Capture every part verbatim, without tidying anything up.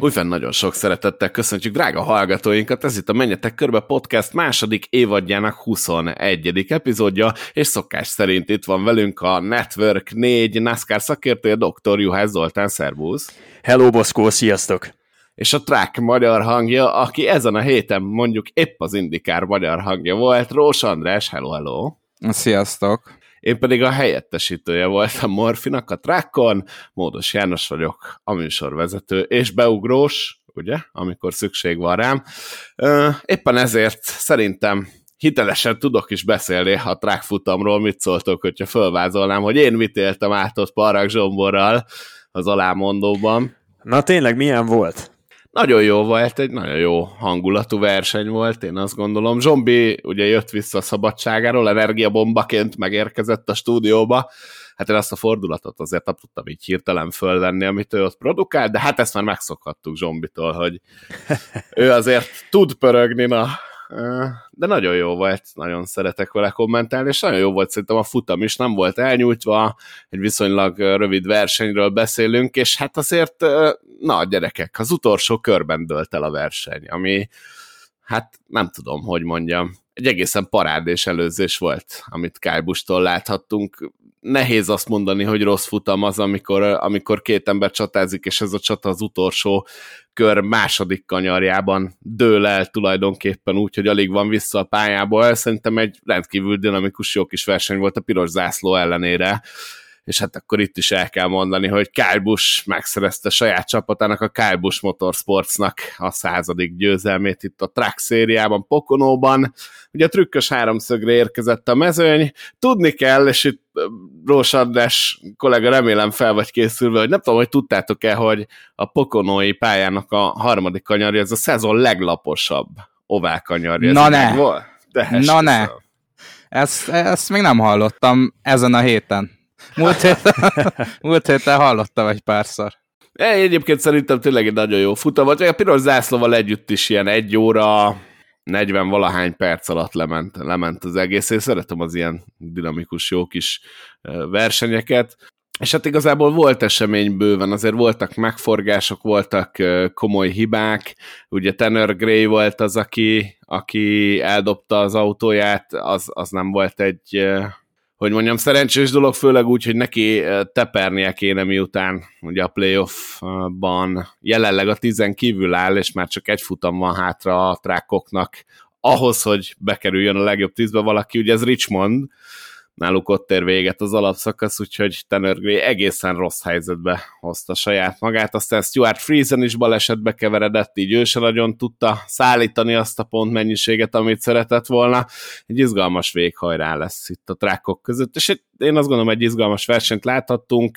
Újfenn nagyon sok szeretettel köszöntjük drága hallgatóinkat, ez itt a Menjetek Körbe Podcast második évadjának huszonegyedik epizódja, és szokás szerint itt van velünk a Network négy NASCAR szakértője, doktor Juhász Zoltán, szervusz! Hello, Boszkó, sziasztok! És a Track magyar hangja, aki ezen a héten mondjuk épp az IndyCar magyar hangja volt, Rós András, hello, hello! Sziasztok! Én pedig a helyettesítője voltam Morfinak a Trackon, Módos János vagyok, a műsorvezető, és beugrós, ugye, amikor szükség van rám. Éppen ezért szerintem hitelesen tudok is beszélni a Track futamról, mit szóltok, hogyha fölvázolnám, hogy én mit éltem át ott Parrak Zsomborral az alámondóban. Na tényleg, milyen volt? Nagyon jó volt, egy nagyon jó hangulatú verseny volt, én azt gondolom. Zsombi ugye jött vissza a szabadságáról, energiabombaként megérkezett a stúdióba. Hát én azt a fordulatot azért nem tudtam így hirtelen fölvenni, amit ő ott produkált, de hát ezt már megszokhattuk Zsombitól, hogy ő azért tud pörögni, na. De nagyon jó volt, nagyon szeretek vele kommentálni, és nagyon jó volt szerintem a futam is, nem volt elnyújtva, egy viszonylag rövid versenyről beszélünk, és hát azért, na gyerekek, az utolsó körben dőlt el a verseny, ami, hát nem tudom, hogy mondjam, egy egészen parádés előzés volt, amit Kyle Busch-tól láthattunk. Nehéz azt mondani, hogy rossz futam az, amikor, amikor két ember csatázik, és ez a csata az utolsó kör második kanyarjában dől el tulajdonképpen úgy, hogy alig van vissza a pályából. Szerintem egy rendkívül dinamikus, jó kis verseny volt a piros zászló ellenére, és hát akkor itt is el kell mondani, hogy Kyle Busch megszerezte saját csapatának, a Kyle Busch Motorsportsnak a századik győzelmét itt a Track szériában, Poconóban. Ugye a trükkös háromszögre érkezett a mezőny. Tudni kell, és itt Rós András kollega remélem fel vagy készülve, hogy nem tudom, hogy tudtátok-e, hogy a poconói pályának a harmadik kanyarja, ez a szezon leglaposabb ovál kanyarja. Na ne! Volt? Na ne! Ezt, ezt még nem hallottam ezen a héten. Múlt héten, múlt héten hallottam egy párszor. Egyébként szerintem tényleg egy nagyon jó futam volt. A piros zászlóval együtt is ilyen egy óra negyven valahány perc alatt lement, lement az egész. Én szeretem az ilyen dinamikus, jó kis versenyeket. És hát igazából volt esemény bőven, azért voltak megforgások, voltak komoly hibák. Ugye Tanner Gray volt az, aki, aki eldobta az autóját, az, az nem volt egy... hogy mondjam, szerencsés dolog, főleg úgy, hogy neki tepernie kéne, miután ugye a playoffban jelenleg a tízen kívül áll, és már csak egy futam van hátra a trákoknak ahhoz, hogy bekerüljön a legjobb tízbe valaki, ugye ez Richmond, náluk ott ér véget az alapszakasz, úgyhogy Tanner Gray egészen rossz helyzetbe hozta saját magát, aztán Stuart Friesen is balesetbe keveredett, így ő se nagyon tudta szállítani azt a pontmennyiséget, amit szeretett volna. Egy izgalmas véghajrá lesz itt a trákok között, és én azt gondolom, egy izgalmas versenyt láthattunk,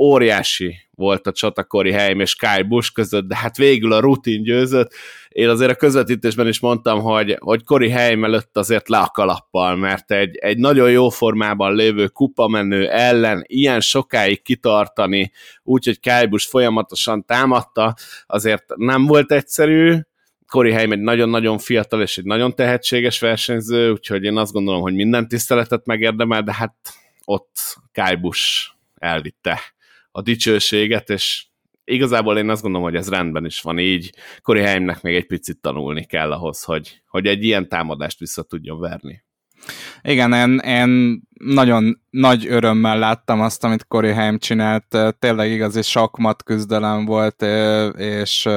óriási volt a csata Corey Haim és Kyle Busch között, de hát végül a rutin győzött. Én azért a közvetítésben is mondtam, hogy, hogy Corey Haim előtt azért le a kalappal, mert egy, egy nagyon jó formában lévő kupamenő ellen ilyen sokáig kitartani, úgyhogy Kyle Busch folyamatosan támadta, azért nem volt egyszerű. Corey Haim egy nagyon-nagyon fiatal és egy nagyon tehetséges versenyző, úgyhogy én azt gondolom, hogy minden tiszteletet megérdemel, de hát ott Kyle Busch elvitte a dicsőséget, és igazából én azt gondolom, hogy ez rendben is van így. Corey Haimnek még egy picit tanulni kell ahhoz, hogy, hogy egy ilyen támadást vissza tudjon verni. Igen, én, én nagyon nagy örömmel láttam azt, amit Corey Haim csinált. Tényleg igazi sakmat küzdelem volt, és,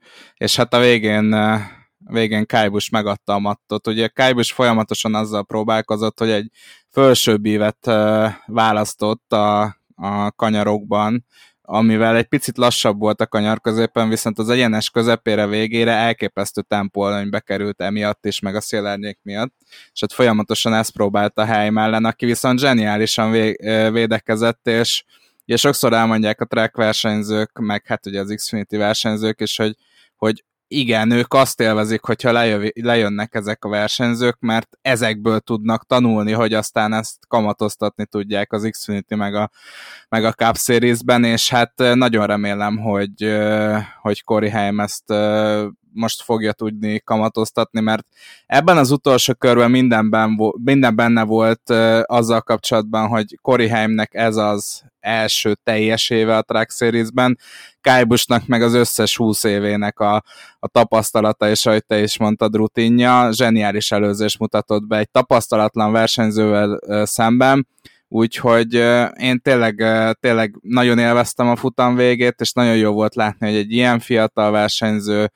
és hát a végén, végén Kyle Busch megadta a mattot. Ugye Kyle Busch folyamatosan azzal próbálkozott, hogy egy felsőbb ívet választott a, a kanyarokban, amivel egy picit lassabb volt a kanyar középen, viszont az egyenes közepére végére elképesztő tempóelőnybe került emiatt is, meg a szélárnyék miatt, és ott folyamatosan ezt próbálta Haim ellen, aki viszont zseniálisan vé- védekezett, és, és sokszor elmondják a track versenyzők, meg hát ugye az Xfinity versenyzők is, hogy, hogy igen, ők azt élvezik, hogyha lejöv, lejönnek ezek a versenyzők, mert ezekből tudnak tanulni, hogy aztán ezt kamatoztatni tudják az Xfinity meg a, meg a Cup Series-ben, és hát nagyon remélem, hogy, hogy Corey Haim ezt most fogja tudni kamatoztatni, mert ebben az utolsó körben mindenben, minden benne volt azzal kapcsolatban, hogy Corey Haimnek ez az első teljes éve a Truck Series-ben, Kyle Buschnak meg az összes húsz évének a, a tapasztalata, és ahogy te is mondtad, rutinja, zseniális előzés mutatott be egy tapasztalatlan versenyzővel szemben, úgyhogy én tényleg, tényleg nagyon élveztem a futam végét, és nagyon jó volt látni, hogy egy ilyen fiatal versenyző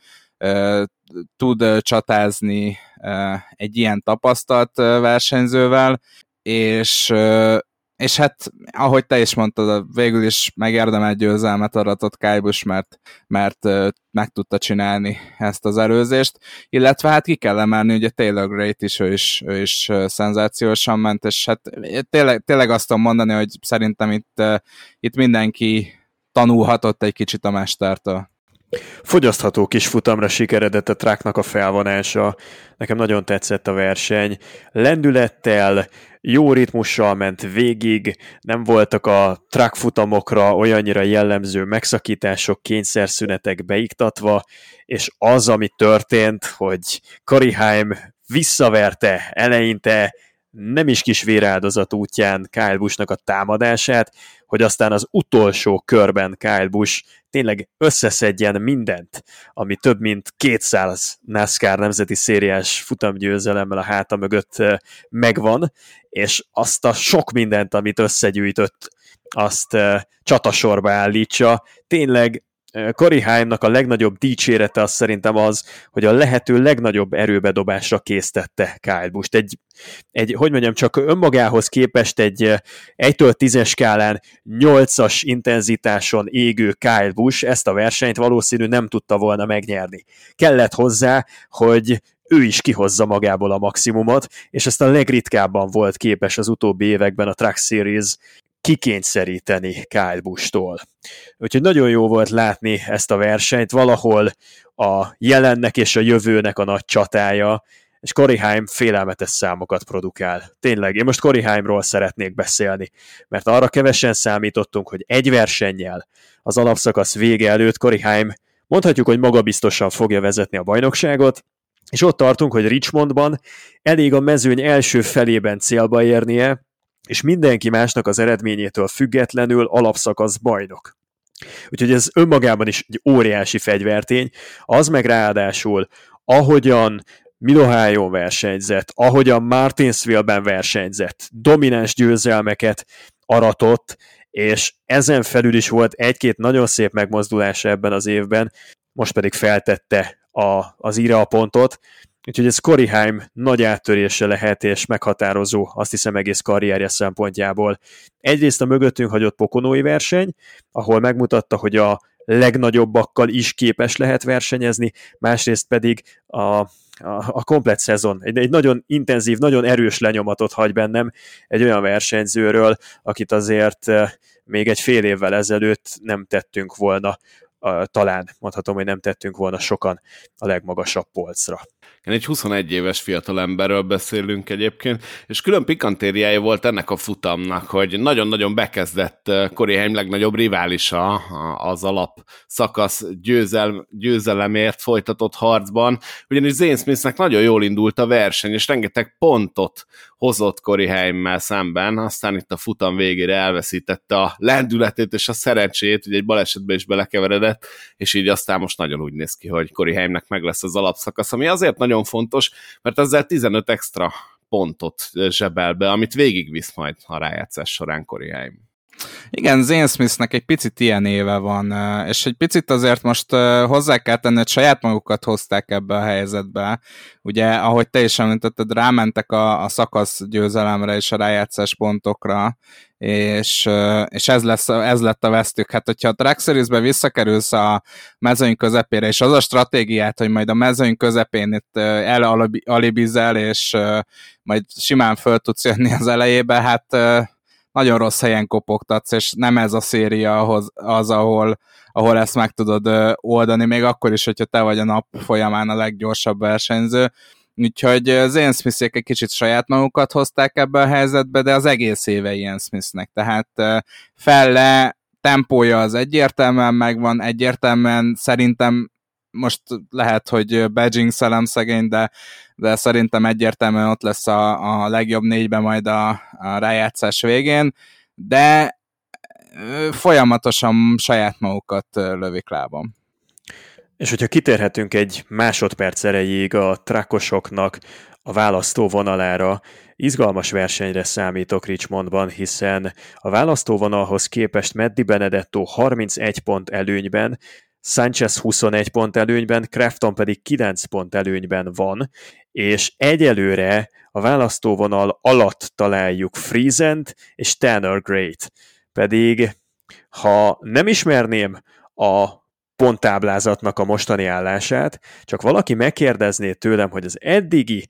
tud csatázni egy ilyen tapasztalt versenyzővel, és És hát, ahogy te is mondtad, végül is megérdemelt győzelmet aratott Kyle Busch, mert, mert meg tudta csinálni ezt az előzést, illetve hát ki kell emelni, ugye Taylor Gray-t is, ő is, ő is szenzációsan ment, és hát tényleg, tényleg azt tudom mondani, hogy szerintem itt, itt mindenki tanulhatott egy kicsit a mestertől. Fogyasztható kis futamra sikeredett a Trucknak a felvonása. Nekem nagyon tetszett a verseny. Lendülettel, jó ritmussal ment végig, nem voltak a Truck futamokra olyannyira jellemző megszakítások, kényszerszünetek beiktatva, és az, ami történt, hogy Corey Haim visszaverte eleinte nem is kis véráldozat útján Kyle Buschnak a támadását, hogy aztán az utolsó körben Kyle Busch tényleg összeszedjen mindent, ami több mint kétszáz NASCAR nemzeti szériás futamgyőzelemmel a háta mögött megvan, és azt a sok mindent, amit összegyűjtött, azt csatasorba állítsa. Tényleg Corey Haimnak a legnagyobb dicsérete az szerintem az, hogy a lehető legnagyobb erőbedobásra késztette Kyle Busch-t. Egy, egy, hogy mondjam, csak önmagához képest egy egytől tízes skálán nyolcas intenzitáson égő Kyle Busch ezt a versenyt valószínű nem tudta volna megnyerni. Kellett hozzá, hogy ő is kihozza magából a maximumot, és ezt a legritkábban volt képes az utóbbi években a Truck Series kikényszeríteni Kyle Busch-tól. Úgyhogy nagyon jó volt látni ezt a versenyt, valahol a jelennek és a jövőnek a nagy csatája, és Corey Haim félelmetes számokat produkál. Tényleg, én most Corey Haimról szeretnék beszélni, mert arra kevesen számítottunk, hogy egy versennyel az alapszakasz vége előtt Corey Haim mondhatjuk, hogy magabiztosan fogja vezetni a bajnokságot, és ott tartunk, hogy Richmondban elég a mezőny első felében célba érnie, és mindenki másnak az eredményétől függetlenül alapszakasz bajnok. Úgyhogy ez önmagában is egy óriási fegyvertény, az meg ráadásul, ahogyan Mid-Ohio-n versenyzett, ahogyan Martinsville-ben versenyzett, domináns győzelmeket aratott, és ezen felül is volt egy-két nagyon szép megmozdulása ebben az évben, most pedig feltette a, az íra a pontot, úgyhogy ez Corey Haim nagy áttörése lehet, és meghatározó, azt hiszem, egész karrierje szempontjából. Egyrészt a mögöttünk hagyott pokonói verseny, ahol megmutatta, hogy a legnagyobbakkal is képes lehet versenyezni, másrészt pedig a, a, a komplett szezon. Egy, egy nagyon intenzív, nagyon erős lenyomatot hagy bennem egy olyan versenyzőről, akit azért még egy fél évvel ezelőtt nem tettünk volna, talán mondhatom, hogy nem tettünk volna sokan a legmagasabb polcra. Egy huszonegy éves fiatalemberről beszélünk egyébként, és külön pikantériája volt ennek a futamnak, hogy nagyon-nagyon bekezdett Corey Haim legnagyobb riválisa az alap szakasz győzel, győzelemért folytatott harcban, ugyanis Zane Smithnek nagyon jól indult a verseny, és rengeteg pontot hozott Corey Haimmel szemben, aztán itt a futam végére elveszítette a lendületét és a szerencsét, ugye egy balesetbe is belekeveredett, és így aztán most nagyon úgy néz ki, hogy Corey Haimnek meg lesz az alapszakasz, ami azért nagyon fontos, mert ezzel tizenöt extra pontot zsebel be, amit végigvisz majd a rájátszás során Corey Haim. Igen, Zane Smithnek egy picit ilyen éve van, és egy picit azért most hozzá kell tenni, hogy saját magukat hozták ebbe a helyzetbe. Ugye, ahogy te is említetted, rámentek a, a szakasz győzelemre és a rájátszás pontokra, és, és ez, lesz, ez lett a vesztük. Hát, hogyha a Truck Series-be visszakerülsz a mezőny közepére, és az a stratégiát, hogy majd a mezőny közepén itt elalibizel, és majd simán föl tudsz jönni az elejébe, hát nagyon rossz helyen kopogtatsz, és nem ez a széria ahhoz, az, ahol, ahol ezt meg tudod oldani, még akkor is, hogyha te vagy a nap folyamán a leggyorsabb versenyző. Úgyhogy Zane Smithék egy kicsit saját magukat hozták ebbe a helyzetbe, de az egész éve ilyen Smithnek. Tehát felle tempója az egyértelműen megvan, egyértelműen szerintem most lehet, hogy bejinxelem szegény, de, de szerintem egyértelműen ott lesz a, a legjobb négyben majd a, a rájátszás végén, de folyamatosan saját magukat lövik lábam. És hogyha kitérhetünk egy másodperc erejéig a trakosoknak a választó vonalára, izgalmas versenyre számítok Richmondban, hiszen a választóvonalhoz képest Matt DiBenedetto harmincegy pont előnyben, Sanchez huszonegy pont előnyben, Crafton pedig kilenc pont előnyben van, és egyelőre a választóvonal alatt találjuk Friesent és Tanner Gray-t. Pedig, ha nem ismerném a ponttáblázatnak a mostani állását, csak valaki megkérdezné tőlem, hogy az eddigi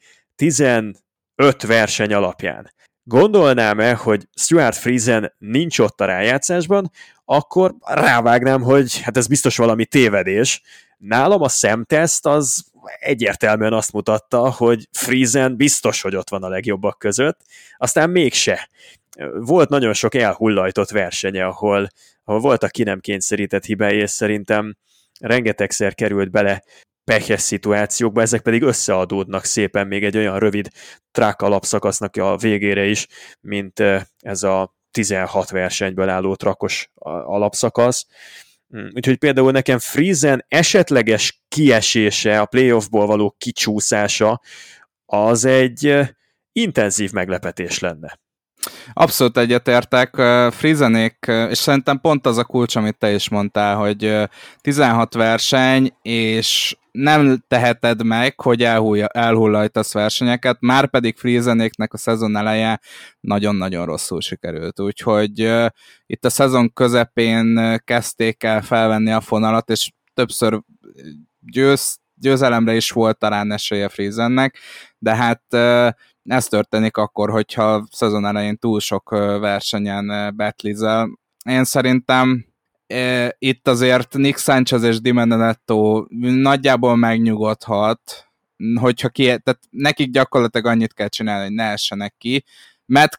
tizenöt verseny alapján gondolnám-e, hogy Stuart Friesen nincs ott a rájátszásban, akkor rávágnám, hogy hát ez biztos valami tévedés. Nálam a szemteszt az egyértelműen azt mutatta, hogy Friesen biztos, hogy ott van a legjobbak között, aztán mégse. Volt nagyon sok elhullajtott versenye, ahol, ahol voltak ki nem kényszerített hibái, és szerintem rengetegszer került bele pekes szituációkba, ezek pedig összeadódnak szépen még egy olyan rövid track alapszakasznak a végére is, mint ez a tizenhat versenyből álló trakos alapszakasz. Úgyhogy például nekem Friesen esetleges kiesése, a playoffból való kicsúszása, az egy intenzív meglepetés lenne. Abszolút egyetértek, Friesenék, és szerintem pont az a kulcs, amit te is mondtál, hogy tizenhat verseny, és nem teheted meg, hogy elhullajtasz versenyeket, már pedig Friesenéknek a szezon eleje nagyon-nagyon rosszul sikerült, úgyhogy uh, itt a szezon közepén kezdték el felvenni a fonalat, és többször győz, győzelemre is volt talán esélye Friesennek, de hát uh, ez történik akkor, hogyha a szezon elején túl sok versenyen betlizel. Én szerintem e, itt azért Nick Sanchez és DiBenedetto nagyjából megnyugodhat, hogyha ki, tehát nekik gyakorlatilag annyit kell csinálni, hogy ne essenek ki. Matt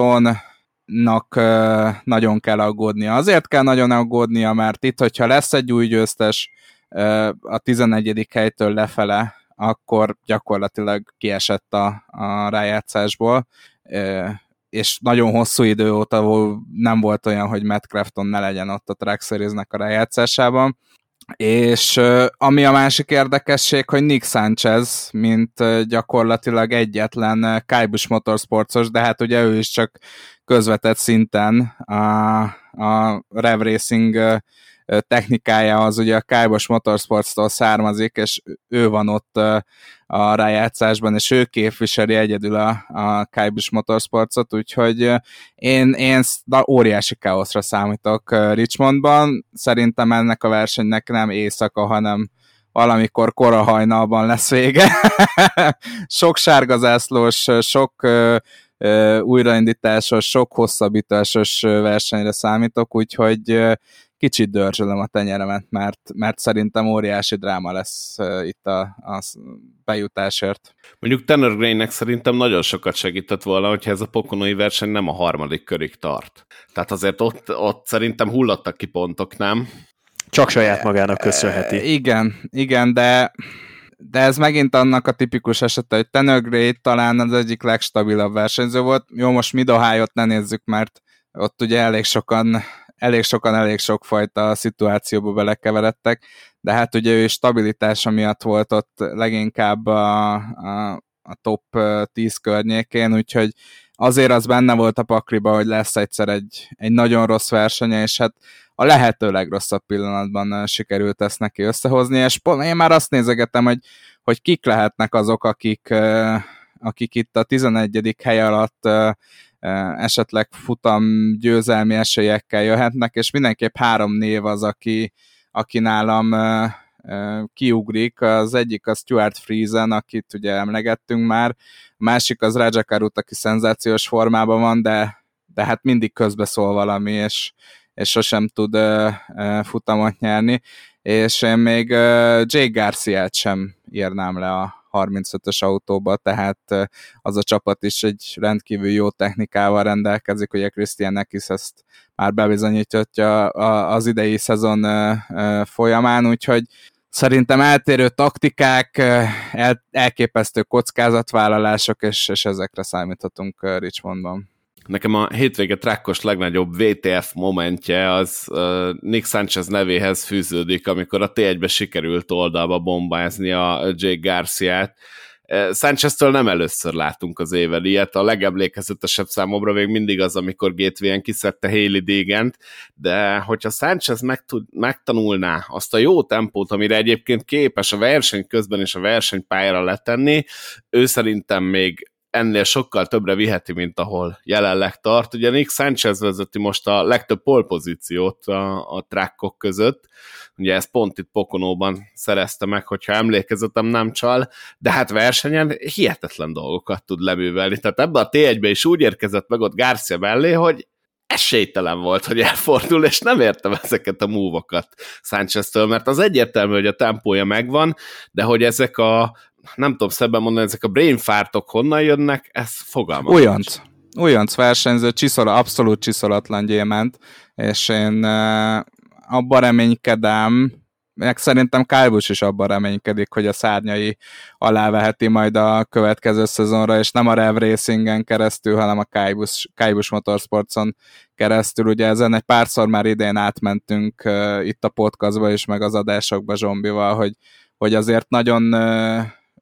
Craftonnak e, nagyon kell aggódnia. Azért kell nagyon aggódnia, mert itt, hogyha lesz egy új győztes e, a tizennegyedik helytől lefele, akkor gyakorlatilag kiesett a, a rájátszásból, és nagyon hosszú idő óta nem volt olyan, hogy Matt Crafton ne legyen ott a Truck Series-nek a rájátszásában. És ami a másik érdekesség, hogy Nick Sanchez, mint gyakorlatilag egyetlen Kyle Busch Motorsportos, de hát ugye ő is csak közvetett szinten a, a Rev Racing technikája az ugye a Kyle Busch Motorsportstól származik, és ő van ott a rájátszásban, és ő képviseli egyedül a, a Kyle Busch Motorsportot, úgyhogy én, én óriási káoszra számítok Richmondban. Szerintem ennek a versenynek nem éjszaka, hanem valamikor kora hajnalban lesz vége. Sok sárgazászlós, sok újraindításos, sok hosszabbításos versenyre számítok, úgyhogy kicsit dörzsölöm a tenyeremet, mert, mert szerintem óriási dráma lesz uh, itt a, a bejutásért. Mondjuk Tanner Gray-nek szerintem nagyon sokat segített volna, hogyha ez a pokonói verseny nem a harmadik körig tart. Tehát azért ott, ott szerintem hullottak ki pontok, nem? Csak saját magának köszönheti. E, igen, igen, de, de ez megint annak a tipikus esete, hogy Tanner Gray talán az egyik legstabilabb versenyző volt. Jó, most Mid-Ohio-t ne nézzük, mert ott ugye elég sokan elég sokan, elég sokfajta szituációba belekeveredtek, de hát ugye ő stabilitása miatt volt ott leginkább a, a, a top tíz környékén, úgyhogy azért az benne volt a pakliba, hogy lesz egyszer egy, egy nagyon rossz versenye, és hát a lehető legrosszabb pillanatban sikerült ezt neki összehozni, és én már azt nézegetem, hogy, hogy kik lehetnek azok, akik, akik itt a tizenegyedik hely alatt esetleg futam győzelmi esélyekkel jöhetnek, és mindenképp három név az, aki, aki nálam uh, uh, kiugrik. Az egyik az Stuart Friesen, akit ugye emlegettünk már, a másik az Rajah Caruth, aki szenzációs formában van, de, de hát mindig közbeszól valami, és, és sosem tud uh, uh, futamot nyerni, és én még uh, Jake Garciát sem írnám le a harmincötös autóba, tehát az a csapat is egy rendkívül jó technikával rendelkezik, ugye Christian Neckis ezt már bebizonyítja az idei szezon folyamán, úgyhogy szerintem eltérő taktikák, el, elképesztő kockázatvállalások, és, és ezekre számíthatunk Richmondban. Nekem a hétvége trackos legnagyobb vé té ef momentje az uh, Nick Sanchez nevéhez fűződik, amikor a té egybe sikerült oldalba bombázni a Jake Garciát. Uh, Sancheztől nem először látunk az éven ilyet, a legemlékezetesebb számomra még mindig az, amikor Gateway-en kiszedte Hailey Degent, de hogyha Sanchez megtud, megtanulná azt a jó tempót, amire egyébként képes a verseny közben és a versenypályára letenni, ő szerintem még ennél sokkal többre viheti, mint ahol jelenleg tart. Ugye Nick Sanchez vezeti most a legtöbb pole pozíciót a, a trackok között, ugye ezt pont itt Poconóban szerezte meg, hogyha emlékezetem nem csal, de hát versenyen hihetetlen dolgokat tud leművelni. Tehát ebbe a té egybe is úgy érkezett meg ott Garcia mellé, hogy esélytelen volt, hogy elfordul, és nem értem ezeket a múvokat Sancheztől, mert az egyértelmű, hogy a tempója megvan, de hogy ezek a nem tudom szebben mondani, ezek a brainfartok honnan jönnek, ez fogalmam. Újonc. Újonc versenyző, csiszol, abszolút csiszolatlan gyémánt, és én uh, abban reménykedem, meg szerintem Kyle Busch is abban reménykedik, hogy a szárnyai alá veheti majd a következő szezonra, és nem a Rev Racingen keresztül, hanem a Kyle Busch, Kyle Busch Motorsportson keresztül. Ugye ezen egy párszor már idén átmentünk uh, itt a podcastba is, meg az adásokba Zsombival, hogy, hogy azért nagyon uh,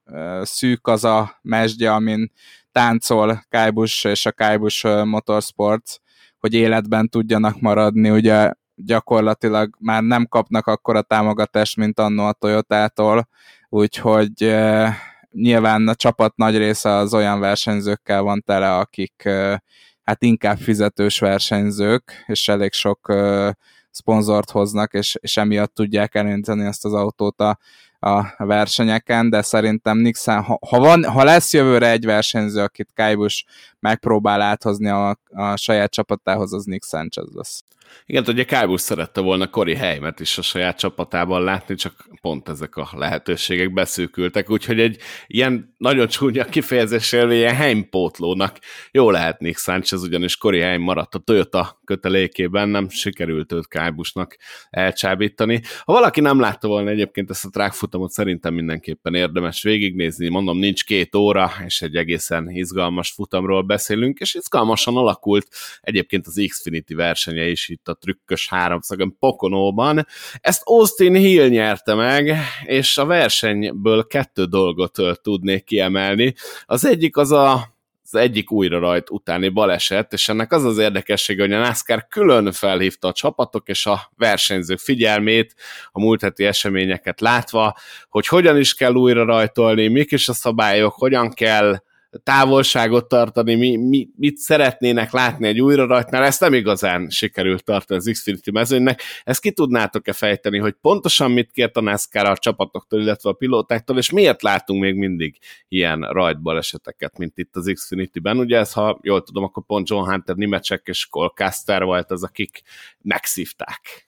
szűk az a mesdje, amin táncol Kyle Busch és a Kyle Busch Motorsports, hogy életben tudjanak maradni, ugye gyakorlatilag már nem kapnak akkora támogatást, mint annó a Toyotától, úgyhogy eh, nyilván a csapat nagy része az olyan versenyzőkkel van tele, akik eh, hát inkább fizetős versenyzők, és elég sok eh, szponzort hoznak, és, és emiatt tudják elindítani ezt az autót a a versenyeken, de szerintem Nixon, ha, ha, van, ha lesz jövőre egy versenyző, akit Kyle Busch megpróbál áthozni a, a saját csapatához, az Nick Sanchez lesz. Igen, ugye Kyle Busch szerette volna Corey Heimet is a saját csapatában látni, csak pont ezek a lehetőségek beszűkültek, úgyhogy egy ilyen nagyon csúnya kifejezéssel ilyen Heim-pótlónak jó lehet Nick Sanchez, ugyanis Corey Heim maradt a Toyota kötelékében, nem sikerült őt Kyle Buschnak elcsábítani. Ha valaki nem látta volna egyébként ezt a track futamot, szerintem mindenképpen érdemes végignézni, mondom, nincs két óra, és egy egészen izgalmas futamról beszélünk, és izgalmasan alakult egyébként az Xfinity versenye is itt a trükkös háromszagon Poconóban. Ezt Austin Hill nyerte meg, és a versenyből kettő dolgot tudnék kiemelni. Az egyik az a az egyik újra rajt utáni baleset, és ennek az az érdekessége, hogy a NASCAR külön felhívta a csapatok és a versenyzők figyelmét, a múlt heti eseményeket látva, hogy hogyan is kell újra rajtolni, mik is a szabályok, hogyan kell távolságot tartani, mi, mi, mit szeretnének látni egy újra rajtnál, ezt nem igazán sikerült tartani az Xfinity mezőnynek. Ezt ki tudnátok-e fejteni, hogy pontosan mit kért a NASCAR a csapatoktól, illetve a pilótáktól, és miért látunk még mindig ilyen rajtbaleseteket, mint itt az Xfinity-ben? Ugye ez, ha jól tudom, akkor pont John Hunter, Nemechek és Cole Custer volt az, akik megszívták.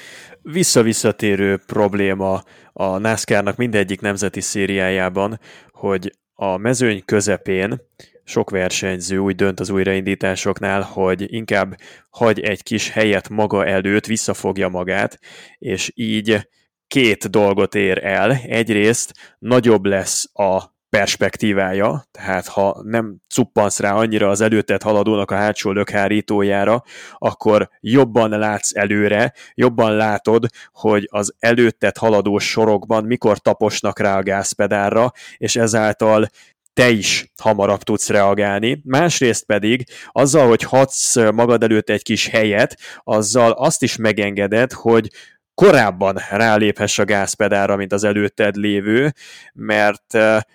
Visszavisszatérő probléma a NASCAR-nak mindegyik nemzeti szériájában, hogy a mezőny közepén sok versenyző úgy dönt az újraindításoknál, hogy inkább hagy egy kis helyet maga előtt, visszafogja magát, és így két dolgot ér el. Egyrészt nagyobb lesz a perspektívája, tehát ha nem cuppansz rá annyira az előtted haladónak a hátsó lökhárítójára, akkor jobban látsz előre, jobban látod, hogy az előtted haladó sorokban mikor taposnak rá a gázpedálra, és ezáltal te is hamarabb tudsz reagálni. Másrészt pedig azzal, hogy hadsz magad előtt egy kis helyet, azzal azt is megengeded, hogy korábban ráléphess a gázpedálra, mint az előtted lévő, mert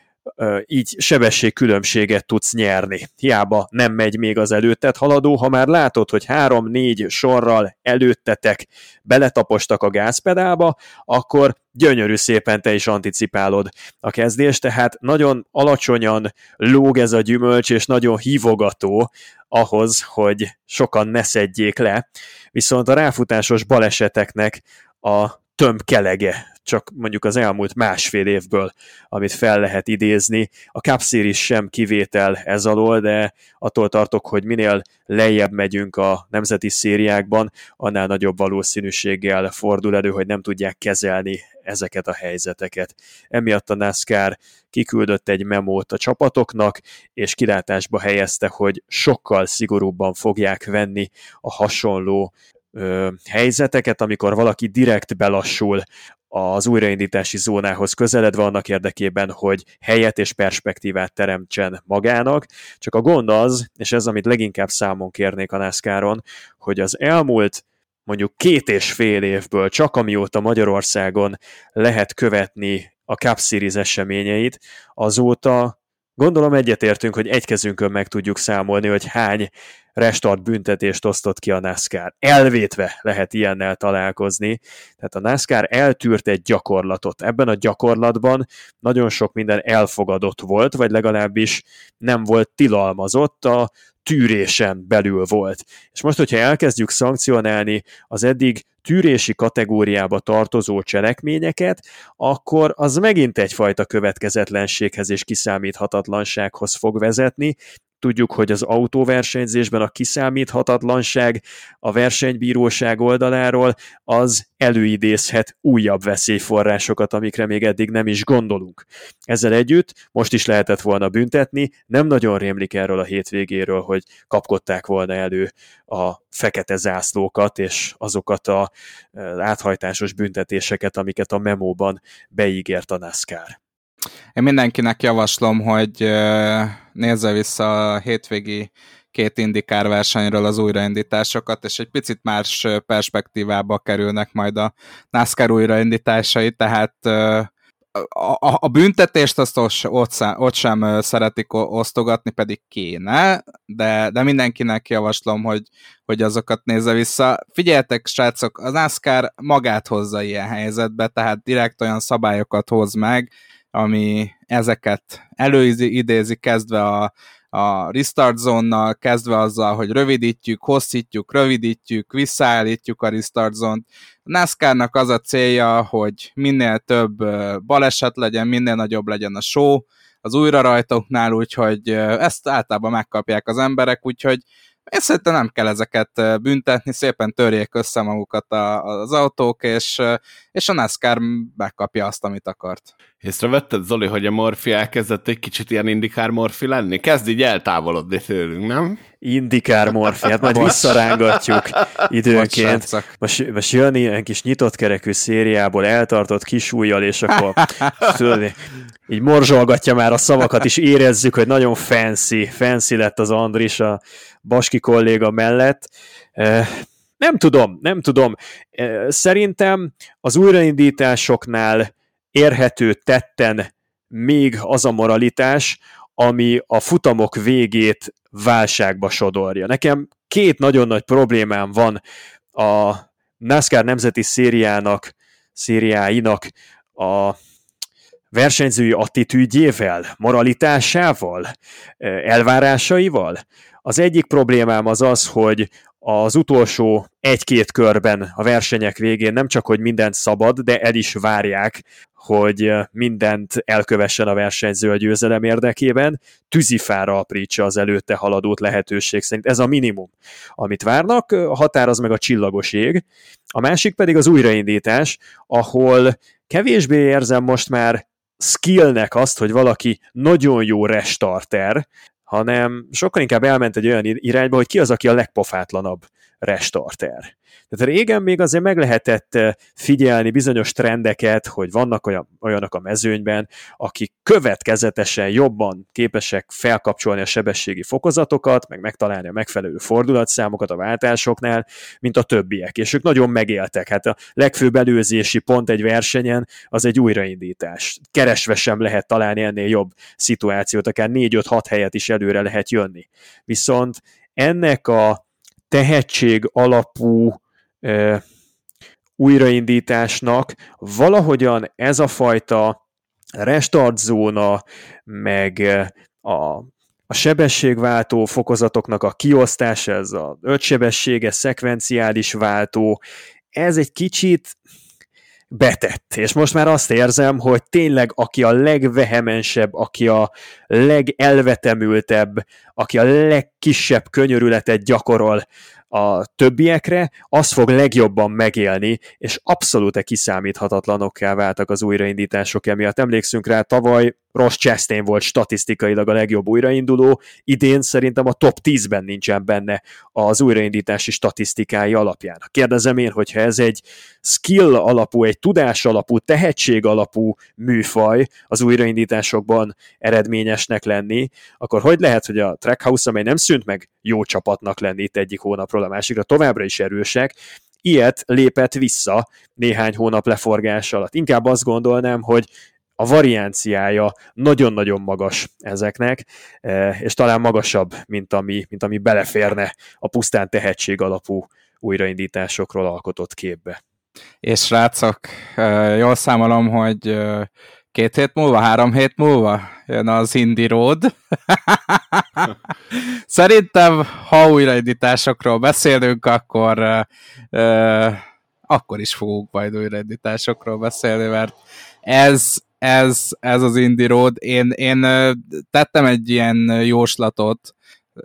így sebességkülönbséget tudsz nyerni. Hiába nem megy még az előtted haladó, ha már látod, hogy három-négy sorral előttetek beletapostak a gázpedálba, akkor gyönyörű szépen te is anticipálod a kezdést, tehát nagyon alacsonyan lóg ez a gyümölcs, és nagyon hívogató ahhoz, hogy sokan ne szedjék le, viszont a ráfutásos baleseteknek a tömbkelege csak mondjuk az elmúlt másfél évből, amit fel lehet idézni. A Cup Series sem kivétel ez alól, de attól tartok, hogy minél lejjebb megyünk a nemzeti szériákban, annál nagyobb valószínűséggel fordul elő, hogy nem tudják kezelni ezeket a helyzeteket. Emiatt a NASCAR kiküldött egy memót a csapatoknak, és kilátásba helyezte, hogy sokkal szigorúbban fogják venni a hasonló ö, helyzeteket, amikor valaki direkt belassul az újraindítási zónához közeledve annak érdekében, hogy helyet és perspektívát teremtsen magának. Csak a gond az, és ez amit leginkább számon kérnék a NASCAR-on, hogy az elmúlt mondjuk két és fél évből, csak amióta Magyarországon lehet követni a Cup Series eseményeit, azóta gondolom egyetértünk, hogy egy kezünkön meg tudjuk számolni, hogy hány restart büntetést osztott ki a NASCAR. Elvétve lehet ilyennel találkozni. Tehát a NASCAR eltűrt egy gyakorlatot. Ebben a gyakorlatban nagyon sok minden elfogadott volt, vagy legalábbis nem volt tilalmazott, a tűrésen belül volt. És most, hogyha elkezdjük szankcionálni az eddig tűrési kategóriába tartozó cselekményeket, akkor az megint egyfajta következetlenséghez és kiszámíthatatlansághoz fog vezetni. Tudjuk, hogy az autóversenyzésben a kiszámíthatatlanság a versenybíróság oldaláról az előidézhet újabb veszélyforrásokat, amikre még eddig nem is gondolunk. Ezzel együtt most is lehetett volna büntetni, nem nagyon rémlik erről a hétvégéről, hogy kapkodták volna elő a fekete zászlókat és azokat az áthajtásos büntetéseket, amiket a memóban beígért a NASCAR. Én mindenkinek javaslom, hogy nézze vissza a hétvégi két IndyCar versenyről az újraindításokat, és egy picit más perspektívába kerülnek majd a NASCAR újraindításai, tehát a, a büntetést azt ott sem, ott sem szeretik osztogatni, pedig kéne, de, de mindenkinek javaslom, hogy, hogy azokat nézze vissza. Figyeljetek, srácok, a NASCAR magát hozza ilyen helyzetbe, tehát direkt olyan szabályokat hoz meg, ami ezeket előidézi, kezdve a, a restart zónnal, kezdve azzal, hogy rövidítjük, hosszítjuk, rövidítjük, visszaállítjuk a restart zónt. A NASCAR-nak az a célja, hogy minél több baleset legyen, minél nagyobb legyen a show az újrarajtoknál, úgyhogy ezt általában megkapják az emberek, úgyhogy én szerintem nem kell ezeket büntetni, szépen törjék össze magukat a, az autók, és, és a NASCAR megkapja azt, amit akart. Észrevetted, Zoli, hogy a Murphy elkezdett egy kicsit ilyen IndyCar Murphy lenni? Kezd így eltávolodni tőlünk, nem? IndyCar Murphy, hát majd visszarángatjuk időnként. Most, most jön ilyen kis nyitott kerekű szériából eltartott kisújjal, és akkor tudod, így morzsolgatja már a szavakat, és érezzük, hogy nagyon fancy, fancy lett az Andris a Baski kolléga mellett. Nem tudom, nem tudom. Szerintem az újraindításoknál érhető tetten még az a moralitás, ami a futamok végét válságba sodorja. Nekem két nagyon nagy problémám van a NASCAR nemzeti szériának, szériáinak a versenyzői attitűdjével, moralitásával, elvárásaival. Az egyik problémám az az, hogy az utolsó egy-két körben a versenyek végén nem csak, hogy mindent szabad, de el is várják, hogy mindent elkövessen a versenyző a győzelem érdekében, tűzifára aprítsa az előtte haladót lehetőség szerint. Ez a minimum, amit várnak, határoz meg a csillagos ég. A másik pedig az újraindítás, ahol kevésbé érzem most már skillnek azt, hogy valaki nagyon jó restarter, hanem sokkal inkább elment egy olyan irányba, hogy ki az, aki a legpofátlanabb restarter. Tehát régen még azért meg lehetett figyelni bizonyos trendeket, hogy vannak olyan, olyanok a mezőnyben, akik következetesen jobban képesek felkapcsolni a sebességi fokozatokat, meg megtalálni a megfelelő fordulatszámokat a váltásoknál, mint a többiek. És ők nagyon megéltek. Hát a legfőbb előzési pont egy versenyen az egy újraindítás. Keresve sem lehet találni ennél jobb szituációt, akár négy-öt-hat helyet is előre lehet jönni. Viszont ennek a tehetség alapú uh, újraindításnak valahogyan ez a fajta restart zóna, meg uh, a, a sebességváltó fokozatoknak a kiosztása, ez az ötsebességes szekvenciális váltó, ez egy kicsit betett. És most már azt érzem, hogy tényleg aki a legvehemensebb, aki a legelvetemültebb, aki a legkisebb könyörületet gyakorol a többiekre, az fog legjobban megélni, és abszolút kiszámíthatatlanokká váltak az újraindítások emiatt. Emlékszünk rá, tavaly Ross Chastain volt statisztikailag a legjobb újrainduló, idén szerintem a top tízben nincsen benne az újraindítási statisztikái alapján. Kérdezem én, hogyha ez egy skill alapú, egy tudás alapú, tehetség alapú műfaj az újraindításokban eredményesnek lenni, akkor hogy lehet, hogy a Trackhouse, amely nem szűnt meg jó csapatnak lenni itt egyik hónapról a másikra, továbbra is erősek, ilyet lépett vissza néhány hónap leforgás alatt. Inkább azt gondolnám, hogy a variánciája nagyon-nagyon magas ezeknek, és talán magasabb, mint ami, mint ami beleférne a pusztán tehetség alapú újraindításokról alkotott képbe. És srácok, jól számolom, hogy két hét múlva, három hét múlva jön az Indy Road. Szerintem, ha újraindításokról beszélünk, akkor, akkor is fogunk majd újraindításokról beszélni, mert ez Ez, ez az Indy Road. Én, én tettem egy ilyen jóslatot,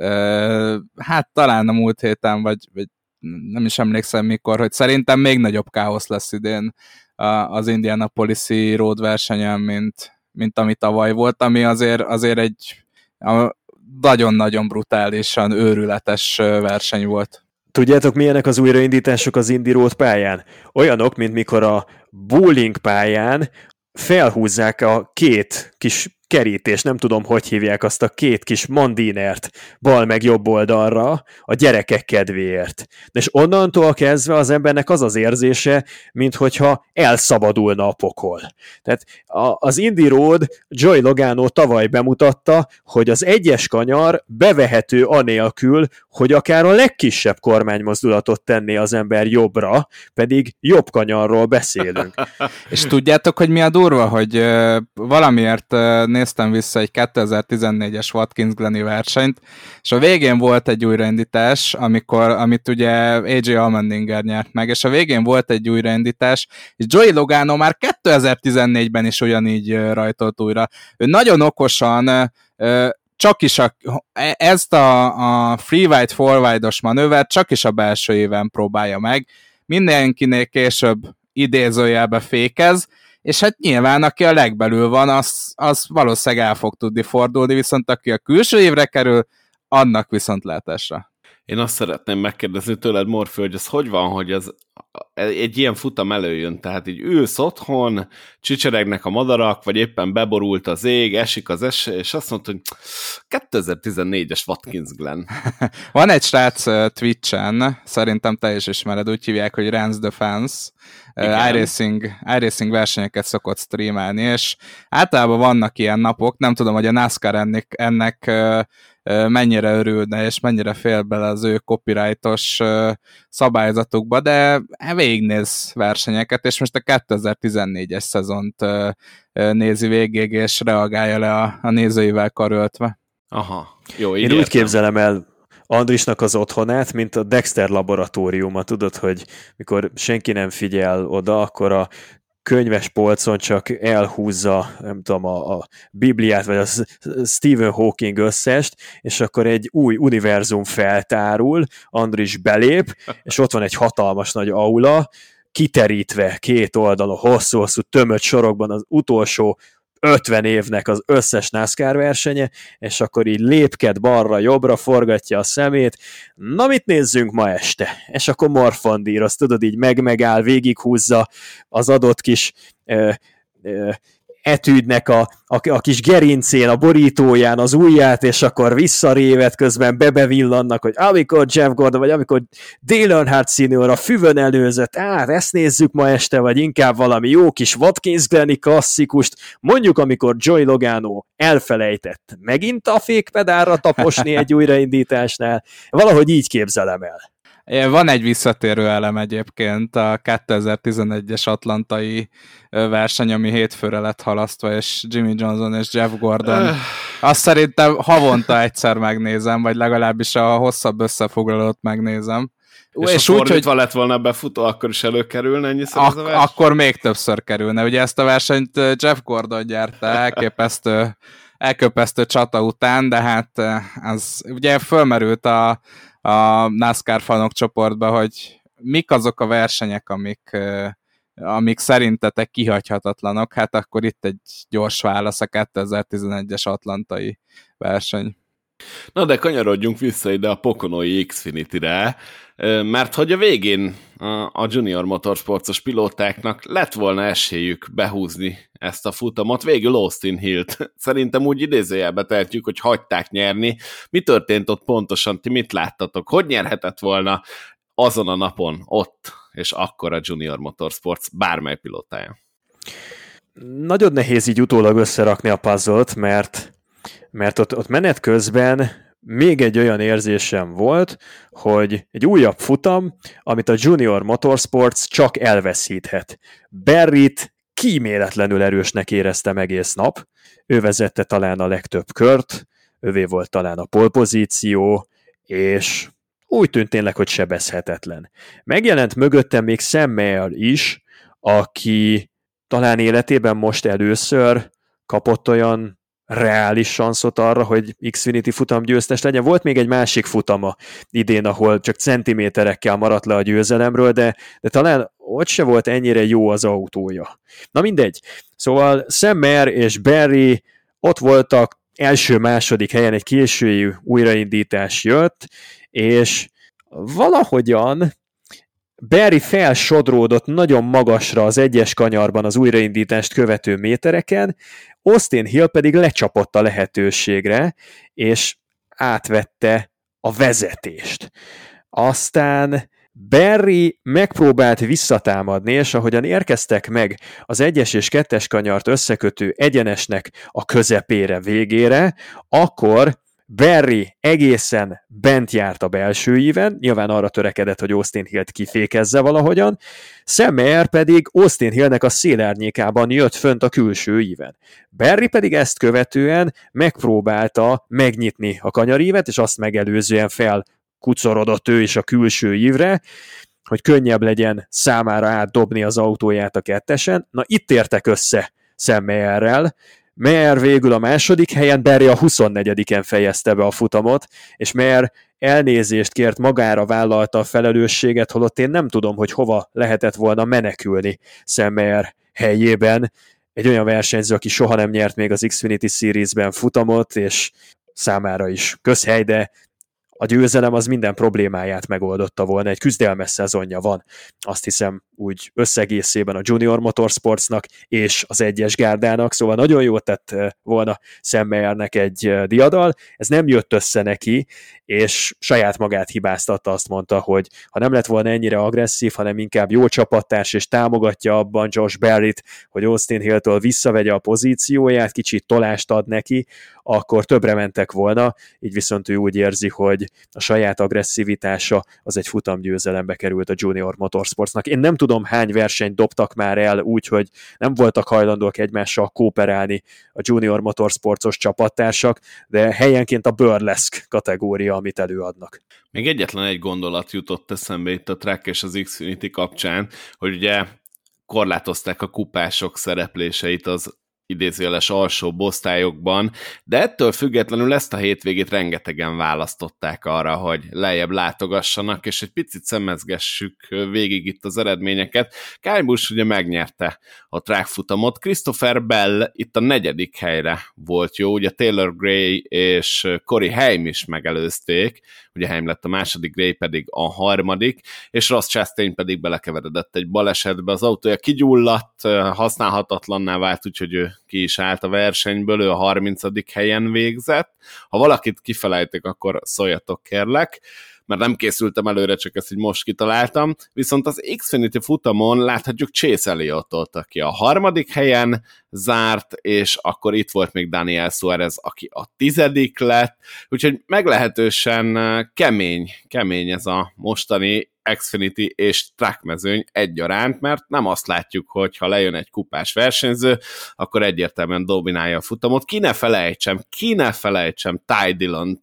hát talán a múlt héten, vagy, vagy nem is emlékszem mikor, hogy szerintem még nagyobb káosz lesz idén az Indianapolis-i road versenyen, mint, mint ami tavaly volt, ami azért, azért egy nagyon-nagyon brutálisan őrületes verseny volt. Tudjátok, milyenek az újraindítások az Indy Road pályán? Olyanok, mint mikor a bowling pályán felhúzzák a két kis kerítés, nem tudom, hogy hívják azt a két kis mandinert bal meg jobb oldalra a gyerekek kedvéért. És onnantól kezdve az embernek az az érzése, minthogyha elszabadulna a pokol. Tehát az Indy Road, Joey Logano tavaly bemutatta, hogy az egyes kanyar bevehető anélkül, hogy akár a legkisebb kormánymozdulatot tenné az ember jobbra, pedig jobb kanyarról beszélünk. És tudjátok, hogy mi a durva, hogy uh, valamiért uh, néztem vissza egy kétezer-tizennégyes Watkins Gleni versenyt, és a végén volt egy újraindítás, amikor, amit ugye á jé Allmendinger nyert meg, és a végén volt egy újraindítás, és Joey Logano már kétezer-tizennégyben is ugyanígy uh, rajtolt újra. Ő nagyon okosan uh, csak is a, ezt a, a freeride forwide-os manővert csak is a belső éven próbálja meg. Mindenkinél később idézőjelbe fékez, és hát nyilván, aki a legbelül van, az, az valószínűleg el fog tudni fordulni, viszont aki a külső évre kerül, annak viszont lehetesre. Én azt szeretném megkérdezni tőled, Morfi, hogy ez hogy van, hogy ez egy ilyen futam előjön, tehát így ülsz otthon, csicseregnek a madarak, vagy éppen beborult az ég, esik az eső, és azt mondta, hogy kétezer-tizennégyes Watkins Glen. Van egy srác Twitchen, szerintem te is ismered, úgy hívják, hogy Rance the Fans, iRacing, iRacing versenyeket szokott streamelni, és általában vannak ilyen napok, nem tudom, hogy a NASCAR ennek, ennek mennyire örülne, és mennyire fél bele az ő copyrightos szabályzatukba, de végignéz versenyeket, és most a kétezer-tizennégyes szezont nézi végig, és reagálja le a, a nézőivel karöltve. Aha, jó, így Én értem. Úgy képzelem el Andrisnak az otthonát, mint a Dexter laboratóriuma, tudod, hogy mikor senki nem figyel oda, akkor a könyves polcon csak elhúzza, nem tudom, a, a Bibliát, vagy a Stephen Hawking összest, és akkor egy új univerzum feltárul, Andris belép, és ott van egy hatalmas nagy aula, kiterítve két oldalon, hosszú-hosszú tömött sorokban az utolsó ötven évnek az összes NASCAR versenye, és akkor így lépked balra-jobbra, forgatja a szemét, na mit nézzünk ma este? És akkor morfondír, azt tudod, így meg-megáll, végighúzza az adott kis ö, ö, etűdnek a, a, a kis gerincén, a borítóján az ujját, és akkor visszarévet, közben bebevillannak, hogy amikor Jeff Gordon, vagy amikor Dale Earnhardt senior a füvön előzött, át ezt nézzük ma este, vagy inkább valami jó kis Watkins Gleni klasszikust, mondjuk amikor Joey Logano elfelejtett megint a fékpedálra taposni egy újraindításnál, valahogy így képzelem el. Van egy visszatérő elem egyébként, a kétezer-tizenegyes atlantai verseny, ami hétfőre lett halasztva, és Jimmy Johnson és Jeff Gordon. Azt szerintem havonta egyszer megnézem, vagy legalábbis a hosszabb összefoglalót megnézem, És, és ha fordítva hogy... lett volna befutó, akkor is előkerülne ennyiszer ak- ez a verseny? Akkor még többször kerülne. Ugye ezt a versenyt Jeff Gordon gyárta, elképesztő, elképesztő csata után, de hát az ugye fölmerült a, a NASCAR fanok csoportba, hogy mik azok a versenyek, amik, amik szerintetek kihagyhatatlanok, hát akkor itt egy gyors válasz a kétezer-tizenegyes atlantai verseny. Na de kanyarodjunk vissza ide a pokonói Xfinity-re, mert hogy a végén a Junior Motorsportos pilótáknak lett volna esélyük behúzni ezt a futamot, végül Austin Hillt. Szerintem úgy idézőjelbe tehetjük, hogy hagyták nyerni. Mi történt ott pontosan, ti mit láttatok? Hogy nyerhetett volna azon a napon ott, és akkor a Junior Motorsports bármely pilótája? Nagyon nehéz így utólag összerakni a puzzle-t, mert mert ott, ott menet közben még egy olyan érzésem volt, hogy egy újabb futam, amit a Junior Motorsports csak elveszíthet. Berryt kíméletlenül erősnek éreztem egész nap, ő vezette talán a legtöbb kört, ővé volt talán a polpozíció, és úgy tűnt tényleg, hogy sebezhetetlen. Megjelent mögöttem még Sam Mayer is, aki talán életében most először kapott olyan reális sanszot arra, hogy Xfinity futam győztes legyen. Volt még egy másik futama idén, ahol csak centiméterekkel maradt le a győzelemről, de, de talán ott se volt ennyire jó az autója. Na mindegy. Szóval Sam Mayer és Berry ott voltak, első-második helyen egy késői újraindítás jött, és valahogyan Berry felsodródott nagyon magasra az egyes kanyarban az újraindítást követő métereken, Austin Hill pedig lecsapott a lehetőségre, és átvette a vezetést. Aztán Berry megpróbált visszatámadni, és ahogyan érkeztek meg az egyes és kettes kanyart összekötő egyenesnek a közepére végére, akkor Berry egészen bent járt a belső íven, nyilván arra törekedett, hogy Austin Hillt kifékezze valahogyan, Sam Mayer pedig Austin Hillnek a szélárnyékában jött fönt a külső íven. Berry pedig ezt követően megpróbálta megnyitni a kanyarívet, és azt megelőzően felkucorodott ő is a külső ívre, hogy könnyebb legyen számára átdobni az autóját a kettesen. Na itt értek össze Sam Mayerrel, Mayer végül a második helyen, Berry a huszonnegyediken fejezte be a futamot, és Mayer elnézést kért, magára vállalta a felelősséget, holott én nem tudom, hogy hova lehetett volna menekülni Sam Mayer helyében. Egy olyan versenyző, aki soha nem nyert még az Xfinity Series-ben futamot, és számára is közhely, de a győzelem az minden problémáját megoldotta volna, egy küzdelmes szezonja van, azt hiszem úgy összegészében a Junior Motorsportsnak és az egyes gárdának, szóval nagyon jót tett volna Sam Mayernek egy diadal, ez nem jött össze neki, és saját magát hibáztatta, azt mondta, hogy ha nem lett volna ennyire agresszív, hanem inkább jó csapattárs, és támogatja abban Josh Berryt, hogy Austin Hilltől visszavegye a pozícióját, kicsit tolást ad neki, akkor többre mentek volna, így viszont ő úgy érzi, hogy a saját agresszivitása az egy futamgyőzelembe került a Junior Motorsportsnak. Én nem tudom, hány versenyt dobtak már el úgy, hogy nem voltak hajlandóak egymással kooperálni a Junior Motorsportos csapattársak, de helyenként a burlesque kategória, amit előadnak. Még egyetlen egy gondolat jutott eszembe itt a Track és az Xfinity kapcsán, hogy ugye korlátozták a kupások szerepléseit az idézőjeles alsóbb osztályokban, de ettől függetlenül ezt a hétvégét rengetegen választották arra, hogy lejjebb látogassanak, és egy picit szemezgessük végig itt az eredményeket. Kyle Busch ugye megnyerte a track futamot, Christopher Bell itt a negyedik helyre volt jó, ugye Taylor Gray és Corey Haim is megelőzték, ugye Haim lett a második, Gray pedig a harmadik, és Ross Chastain pedig belekeveredett egy balesetbe, az autója kigyulladt, használhatatlanná vált, úgyhogy ő ki is állt a versenyből, ő a harmincadik helyen végzett. Ha valakit kifelejtek, akkor szóljatok kérlek, mert nem készültem előre, csak ezt így most kitaláltam, viszont az Xfinity futamon láthatjuk Chase Elliotot, aki a harmadik helyen zárt, és akkor itt volt még Daniel Suarez, aki a tizedik lett, úgyhogy meglehetősen kemény, kemény ez a mostani Xfinity és track mezőny egyaránt, mert nem azt látjuk, hogy ha lejön egy kupás versenyző, akkor egyértelműen dominálja a futamot. Ki ne felejtsem, ki ne felejtsem Ty Dillont,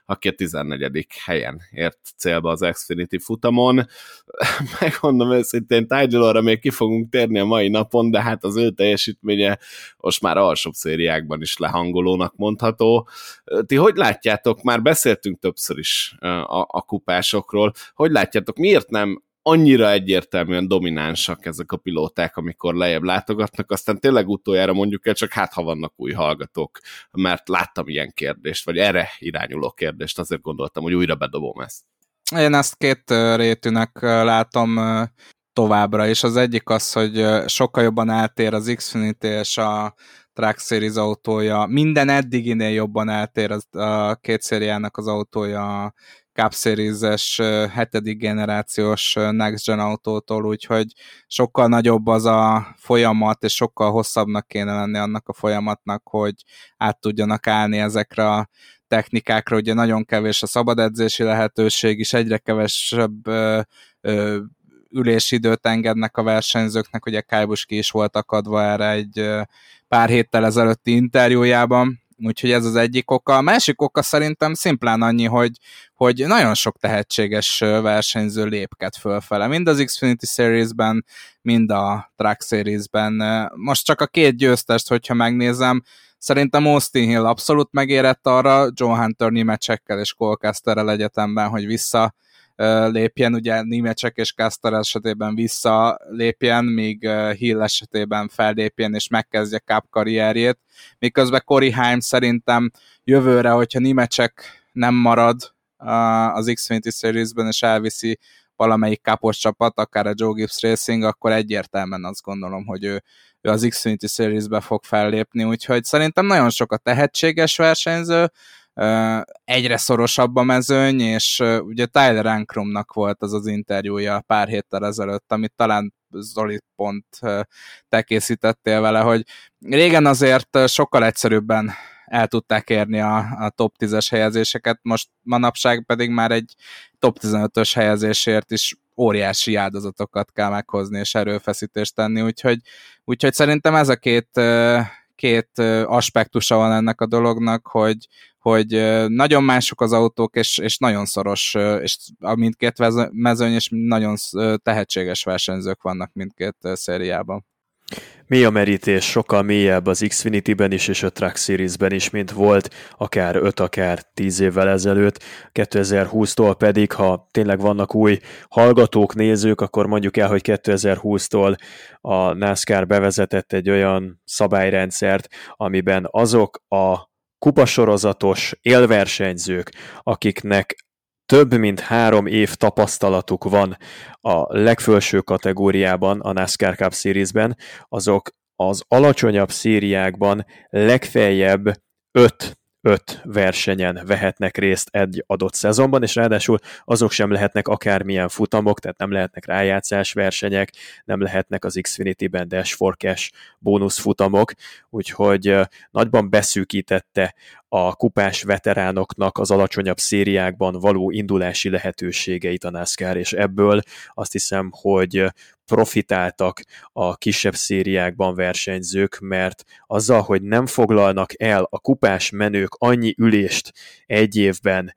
aki a tizennegyedik helyen ért célba az Xfinity futamon. Megmondom őszintén, Tygel-ra még ki fogunk térni a mai napon, de hát az ő teljesítménye most már alsóbb szériákban is lehangolónak mondható. Ti hogy látjátok, már beszéltünk többször is a, a kupásokról, hogy látjátok, miért nem annyira egyértelműen dominánsak ezek a pilóták, amikor lejjebb látogatnak, aztán tényleg utoljára mondjuk el, csak hát ha vannak új hallgatók, mert láttam ilyen kérdést, vagy erre irányuló kérdést, azért gondoltam, hogy újra bedobom ezt. Én ezt két rétűnek látom továbbra is. Az egyik az, hogy sokkal jobban eltér az Xfinity és a Truck Series autója, minden eddiginél jobban eltér a két szériának az autója a Cup Series-es hetedik generációs Next Gen autótól, úgyhogy sokkal nagyobb az a folyamat, és sokkal hosszabbnak kéne lenni annak a folyamatnak, hogy át tudjanak állni ezekre a technikákra. Ugye nagyon kevés a szabad edzési lehetőség is, egyre kevesebb ö, ö, ülésidőt engednek a versenyzőknek, ugye Kyle Busch ki is volt akadva erre egy ö, pár héttel ezelőtti interjújában, úgyhogy ez az egyik oka. A másik oka szerintem szimplán annyi, hogy, hogy nagyon sok tehetséges versenyző lépked fölfele, mind az Xfinity Series-ben, mind a Truck Series-ben. Most csak a két győztest, hogyha megnézem, szerintem Austin Hill abszolút megérett arra, John Hunter Nemecsekkel és Cole Custerrel egyetemben, hogy vissza lépjen, ugye Nemecek és Custer esetében visszalépjen, míg Hill esetében fellépjen és megkezdje Cup karrierjét, miközben Corey Haim szerintem jövőre, hogyha Nemecek nem marad az Xfinity Series-ben és elviszi valamelyik kapos csapat, akár a Joe Gibbs Racing, akkor egyértelműen azt gondolom, hogy ő, ő az Xfinity Series-be fog fellépni, úgyhogy szerintem nagyon sok a tehetséges versenyző, egyre szorosabb a mezőny, és ugye Tyler Ankramnak volt az az interjúja pár héttel ezelőtt, amit talán Zoli pont te készítettél vele, hogy régen azért sokkal egyszerűbben el tudták érni a, a top tízes helyezéseket, most manapság pedig már egy top tizenötös helyezésért is óriási áldozatokat kell meghozni és erőfeszítést tenni, úgyhogy, úgyhogy szerintem ez a két, két aspektusa van ennek a dolognak, hogy, hogy nagyon mások az autók, és, és nagyon szoros, és a mindkét mezőny, és nagyon tehetséges versenyzők vannak mindkét szériában. Mély a merítés, sokkal mélyebb az Xfinity-ben is, és a Truck Series-ben is, mint volt akár öt, akár tíz évvel ezelőtt. kétezer-húsztól pedig, ha tényleg vannak új hallgatók, nézők, akkor mondjuk el, hogy kétezer-húsztól a NASCAR bevezetett egy olyan szabályrendszert, amiben azok a kupasorozatos élversenyzők, akiknek több mint három év tapasztalatuk van a legfelső kategóriában, a NASCAR Cup Series-ben, azok az alacsonyabb szériákban legfeljebb öt öt versenyen vehetnek részt egy adott szezonban, és ráadásul azok sem lehetnek akármilyen futamok, tehát nem lehetnek rájátszás versenyek, nem lehetnek az Xfinity-ben Dash for Cash bónusz futamok, úgyhogy nagyban beszűkítette a kupás veteránoknak az alacsonyabb szériákban való indulási lehetőségeit a NASCAR, és ebből azt hiszem, hogy profitáltak a kisebb szériákban versenyzők, mert azzal, hogy nem foglalnak el a kupás menők annyi ülést egy évben,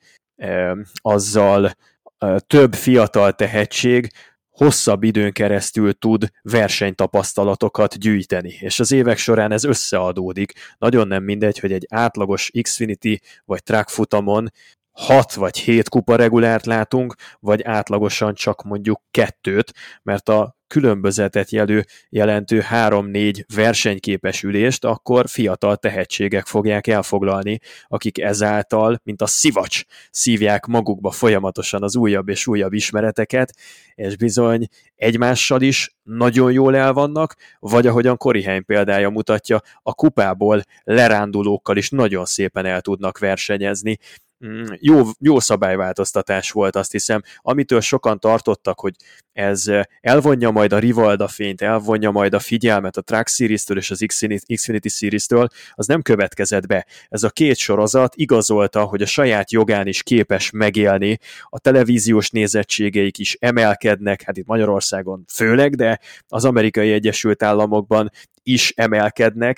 azzal több fiatal tehetség hosszabb időn keresztül tud versenytapasztalatokat gyűjteni, és az évek során ez összeadódik. Nagyon nem mindegy, hogy egy átlagos Xfinity vagy track futamon hat vagy hét kuparegulárt látunk, vagy átlagosan csak mondjuk kettőt, mert a különbözetet jelő, jelentő három-négy versenyképes ülést, akkor fiatal tehetségek fogják elfoglalni, akik ezáltal, mint a szivacs, szívják magukba folyamatosan az újabb és újabb ismereteket, és bizony egymással is nagyon jól el vannak, vagy ahogyan Corey Haim példája mutatja, a kupából lerándulókkal is nagyon szépen el tudnak versenyezni. Jó, jó szabályváltoztatás volt, azt hiszem, amitől sokan tartottak, hogy ez elvonja majd a Rivalda fényt, elvonja majd a figyelmet a Truck Series-től és az Xfinity Series-től, az nem következett be. Ez a két sorozat igazolta, hogy a saját jogán is képes megélni, a televíziós nézettségeik is emelkednek, hát itt Magyarországon főleg, de az Amerikai Egyesült Államokban is emelkednek,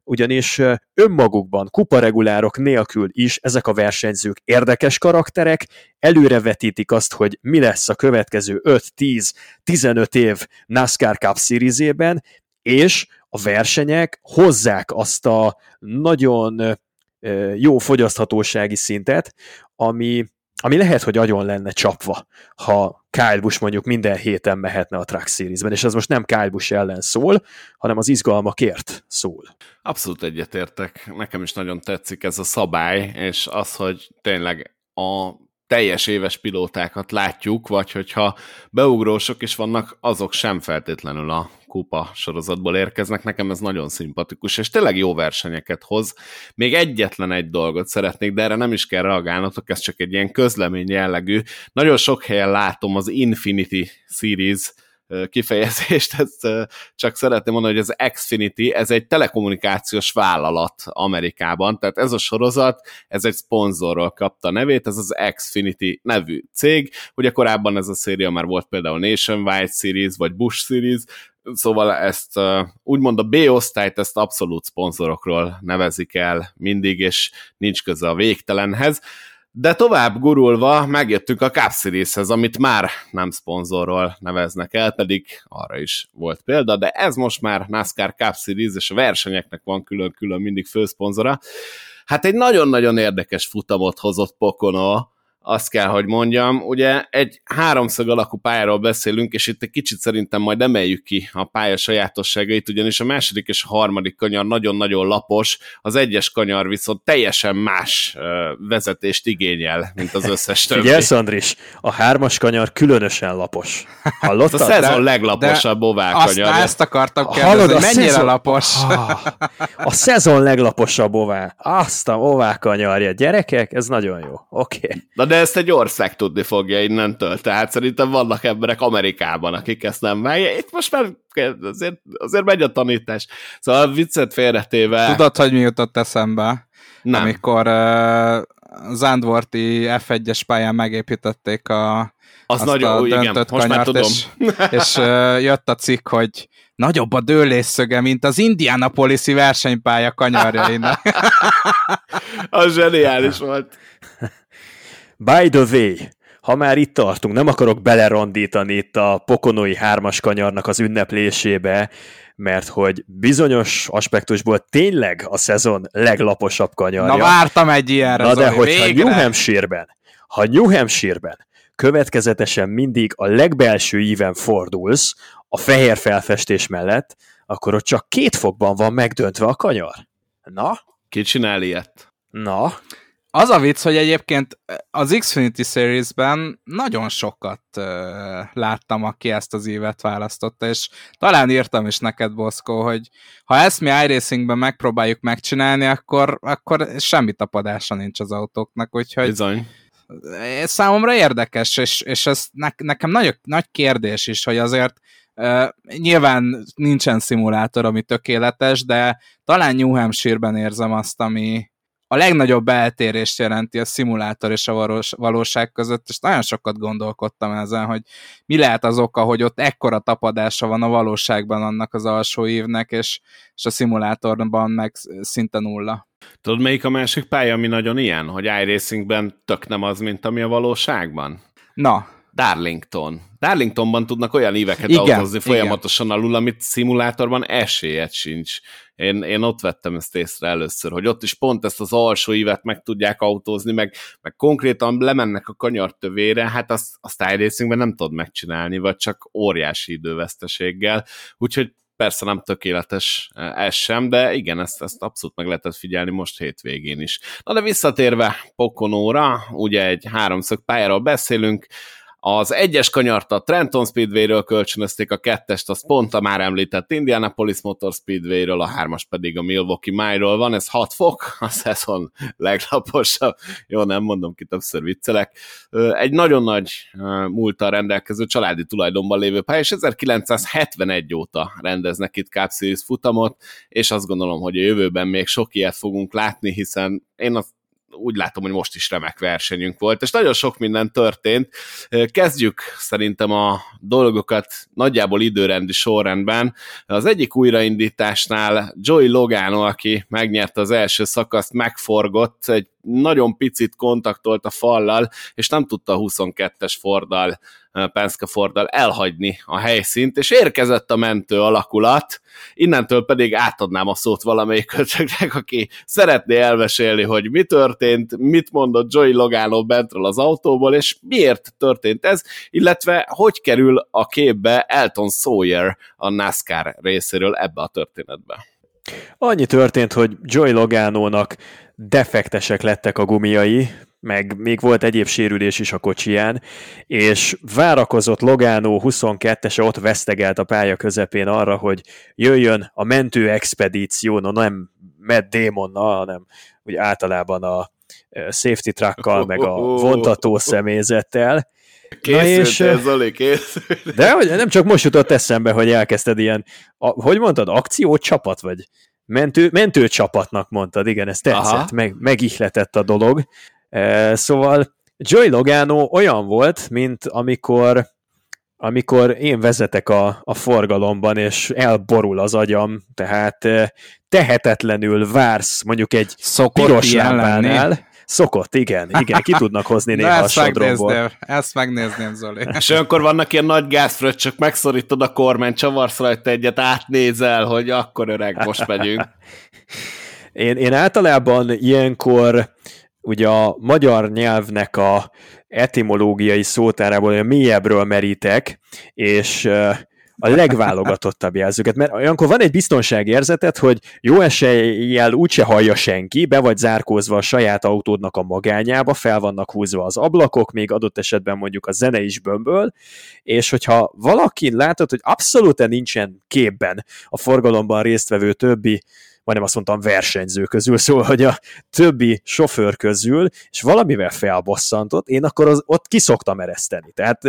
ugyanis önmagukban, kuparegulárok nélkül is ezek a versenyzők érdekes karakterek, előrevetítik azt, hogy mi lesz a következő öt, tíz, tizenöt év NASCAR Cup Series-ében, és a versenyek hozzák azt a nagyon jó fogyaszthatósági szintet, ami, ami lehet, hogy agyon lenne csapva, ha Kyle Busch mondjuk minden héten mehetne a Truck Series-ben, és ez most nem Kyle Busch ellen szól, hanem az izgalmakért szól. Abszolút egyetértek. Nekem is nagyon tetszik ez a szabály, és az, hogy tényleg a teljes éves pilótákat látjuk, vagy hogyha beugrósok is vannak, azok sem feltétlenül a kupa sorozatból érkeznek, nekem ez nagyon szimpatikus, és tényleg jó versenyeket hoz. Még egyetlen egy dolgot szeretnék, de erre nem is kell reagálnotok, ez csak egy ilyen közlemény jellegű. Nagyon sok helyen látom az Infinity Series kifejezést, ezt csak szeretném mondani, hogy az Xfinity, ez egy telekommunikációs vállalat Amerikában, tehát ez a sorozat, ez egy szponzorról kapta a nevét, ez az Xfinity nevű cég, ugye korábban ez a széria már volt például Nationwide Series, vagy Busch Series, szóval ezt úgymond a B-osztályt ezt abszolút szponzorokról nevezik el mindig, és nincs köze a végtelenhez. De tovább gurulva megjöttünk a Cup Series-hez, amit már nem szponzorról neveznek el, pedig arra is volt példa, de ez most már NASCAR Cup Series, és a versenyeknek van külön-külön mindig főszponzora. Hát egy nagyon-nagyon érdekes futamot hozott Pocono, azt kell, hogy mondjam. Ugye egy háromszög alakú pályáról beszélünk, és itt egy kicsit szerintem majd emeljük ki a pálya sajátosságait, ugyanis a második és a harmadik kanyar nagyon-nagyon lapos, az egyes kanyar viszont teljesen más vezetést igényel, mint az összes többi. Figyelsz, Andris, a hármas kanyar különösen lapos. Hallottad? A szezon leglaposabb ovál kanyar. Azt, ezt akartam kérdezni, hogy mennyire szezon... lapos? A szezon leglaposabb ovál. Azt a ovál kanyarja. Gyerekek, ez nagyon jó. Oké. Okay. De ezt egy ország tudni fogja innentől, tehát szerintem vannak emberek Amerikában, akik ezt nem vágják. Itt most már azért, azért megy a tanítás. Szóval viccet félretéve... Tudod, hogy mi jutott eszembe? Nem. Amikor uh, Zandvoorti ef egyes pályán megépítették a, az azt nagyon, a ó, döntött igen, most kanyart, már tudom. és, és uh, jött a cikk, hogy nagyobb a dőlésszöge, mint az Indianapolis-i versenypálya kanyarjain. Az zseniális volt. By the way, ha már itt tartunk, nem akarok belerondítani itt a pokonói hármas kanyarnak az ünneplésébe, mert hogy bizonyos aspektusból tényleg a szezon leglaposabb kanyarja. Na vártam egy ilyenre, Na de Zoli, hogyha végre. New Hampshire-ben, ha New Hampshire-ben következetesen mindig a legbelső íven fordulsz a fehér felfestés mellett, akkor ott csak két fokban van megdöntve a kanyar. Na? Ki csinál ilyet? Na? Az a vicc, hogy egyébként az Xfinity Series-ben nagyon sokat uh, láttam, aki ezt az évet választotta, és talán írtam is neked, Boszkó, hogy ha ezt mi iRacingben megpróbáljuk megcsinálni, akkor, akkor semmi tapadása nincs az autóknak, úgyhogy Bizony. Számomra érdekes, és, és ez ne, nekem nagy, nagy kérdés is, hogy azért uh, nyilván nincsen szimulátor, ami tökéletes, de talán New Hampshire-ben érzem azt, ami a legnagyobb eltérést jelenti a szimulátor és a valós, valóság között, és nagyon sokat gondolkodtam ezen, hogy mi lehet az oka, hogy ott ekkora tapadása van a valóságban annak az alsó ívnek, és, és a szimulátorban meg szinte nulla. Tudod, melyik a másik pálya, ami nagyon ilyen, hogy iRacingben tök nem az, mint ami a valóságban? Na. Darlington. Darlingtonban tudnak olyan íveket igen, autózni folyamatosan igen. alul, amit szimulátorban esélyed sincs. Én, én ott vettem ezt észre először, hogy ott is pont ezt az alsó ívet meg tudják autózni, meg, meg konkrétan lemennek a kanyartövére, hát azt, azt iRacingben nem tudod megcsinálni, vagy csak óriási időveszteséggel. Úgyhogy persze nem tökéletes ez sem, de igen, ezt, ezt abszolút meg lehetett figyelni most hétvégén is. Na de visszatérve Poconóra, ugye egy háromszög pályáról beszélünk, az egyes kanyart a Trenton Speedway-ről kölcsönözték, a kettest az pont a már említett Indianapolis Motor Speedway-ről, a hármas pedig a Milwaukee Mile-ról van, ez hat fok, a szezon leglaposabb, jó, nem mondom ki, többször viccelek. Egy nagyon nagy múlttal rendelkező családi tulajdonban lévő pálya, és ezerkilencszázhetvenegy óta rendeznek itt Cup Series futamot, és azt gondolom, hogy a jövőben még sok ilyet fogunk látni, hiszen én azt úgy látom, hogy most is remek versenyünk volt, és nagyon sok minden történt. Kezdjük szerintem a dolgokat nagyjából időrendi sorrendben. Az egyik újraindításnál Joey Logano, aki megnyerte az első szakaszt, megforgott, egy nagyon picit kontaktolt a fallal, és nem tudta a huszonkettes Forddal, Penske Forddal elhagyni a helyszínt, és érkezett a mentő alakulat, innentől pedig átadnám a szót valamelyik kötöknek, aki szeretné elmesélni, hogy mi történt, mit mondott Joey Logano bentről az autóból, és miért történt ez, illetve hogy kerül a képbe Elton Sawyer a NASCAR részéről ebbe a történetbe. Annyi történt, hogy Joey Loganónak defektesek lettek a gumiai, meg még volt egyéb sérülés is a kocsiján, és várakozott Logano huszonkettese, ott vesztegelt a pálya közepén arra, hogy jöjjön a mentő expedíció, no nem Matt Damonnal, hanem úgy általában a safety truckkal, meg a vontató személyzettel. Készültél, Zoli, készültél. De hogy nem csak most jutott eszembe, hogy elkezdted ilyen, a, hogy mondtad, akciócsapat, vagy mentő, mentőcsapatnak mondtad, igen, ez tetszett, meg, megihletett a dolog. E, szóval Joey Logano olyan volt, mint amikor amikor én vezetek a, a forgalomban, és elborul az agyam, tehát tehetetlenül vársz mondjuk egy Szokott piros lámpánál. Szokott, igen, igen, ki tudnak hozni néha a sodromból. Ezt megnézném, Zoli. És olyankor vannak ilyen nagy gázfröccsök, megszorítod a kormányt, csavarsz rajta egyet, átnézel, hogy akkor öreg, most megyünk. én, én általában ilyenkor ugye a magyar nyelvnek a etimológiai szótárából olyan mélyebbről merítek, és a legválogatottabb jelzőket, mert olyankor van egy biztonságérzetet, hogy jó eséllyel úgyse hallja senki, be vagy zárkózva a saját autódnak a magányába, fel vannak húzva az ablakok, még adott esetben mondjuk a zene is bömböl, és hogyha valakin látod, hogy abszolút nincsen képben a forgalomban résztvevő többi, majdnem azt mondtam versenyző közül, szóval, hogy a többi sofőr közül, és valamivel felbosszantott, én akkor az, ott kiszoktam ereszteni. Tehát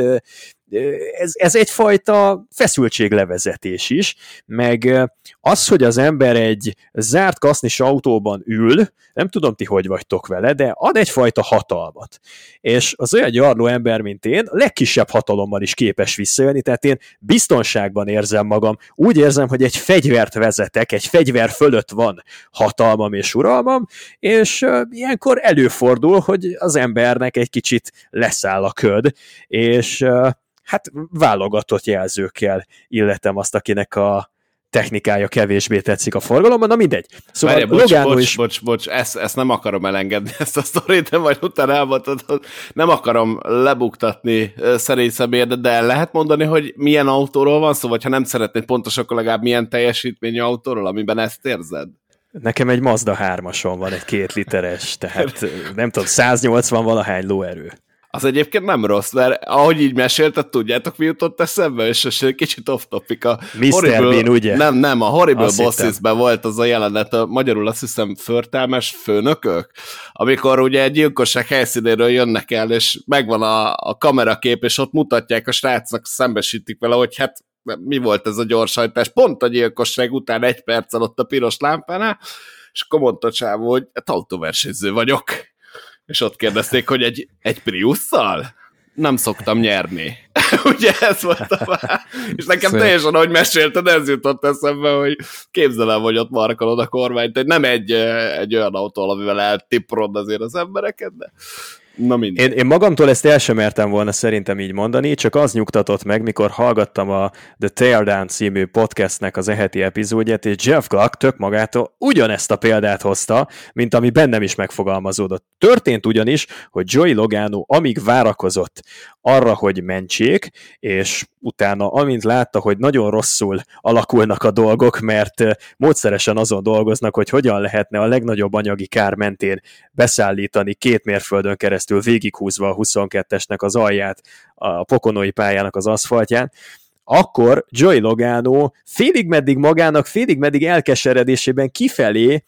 ez, ez egyfajta feszültséglevezetés is, meg az, hogy az ember egy zárt kasznis autóban ül, nem tudom ti, hogy vagytok vele, de ad egyfajta hatalmat. És az olyan gyarló ember, mint én, a legkisebb hatalommal is képes visszajönni, tehát én biztonságban érzem magam, úgy érzem, hogy egy fegyvert vezetek, egy fegyver fölött van hatalmam és uralmam, és uh, ilyenkor előfordul, hogy az embernek egy kicsit leszáll a köd, és uh, hát válogatott jelzőkkel illetem azt, akinek a technikája kevésbé tetszik a forgalomban, na mindegy. Szóval Várja, bocs, Logano bocs, is... bocs, bocs, ezt, ezt nem akarom elengedni, ezt a sztorit, de majd utána elmondtad, nem akarom lebuktatni szerény személyed, de lehet mondani, hogy milyen autóról van szó, vagy ha nem szeretnéd pontos, akkor legalább milyen teljesítményű autóról, amiben ezt érzed? Nekem egy Mazda hármason van, egy két literes, tehát nem tudom, száznyolcvan valahány lóerő. Az egyébként nem rossz, mert ahogy így mesélted, tudjátok, mi jutott eszembe, és most kicsit off-topic. A miszter Bean, ugye? Nem, nem, a Horrible Bosses-ben volt az a jelenet, a, magyarul azt hiszem förtelmes főnökök, amikor ugye egy gyilkosság helyszínéről jönnek el, és megvan a, a kamerakép, és ott mutatják a srácnak, szembesítik vele, hogy hát mi volt ez a gyorshajtás, pont a gyilkosság után egy perccel ott a piros lámpánál, és akkor mondta csávó, hogy hát autóversenyző vagyok. És ott kérdezték, hogy egy, egy Priusszal? Nem szoktam nyerni. Ugye ez volt a... És nekem Szép. Teljesen, ahogy mesélted, ez jutott eszembe, hogy képzelem, hogy ott markolod a kormányt, hogy nem egy, egy olyan autó, amivel eltiprod azért az embereket, de na mindegy. Én, én magamtól ezt el sem mertem volna szerintem így mondani, csak az nyugtatott meg, mikor hallgattam a The Teardown című podcastnek az eheti epizódját, és Jeff Gluck tök magától ugyanezt a példát hozta, mint ami bennem is megfogalmazódott. Történt ugyanis, hogy Joey Logano amíg várakozott arra, hogy mentsék, és utána, amint látta, hogy nagyon rosszul alakulnak a dolgok, mert módszeresen azon dolgoznak, hogy hogyan lehetne a legnagyobb anyagi kár mentén beszállítani két mérföldön keresztül végighúzva a huszonkettesnek az alját a pokonói pályának az aszfaltján, akkor Joey Logano félig meddig magának, félig meddig elkeseredésében kifelé,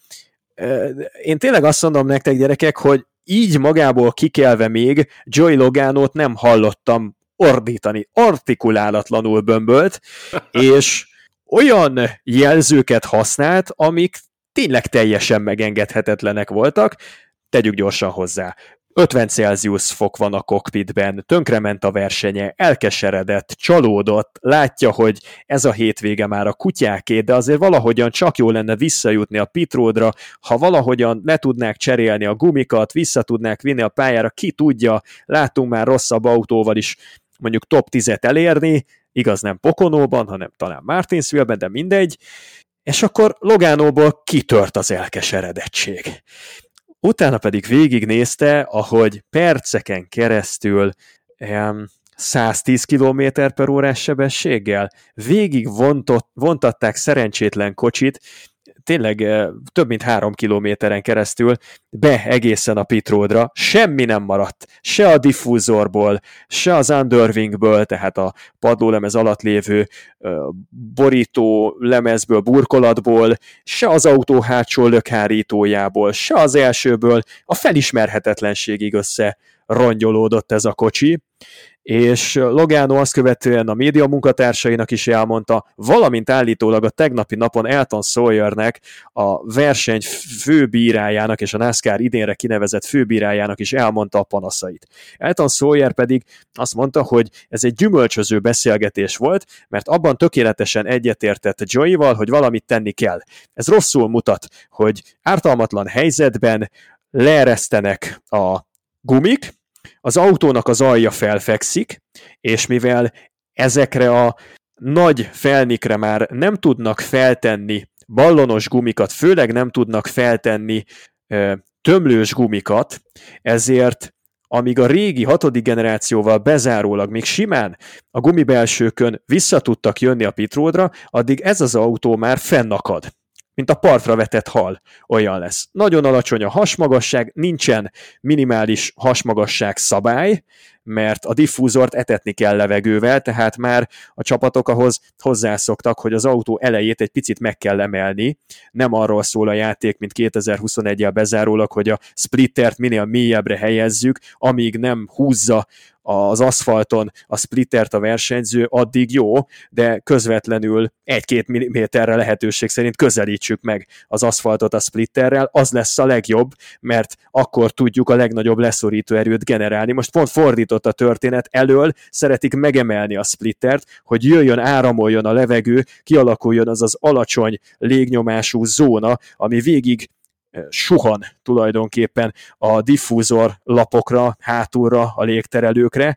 én tényleg azt mondom nektek, gyerekek, hogy így magából kikelve még Joey Loganót nem hallottam ordítani, artikulálatlanul bömbölt, és olyan jelzőket használt, amik tényleg teljesen megengedhetetlenek voltak. tegyük gyorsan hozzá. ötven Celsius fok van a kokpitben, tönkrement a versenye, elkeseredett, csalódott, látja, hogy ez a hétvége már a kutyáké, de azért valahogyan csak jó lenne visszajutni a pitródra, ha valahogyan le tudnák cserélni a gumikat, vissza tudnák vinni a pályára, ki tudja, látunk már rosszabb autóval is mondjuk top tízet elérni, igaz nem Poconóban, hanem talán Martinsville-ben, de mindegy, és akkor Logánóból kitört az elkeseredettség. Utána pedig végignézte, ahogy perceken keresztül um, száz tíz kilométer per órás sebességgel végig vontott, vontatták szerencsétlen kocsit, tényleg uh, több mint három kilométeren keresztül be egészen a pitródra, semmi nem maradt, se a diffúzorból, se az underwingből, tehát a padlólemez alatt lévő uh, borító lemezből, burkolatból, se az autó hátsó lökhárítójából, se az elsőből, a felismerhetetlenségig össze rongyolódott ez a kocsi, és Logano azt követően a média munkatársainak is elmondta, valamint állítólag a tegnapi napon Elton Sawyernek, a verseny főbírájának és a NASCAR idénre kinevezett főbírájának is elmondta a panaszait. Elton Sawyer pedig azt mondta, hogy ez egy gyümölcsöző beszélgetés volt, mert abban tökéletesen egyetértett Joey-val, hogy valamit tenni kell. Ez rosszul mutat, hogy ártalmatlan helyzetben leeresztenek a gumik, az autónak az alja felfekszik, és mivel ezekre a nagy felnikre már nem tudnak feltenni ballonos gumikat, főleg nem tudnak feltenni ö, tömlős gumikat, ezért amíg a régi hatodik generációval bezárólag még simán a gumibelsőkön vissza tudtak jönni a pitródra, addig ez az autó már fennakad. Mint a partra vetett hal, olyan lesz. Nagyon alacsony a hasmagasság, nincsen minimális hasmagasság szabály, mert a diffúzort etetni kell levegővel, tehát már a csapatok ahhoz hozzászoktak, hogy az autó elejét egy picit meg kell emelni. Nem arról szól a játék, mint kétezer-huszonegyel bezárólag, hogy a splittert minél mélyebbre helyezzük, amíg nem húzza az aszfalton a splittert a versenyző, addig jó, de közvetlenül egy-két milliméterre lehetőség szerint közelítsük meg az aszfaltot a splitterrel, az lesz a legjobb, mert akkor tudjuk a legnagyobb leszorító erőt generálni. Most pont fordított a történet, elől szeretik megemelni a splittert, hogy jöjjön, áramoljon a levegő, kialakuljon az az alacsony légnyomású zóna, ami végig suhan tulajdonképpen a diffúzor lapokra, hátulra, a légterelőkre,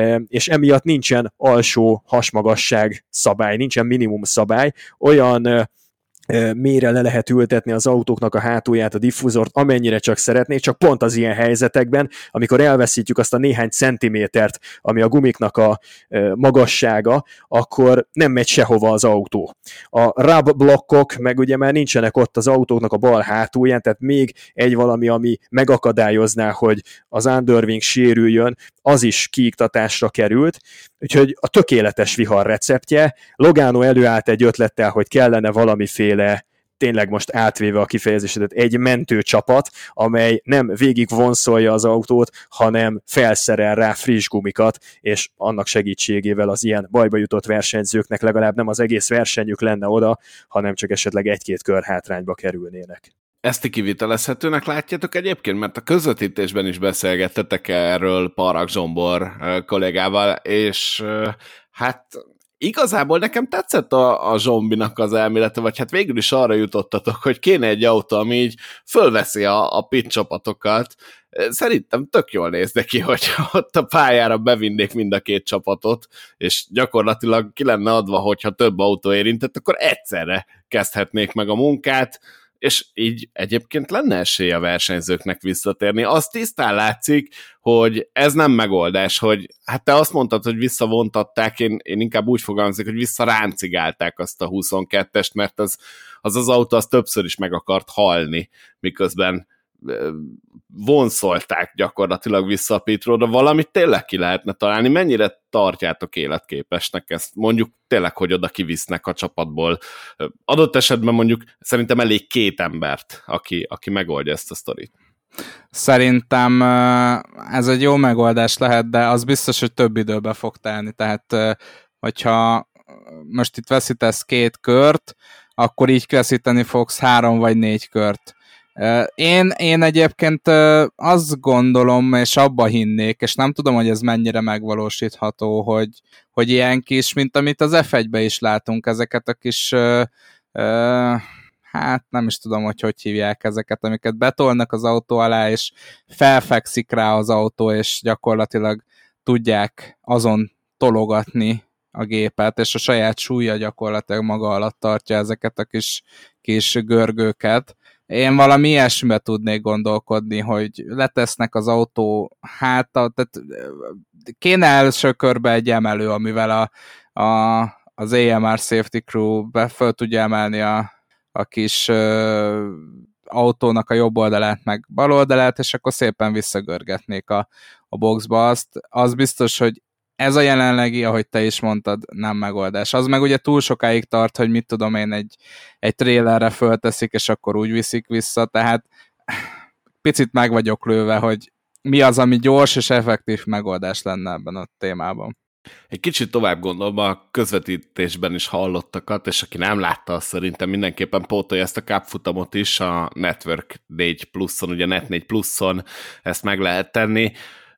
és emiatt nincsen alsó hasmagasság szabály, nincsen minimum szabály, olyan mélyre le lehet ültetni az autóknak a hátulját, a diffúzort, amennyire csak szeretnék, csak pont az ilyen helyzetekben, amikor elveszítjük azt a néhány centimétert, ami a gumiknak a magassága, akkor nem megy sehova az autó. A rub blokkok meg ugye már nincsenek ott az autóknak a bal hátulján, tehát még egy valami, ami megakadályozná, hogy az underwing sérüljön, az is kiiktatásra került, úgyhogy a tökéletes vihar receptje. Logano előállt egy ötlettel, hogy kellene valamiféle, tényleg most átvéve a kifejezésedet, egy mentőcsapat, amely nem végig vonszolja az autót, hanem felszerel rá friss gumikat, és annak segítségével az ilyen bajba jutott versenyzőknek legalább nem az egész versenyük lenne oda, hanem csak esetleg egy-két kör hátrányba kerülnének. Ezt ti kivitelezhetőnek látjátok egyébként? Mert a közvetítésben is beszélgettetek erről Parag Zsombor kollégával, és hát igazából nekem tetszett a, a Zsombinak az elmélete, vagy hát végül is arra jutottatok, hogy kéne egy autó, ami így fölveszi a, a pit csapatokat. Szerintem tök jól néz neki, hogy ott a pályára bevinnék mind a két csapatot, és gyakorlatilag ki lenne adva, hogyha több autó érintett, akkor egyszerre kezdhetnék meg a munkát, és így egyébként lenne esély a versenyzőknek visszatérni. Az tisztán látszik, hogy ez nem megoldás, hogy hát te azt mondtad, hogy visszavontatták, én, én inkább úgy fogalmazok, hogy visszaráncigálták azt a huszonkettest, mert az az, az autó az többször is meg akart halni, miközben vonszolták gyakorlatilag vissza a pitródra, valamit tényleg ki lehetne találni, mennyire tartjátok életképesnek ezt, mondjuk tényleg, hogy oda kivisznek a csapatból. Adott esetben mondjuk szerintem elég két embert, aki, aki megoldja ezt a sztorit. Szerintem ez egy jó megoldás lehet, de az biztos, hogy több időbe fog telni, tehát hogyha most itt veszítesz két kört, akkor így veszíteni fogsz három vagy négy kört. Én, én egyébként azt gondolom, és abba hinnék, és nem tudom, hogy ez mennyire megvalósítható, hogy, hogy ilyen kis, mint amit az ef egyben is látunk, ezeket a kis, ö, ö, hát nem is tudom, hogy hogy hívják ezeket, amiket betolnak az autó alá, és felfekszik rá az autó, és gyakorlatilag tudják azon tologatni a gépet, és a saját súlya gyakorlatilag maga alatt tartja ezeket a kis, kis görgőket. Én valami ilyesmibe tudnék gondolkodni, hogy letesznek az autó háta, tehát kéne első körbe egy emelő, amivel a, a, az á em er Safety Crew be föl tudja emelni a, a kis ö, autónak a jobb oldalát, meg bal oldalát, és akkor szépen visszagörgetnék a, a boxba. Azt, az biztos, hogy ez a jelenlegi, ahogy te is mondtad, nem megoldás. Az meg ugye túl sokáig tart, hogy mit tudom én, egy, egy trailerre fölteszik, és akkor úgy viszik vissza, tehát picit meg vagyok lőve, hogy mi az, ami gyors és effektív megoldás lenne ebben a témában. Egy kicsit tovább gondolva a közvetítésben is hallottakat, és aki nem látta, azt szerintem mindenképpen pótolja ezt a Cup futamot is, a Network négy pluszon, ugye Net négy pluszon ezt meg lehet tenni.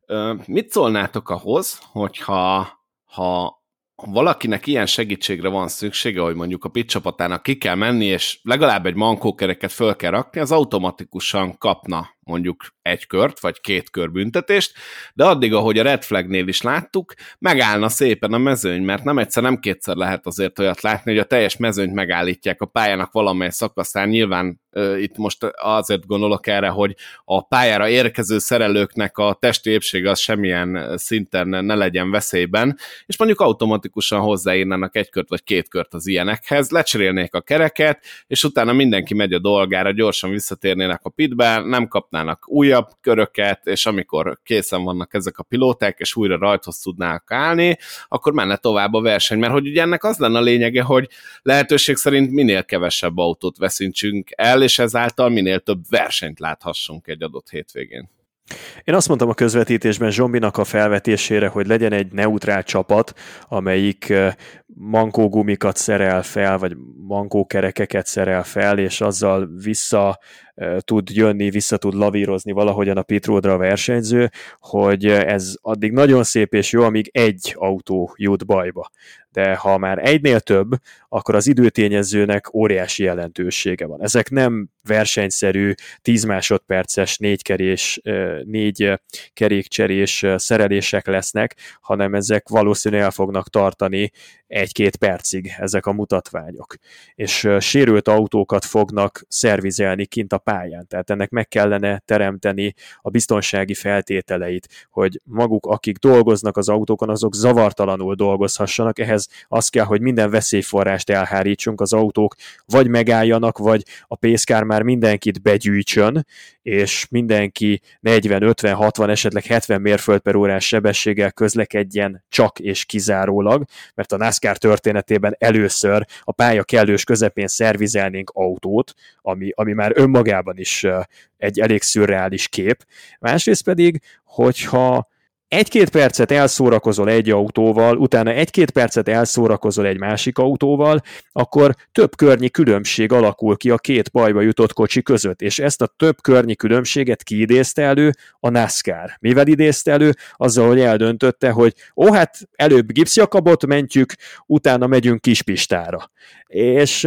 Mit szólnátok ahhoz, hogyha ha valakinek ilyen segítségre van szüksége, hogy mondjuk a pit csapatának ki kell menni, és legalább egy mankókereket föl kell rakni, az automatikusan kapna mondjuk egy kört, vagy két kör büntetést, de addig, ahogy a Red Flagnél is láttuk, megállna szépen a mezőny, mert nem egyszer, nem kétszer lehet azért olyat látni, hogy a teljes mezőnyt megállítják a pályának valamely szakaszán. Nyilván uh, itt most azért gondolok erre, hogy a pályára érkező szerelőknek a testi épsége az semmilyen szinten ne legyen veszélyben, és mondjuk automatikusan hozzáírnának egy kört vagy két kört az ilyenekhez, lecserélnék a kereket, és utána mindenki megy a dolgára, gyorsan visszatérnének a pitbe, nem kapnának újabb köröket, és amikor készen vannak ezek a pilóták, és újra rajthoz tudnának állni, akkor menne tovább a verseny, mert hogy ugye ennek az lenne a lényege, hogy lehetőség szerint minél kevesebb autót veszintsünk el, és ezáltal minél több versenyt láthassunk egy adott hétvégén. Én azt mondtam a közvetítésben Zsombinak a felvetésére, hogy legyen egy neutrál csapat, amelyik mankógumikat szerel fel, vagy mankókerekeket szerel fel, és azzal vissza tud jönni, vissza tud lavírozni valahogyan a pitroadra a versenyző, hogy ez addig nagyon szép és jó, amíg egy autó jut bajba. De ha már egynél több, akkor az időtényezőnek óriási jelentősége van. Ezek nem versenyszerű, tíz másodperces, négykerés, négy kerékcserés szerelések lesznek, hanem ezek valószínűleg el fognak tartani egy-két percig ezek a mutatványok. És sérült autókat fognak szervizelni kint a pályán. Tehát ennek meg kellene teremteni a biztonsági feltételeit, hogy maguk, akik dolgoznak az autókon, azok zavartalanul dolgozhassanak. Ehhez az kell, hogy minden veszélyforrást elhárítsunk, az autók vagy megálljanak, vagy a pészkár már mindenkit begyűjtsön, és mindenki negyven, ötven, hatvan, esetleg hetven mérföld per órás sebességgel közlekedjen csak és kizárólag, mert a NASCAR történetében először a pálya kellős közepén szervizelnénk autót, ami, ami már önmagában is egy elég szürreális kép. Másrészt pedig, hogyha egy-két percet elszórakozol egy autóval, utána egy-két percet elszórakozol egy másik autóval, akkor több környi különbség alakul ki a két bajba jutott kocsi között, és ezt a több környi különbséget ki idézte elő? A NASCAR. Mivel idézte elő? Azzal, hogy eldöntötte, hogy ó, hát előbb gipszjakabot mentjük, utána megyünk kispistára. És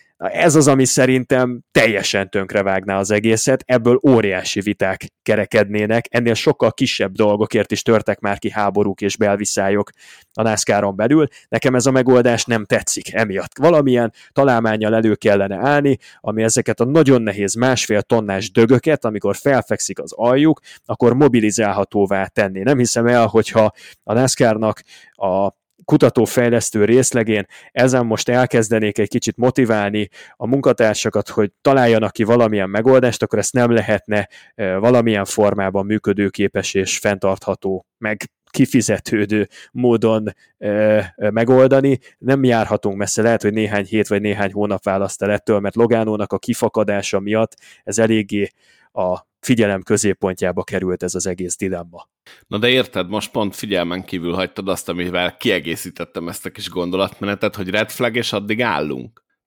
ez az, ami szerintem teljesen tönkrevágná az egészet, ebből óriási viták kerekednének, ennél sokkal kisebb dolgokért is törtek már ki háborúk és belviszályok a NASCAR-on belül. Nekem ez a megoldás nem tetszik emiatt. Valamilyen találmánnyal elő kellene állni, ami ezeket a nagyon nehéz másfél tonnás dögöket, amikor felfekszik az aljuk, akkor mobilizálhatóvá tenni. Nem hiszem el, hogyha a NASCAR-nak a kutatófejlesztő részlegén ezen most elkezdenék egy kicsit motiválni a munkatársakat, hogy találjanak ki valamilyen megoldást, akkor ezt nem lehetne valamilyen formában működőképes és fenntartható, meg kifizetődő módon e, megoldani. Nem járhatunk messze, lehet, hogy néhány hét vagy néhány hónap választ el ettől, mert Logánónak a kifakadása miatt ez eléggé a figyelem középpontjába került ez az egész dilemma. Na de érted, most pont figyelmen kívül hagytad azt, amivel kiegészítettem ezt a kis gondolatmenetet, hogy red flag, és addig állunk.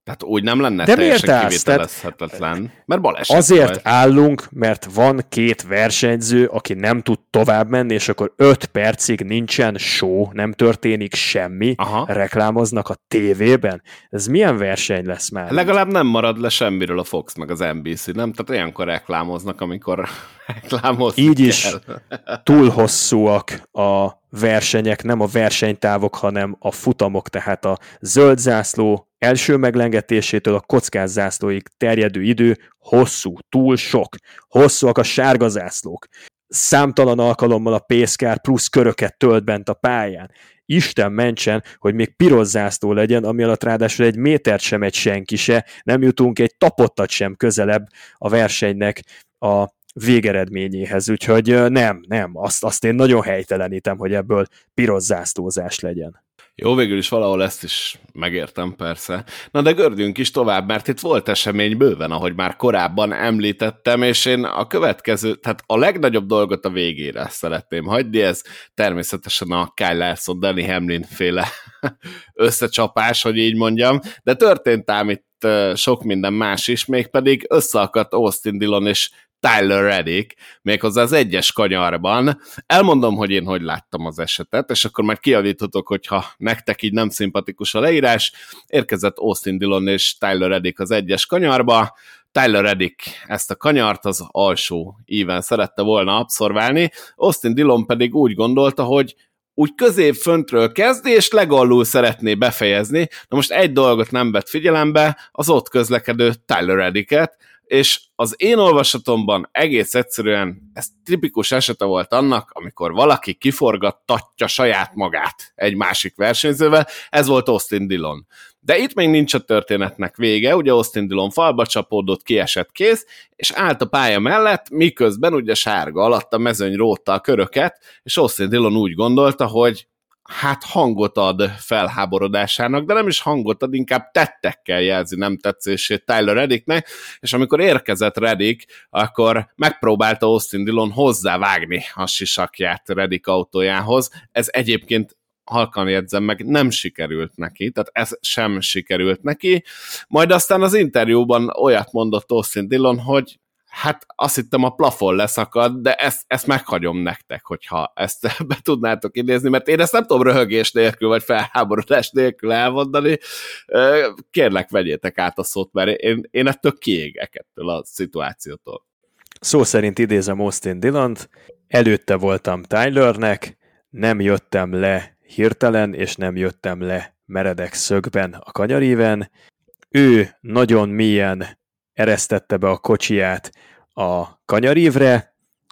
Tehát úgy nem lenne de teljesen kivitelezhetetlen, mert baleset azért vagy. állunk, mert van két versenyző, aki nem tud tovább menni, és akkor öt percig nincsen show, nem történik semmi, Aha. reklámoznak a tévében. Ez milyen verseny lesz már? Legalább nem marad le semmiről a Fox meg az en bé cé, nem? Tehát olyankor reklámoznak, amikor reklámozni Így kell. is túl hosszúak a versenyek, nem a versenytávok, hanem a futamok, tehát a zöld zászló első meglengetésétől a kockás zászlóig terjedő idő hosszú, túl sok. Hosszúak a sárga zászlók. Számtalan alkalommal a pészkár plusz köröket tölt bent a pályán. Isten mentsen, hogy még piros zászló legyen, ami alatt ráadásul egy métert sem egy senki se, nem jutunk egy tapottat sem közelebb a versenynek a végeredményéhez, úgyhogy nem, nem, azt, azt én nagyon helytelenítem, hogy ebből piros zászlózás legyen. Jó, végül is valahol ezt is megértem, persze. Na de gördjünk is tovább, mert itt volt esemény bőven, ahogy már korábban említettem, és én a következő, tehát a legnagyobb dolgot a végére szeretném hagyni, ez természetesen a Kyle Larson, Denny Hamlin féle összecsapás, hogy így mondjam, de történt ám itt sok minden más is, mégpedig összeakadt Austin Dillon és Tyler Reddick, méghozzá az egyes kanyarban. Elmondom, hogy én hogy láttam az esetet, és akkor már kijavítotok, hogyha nektek így nem szimpatikus a leírás. Érkezett Austin Dillon és Tyler Reddick az egyes kanyarba. Tyler Reddick ezt a kanyart az alsó íven szerette volna abszorválni, Austin Dillon pedig úgy gondolta, hogy úgy közép föntről kezdi, és legalul szeretné befejezni. Na most egy dolgot nem vett figyelembe, az ott közlekedő Tyler Reddicket, és az én olvasatomban egész egyszerűen ez tipikus esete volt annak, amikor valaki kiforgattatja saját magát egy másik versenyzővel, ez volt Austin Dillon. De itt még nincs a történetnek vége, ugye Austin Dillon falba csapódott, kiesett, kész, és állt a pálya mellett, miközben ugye sárga alatt a mezőny rótta a köröket, és Austin Dillon úgy gondolta, hogy hát hangot ad felháborodásának, de nem is hangot ad, inkább tettekkel jelzi nem tetszését Tyler Reddicknek, és amikor érkezett Reddick, akkor megpróbálta Austin Dillon hozzávágni a sisakját Reddick autójához. Ez egyébként halkan jegyzem meg, nem sikerült neki, tehát ez sem sikerült neki. Majd aztán az interjúban olyat mondott Austin Dillon, hogy hát azt hittem a plafon leszakad, de ezt, ezt meghagyom nektek, hogyha ezt be tudnátok idézni, mert én ezt nem tudom röhögés nélkül, vagy felháborodás nélkül elmondani. Kérlek, vegyétek át a szót, mert én, én ettől kiégek ettől a szituációtól. Szó szerint idézem Austin Dillont, előtte voltam Tylernek, nem jöttem le hirtelen, és nem jöttem le meredek szögben a kanyaríven. Ő nagyon mélyen eresztette be a kocsiját a kanyarívre,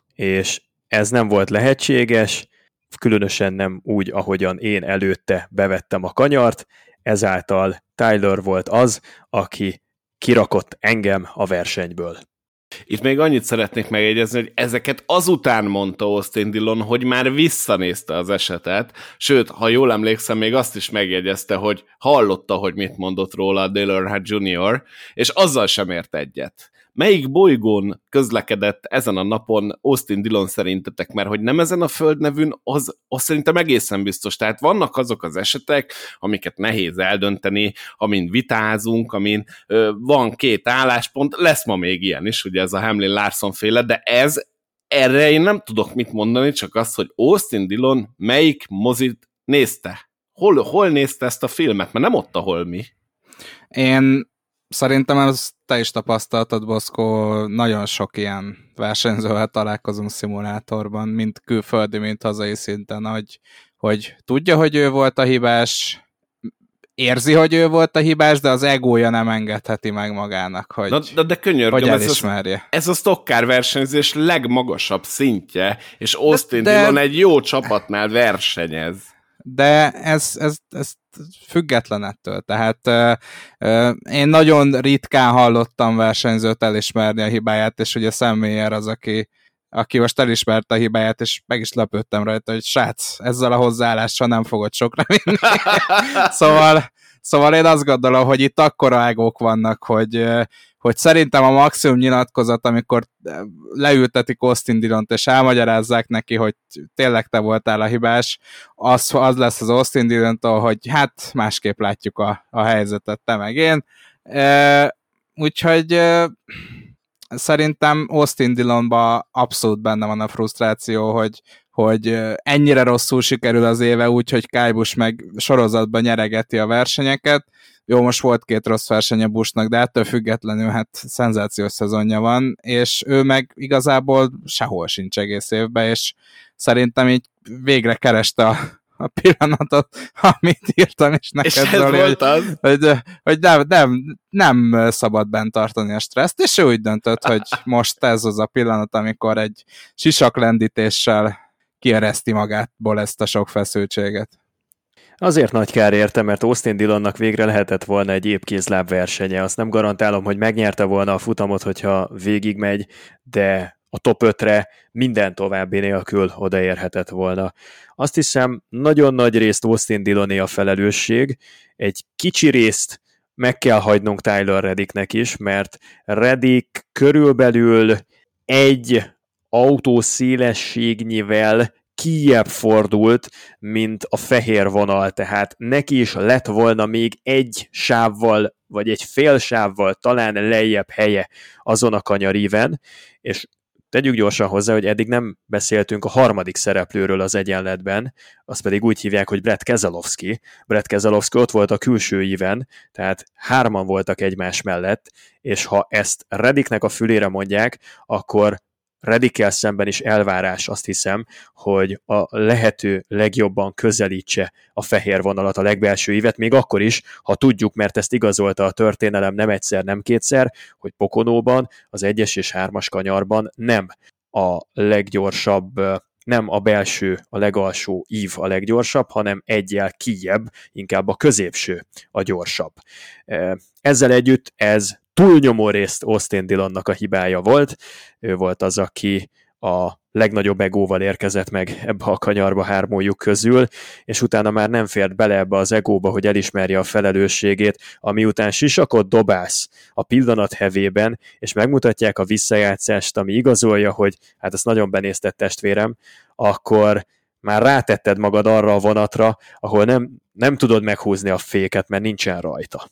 és ez nem volt lehetséges, különösen nem úgy, ahogyan én előtte bevettem a kanyart, ezáltal Tyler volt az, aki kirakott engem a versenyből. Itt még annyit szeretnék megjegyezni, hogy ezeket azután mondta Austin Dillon, hogy már visszanézte az esetet, sőt, ha jól emlékszem, még azt is megjegyezte, hogy hallotta, hogy mit mondott róla Dale Earnhardt junior, és azzal sem ért egyet. Melyik bolygón közlekedett ezen a napon Austin Dillon szerintetek, mert hogy nem ezen a földnevűn, az, az szerintem egészen biztos. Tehát vannak azok az esetek, amiket nehéz eldönteni, amin vitázunk, amin ö, van két álláspont, lesz ma még ilyen is, ugye ez a Hamlin-Larson féle, de ez, erre én nem tudok mit mondani, csak azt, hogy Austin Dillon melyik mozit nézte. Hol, hol nézte ezt a filmet? Mert nem ott, ahol mi. Én szerintem ez te is tapasztaltad, Boszkó, nagyon sok ilyen versenyzővel találkozunk szimulátorban, mint külföldi, mint hazai szinten, hogy, hogy tudja, hogy ő volt a hibás, érzi, hogy ő volt a hibás, de az egója nem engedheti meg magának, hogy, de, de, de könyörgöm, hogy elismerje. Ez a, ez a stockcar versenyzés legmagasabb szintje, és Austin de, Dillon de... egy jó csapatnál versenyez. De ez, ez, ez független ettől. Tehát uh, uh, én nagyon ritkán hallottam versenyzőt elismerni a hibáját, és ugye Sam Mayer az, aki, aki most elismerte a hibáját, és meg is lepődtem rajta, hogy srác, ezzel a hozzáállással nem fogod sokra vinni. szóval, szóval én azt gondolom, hogy itt akkora egók vannak, hogy, hogy szerintem a maximum nyilatkozat, amikor leültetik Austin Dillont, és elmagyarázzák neki, hogy tényleg te voltál a hibás, az, az lesz az Austin Dillontól, hogy hát másképp látjuk a, a helyzetet, te meg én, E, úgyhogy e, szerintem Austin Dillonban abszolút benne van a frusztráció, hogy, hogy ennyire rosszul sikerül az éve úgy, hogy Kyle Busch meg sorozatban nyeregeti a versenyeket. Jó, most volt két rossz verseny a Buschnak, de ettől függetlenül hát szenzációs szezonja van, és ő meg igazából sehol sincs egész évben, és szerintem így végre kereste a, a pillanatot, amit írtam is neked, és Zoli, volt az? hogy, hogy nem, nem, nem szabad bent tartani a stresszt, és ő úgy döntött, hogy most ez az a pillanat, amikor egy sisaklendítéssel kiereszti magátból ezt a sok feszültséget. Azért nagy kár érte, mert Austin Dillonnak végre lehetett volna egy épkézláb versenye. Azt nem garantálom, hogy megnyerte volna a futamot, hogyha végigmegy, de a top ötre minden további nélkül odaérhetett volna. Azt hiszem, nagyon nagy részt Austin Dilloné a felelősség, egy kicsi részt meg kell hagynunk Tyler Reddicknek is, mert Reddick körülbelül egy autó szélességnyivel kijjebb fordult, mint a fehér vonal, tehát neki is lett volna még egy sávval, vagy egy fél sávval talán lejjebb helye azon a kanyaríven, és tegyük gyorsan hozzá, hogy eddig nem beszéltünk a harmadik szereplőről az egyenletben, azt pedig úgy hívják, hogy Brad Keselowski. Brad Keselowski ott volt a külső íven, tehát hárman voltak egymás mellett, és ha ezt Reddicknek a fülére mondják, akkor Reddickkel szemben is elvárás, azt hiszem, hogy a lehető legjobban közelítse a fehér vonalat, a legbelső ívet, még akkor is, ha tudjuk, mert ezt igazolta a történelem nem egyszer, nem kétszer, hogy Poconóban, az egyes és hármas kanyarban nem a leggyorsabb, nem a belső, a legalsó ív a leggyorsabb, hanem egyel kijjebb, inkább a középső a gyorsabb. Ezzel együtt ez túlnyomó részt Austin Dillonnak a hibája volt. Ő volt az, aki a legnagyobb egóval érkezett meg ebbe a kanyarba hármójuk közül, és utána már nem fért bele ebbe az egóba, hogy elismerje a felelősségét, ami után sisakot dobálsz a pillanat hevében, és megmutatják a visszajátszást, ami igazolja, hogy hát ezt nagyon benéztett testvérem, akkor már rátetted magad arra a vonatra, ahol nem, nem tudod meghúzni a féket, mert nincsen rajta.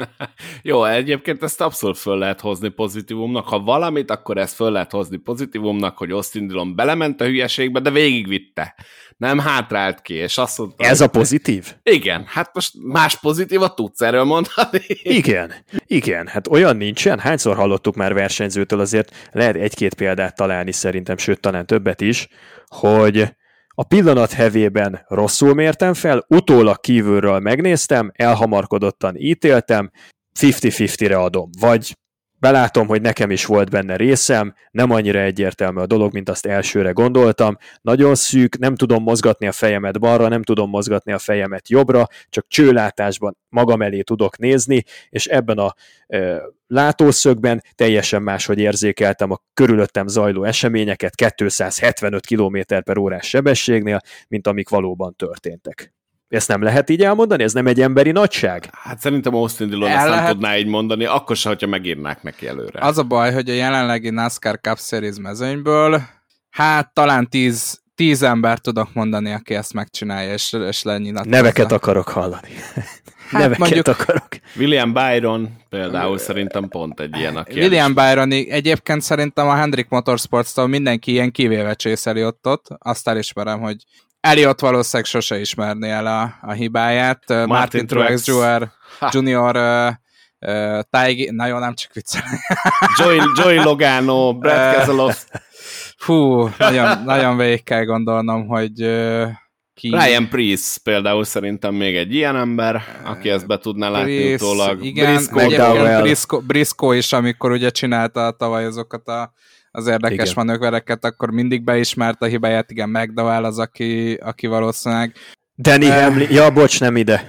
Jó, egyébként ezt abszolút föl lehet hozni pozitívumnak. Ha valamit, akkor ezt föl lehet hozni pozitívumnak, hogy Austin Dillon belement a hülyeségbe, de végigvitte. Nem hátrált ki, és azt mondta... Ez a pozitív? Igen, hát most más pozitívat tudsz erről mondani? Igen, igen, hát olyan nincsen. Hányszor hallottuk már versenyzőtől, azért lehet egy-két példát találni szerintem, sőt, talán többet is, hogy a pillanat hevében rosszul mértem fel, utólag kívülről megnéztem, elhamarkodottan ítéltem, fifty-fifty-re adom. Vagy belátom, hogy nekem is volt benne részem, nem annyira egyértelmű a dolog, mint azt elsőre gondoltam, nagyon szűk, nem tudom mozgatni a fejemet balra, nem tudom mozgatni a fejemet jobbra, csak csőlátásban magam elé tudok nézni, és ebben a e, látószögben teljesen máshogy érzékeltem a körülöttem zajló eseményeket kétszázhetvenöt kilométer per órás sebességnél, mint amik valóban történtek. Ezt nem lehet így elmondani? Ez nem egy emberi nagyság? Hát szerintem Austin Dillon ezt nem lehet... tudná így mondani, akkor se, hogyha megírnák neki előre. Az a baj, hogy a jelenlegi NASCAR Cup Series mezőnyből hát talán tíz, tíz ember tudok mondani, aki ezt megcsinálja, és, és lenyilatkozza. Neveket akarok hallani. Hát Neveket mondjuk, akarok. William Byron például szerintem pont egy ilyen, aki William Byron egyébként szerintem a Hendrick Motorsports-tól mindenki ilyen kivéve csészeli ott, ott. Azt elismerem, hogy Elliot valószínűleg sose ismerné el a, a hibáját. Martin, Martin Truex Junior, Junior uh, uh, Taigi, na jó, nem csak viccelni. Joey, Joey Logano, Brad Keselowski. Fú, nagyon, nagyon végig kell gondolnom, hogy uh, ki... Ryan Preece például szerintem még egy ilyen ember, aki ezt be tudná látni Preece, utólag. Igen, egyébként Briscoe, Briscoe is, amikor ugye csinálta tavaly azokat a az érdekes igen. manővereket, akkor mindig beismert a hibáját, igen, McDowell az, aki, aki valószínűleg... Danny uh... Hamlin, ja, bocs, nem ide.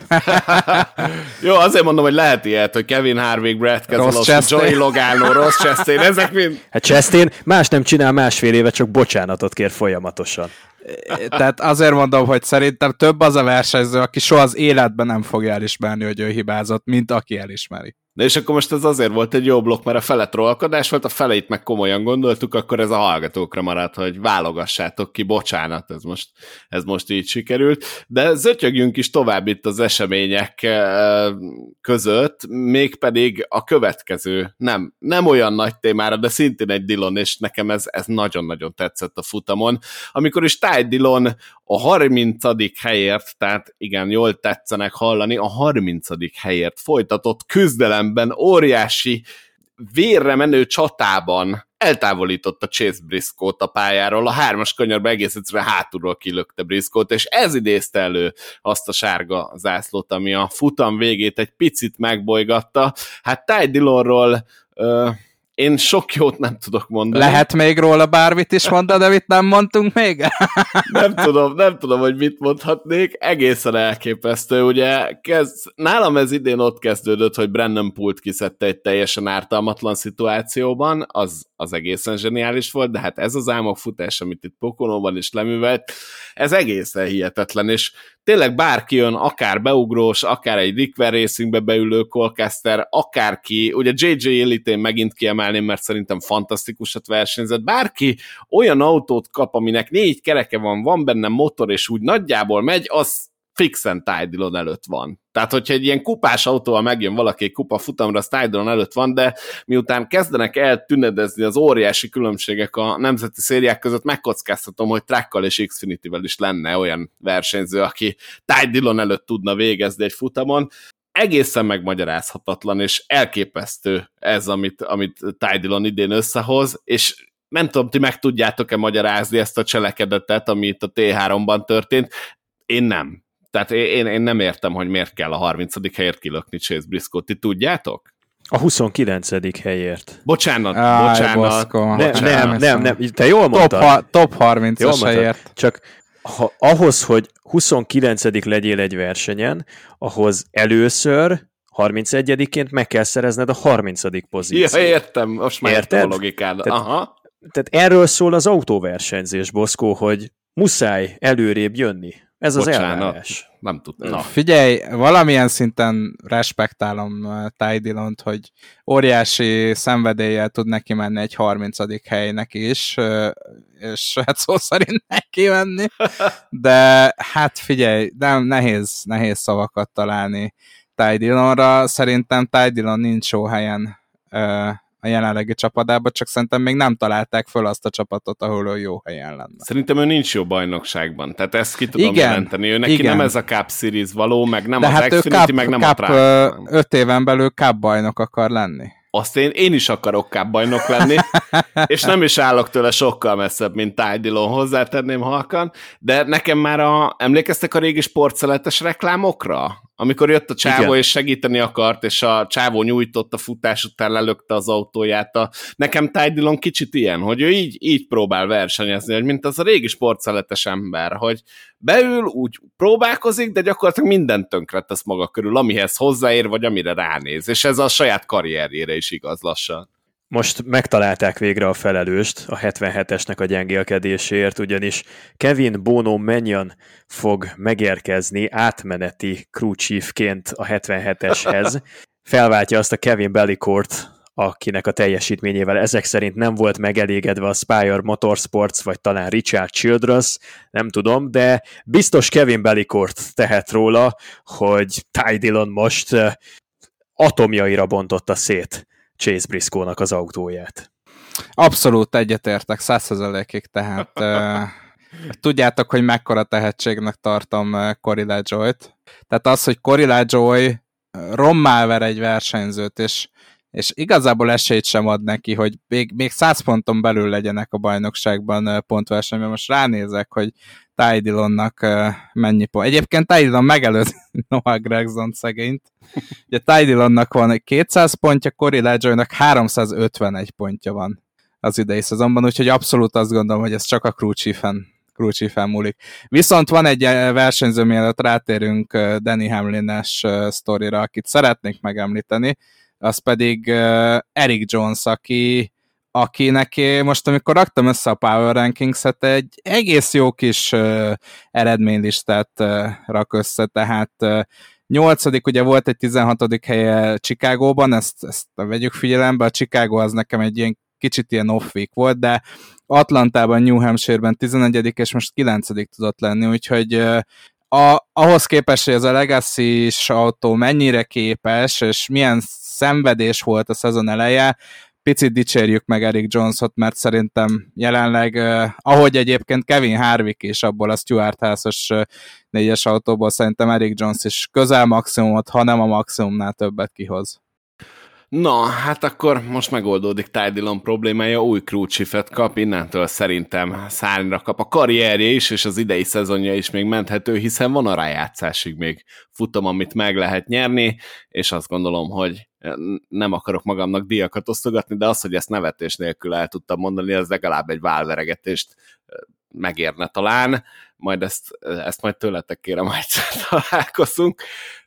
Jó, azért mondom, hogy lehet ilyet, hogy Kevin Harvick, Brad Keselowski, Joey Logano, Ross Chastain, ezek mind... Hát Chastain más nem csinál másfél éve, csak bocsánatot kér folyamatosan. Tehát azért mondom, hogy szerintem több az a versenyző, aki soha az életben nem fogja elismerni, hogy ő hibázott, mint aki elismeri. De és akkor most ez azért volt egy jó blokk, mert a fele trollkodás volt, a feleit meg komolyan gondoltuk, akkor ez a hallgatókra maradt, hogy válogassátok ki, bocsánat, ez most, ez most így sikerült. De zötyögjünk is tovább itt az események között, mégpedig a következő, nem, nem olyan nagy témára, de szintén egy Dillon, és nekem ez, ez nagyon-nagyon tetszett a futamon. Amikor is Ty Dillon a harmincadik helyért, tehát igen, jól tetszenek hallani, a harmincadik helyért folytatott küzdelemben, óriási, vérre menő csatában eltávolította Chase Briscoe-t a pályáról, a hármas kanyarba egész egyszerűen hátulról kilökte Briscoe-t, és ez idézte elő azt a sárga zászlót, ami a futam végét egy picit megbolygatta. Hát Ty Dillonról ö, én sok jót nem tudok mondani. Lehet még róla bármit is mondani, amit nem mondtunk még? Nem tudom, nem tudom, hogy mit mondhatnék. Egészen elképesztő, ugye kezd, nálam ez idén ott kezdődött, hogy Brennan Poole-t kiszedte egy teljesen ártalmatlan szituációban, az, az egészen zseniális volt, de hát ez az álmokfutás, amit itt Pokonóban is leművelt, ez egészen hihetetlen, és tényleg bárki jön, akár beugrós, akár egy Rickver Racingbe beülő Colcaster, akárki, ugye jé jé Elite-én megint kiemelném, mert szerintem fantasztikusat versenyzett, bárki olyan autót kap, aminek négy kereke van, van benne motor, és úgy nagyjából megy, az fixen Ty Dillon előtt van. Tehát, hogyha egy ilyen kupás autóval megjön valaki egy kupa futamra, az Ty Dillon előtt van, de miután kezdenek eltünedezni az óriási különbségek a nemzeti szériák között, megkockáztatom, hogy Trackkal és Xfinity-vel is lenne olyan versenyző, aki Ty Dillon előtt tudna végezni egy futamon. Egészen megmagyarázhatatlan, és elképesztő ez, amit, amit Ty Dillon idén összehoz, és nem tudom, ti meg tudjátok-e magyarázni ezt a cselekedetet, ami itt a té háromban történt. Én nem. Tehát én, én nem értem, hogy miért kell a harmincadik helyért kilökni Chase Briscoe-t. Ti tudjátok? A huszonkilencedik helyért. Bocsánat, Áj, bocsánat. Boszko, Ne, bocsánat. Nem, nem, nem, te jól Top, mondtad. ha, top harmincas helyért. Csak ha, ahhoz, hogy huszonkilencedik legyél egy versenyen, ahhoz először harmincegyediként meg kell szerezned a harmincadik pozíciót. Ja, értem, most már értem a logikádat. Tehát, Aha. tehát erről szól az autóversenyzés, Boszkó, hogy muszáj előrébb jönni. Ez az Bocsánat, elvárás. nem tudtam. Na. Figyelj, valamilyen szinten respektálom Ty Dillont, hogy óriási szenvedéllyel tud neki menni egy harmincadik helynek is, és hát szó szerint neki menni, de hát figyelj, nem, nehéz, nehéz szavakat találni Ty Dillonra. Szerintem Ty Dillon nincs jó helyen a jelenlegi csapatában, csak szerintem még nem találták föl azt a csapatot, ahol ő jó helyen lenne. Szerintem ő nincs jó bajnokságban, tehát ezt ki tudom igen, jelenteni. Ő neki igen. nem ez a Cup Series való, meg nem de az hát Xfinity, Cup, meg nem Cup, a Track. öt éven belül Cup bajnok akar lenni. Azt én, én is akarok Cup bajnok lenni, és nem is állok tőle sokkal messzebb, mint Ty Dillon, hozzátenném halkan, de nekem már a, emlékeztek a régi sportszeletes reklámokra? Amikor jött a csávó, igen, és segíteni akart, és a csávó nyújtott a futás után, lelökte az autóját. A... Nekem Ty Dillon kicsit ilyen, hogy ő így, így próbál versenyezni, hogy mint az a régi sportszeletes ember, hogy beül, úgy próbálkozik, de gyakorlatilag mindent tönkretesz maga körül, amihez hozzáér, vagy amire ránéz. És ez a saját karrierjére is igaz lassan. Most megtalálták végre a felelőst a hetvenhetesnek a gyengélkedéséért, ugyanis Kevin Bono Mannion fog megérkezni átmeneti crew chiefként a hetvenheteshez. Felváltja azt a Kevin Bellicourt, akinek a teljesítményével ezek szerint nem volt megelégedve a Spire Motorsports, vagy talán Richard Childress, nem tudom, de biztos Kevin Bellicourt tehet róla, hogy Ty Dillon most atomjaira bontotta szét Chase Briscoe-nak az autóját. Abszolút egyetértek, száz százalékig, tehát uh, tudjátok, hogy mekkora tehetségnek tartom uh, Corey LaJoie-t. Tehát az, hogy Corey LaJoie rommá ver egy versenyzőt, és, és igazából esélyt sem ad neki, hogy még, még száz ponton belül legyenek a bajnokságban uh, pontversenyben. Most ránézek, hogy Ty Dillonnak uh, mennyi pont. Egyébként Ty Dillon megelőz Noah Gragson szegényt. Ugye Ty Dillonnak van egy kétszáz pontja, Corey LaJoie-nak háromszázötvenegy pontja van az idei szezonban, úgyhogy abszolút azt gondolom, hogy ez csak a crew chief-en, crew chief-en múlik. Viszont van egy versenyző, mielőtt rátérünk Danny Hamlin-es sztorira, akit szeretnék megemlíteni, az pedig Eric Jones, aki akinek most, amikor raktam össze a Power Rankings-et, egy egész jó kis uh, eredménylistát uh, rak össze, tehát uh, Nyolcadik ugye volt egy tizenhatodik helye Chicagóban, ezt, ezt vegyük figyelembe, a Chicago az nekem egy ilyen kicsit ilyen off-week volt, de Atlantában, New Hampshire-ben tizennegyedik és most kilencedik tudott lenni, úgyhogy a, ahhoz képest, hogy ez a Legacy-s autó mennyire képes, és milyen szenvedés volt a szezon eleje, picit dicsérjük meg Eric Jonesot, mert szerintem jelenleg, eh, ahogy egyébként Kevin Harvick is abból a Stewart House-os eh, négyes autóból, szerintem Eric Jones is közel maximumot, ha nem a maximumnál többet kihoz. Na, hát akkor most megoldódik Ty Dillon problémája, új crew chiefet kap, innentől szerintem szárnyra kap a karrierje is, és az idei szezonja is még menthető, hiszen van a rájátszásig még futam, amit meg lehet nyerni, és azt gondolom, hogy nem akarok magamnak díjakat osztogatni, de az, hogy ezt nevetés nélkül el tudtam mondani, az legalább egy válveregetést megérne talán, majd ezt, ezt majd tőletek kérem, majd találkozunk.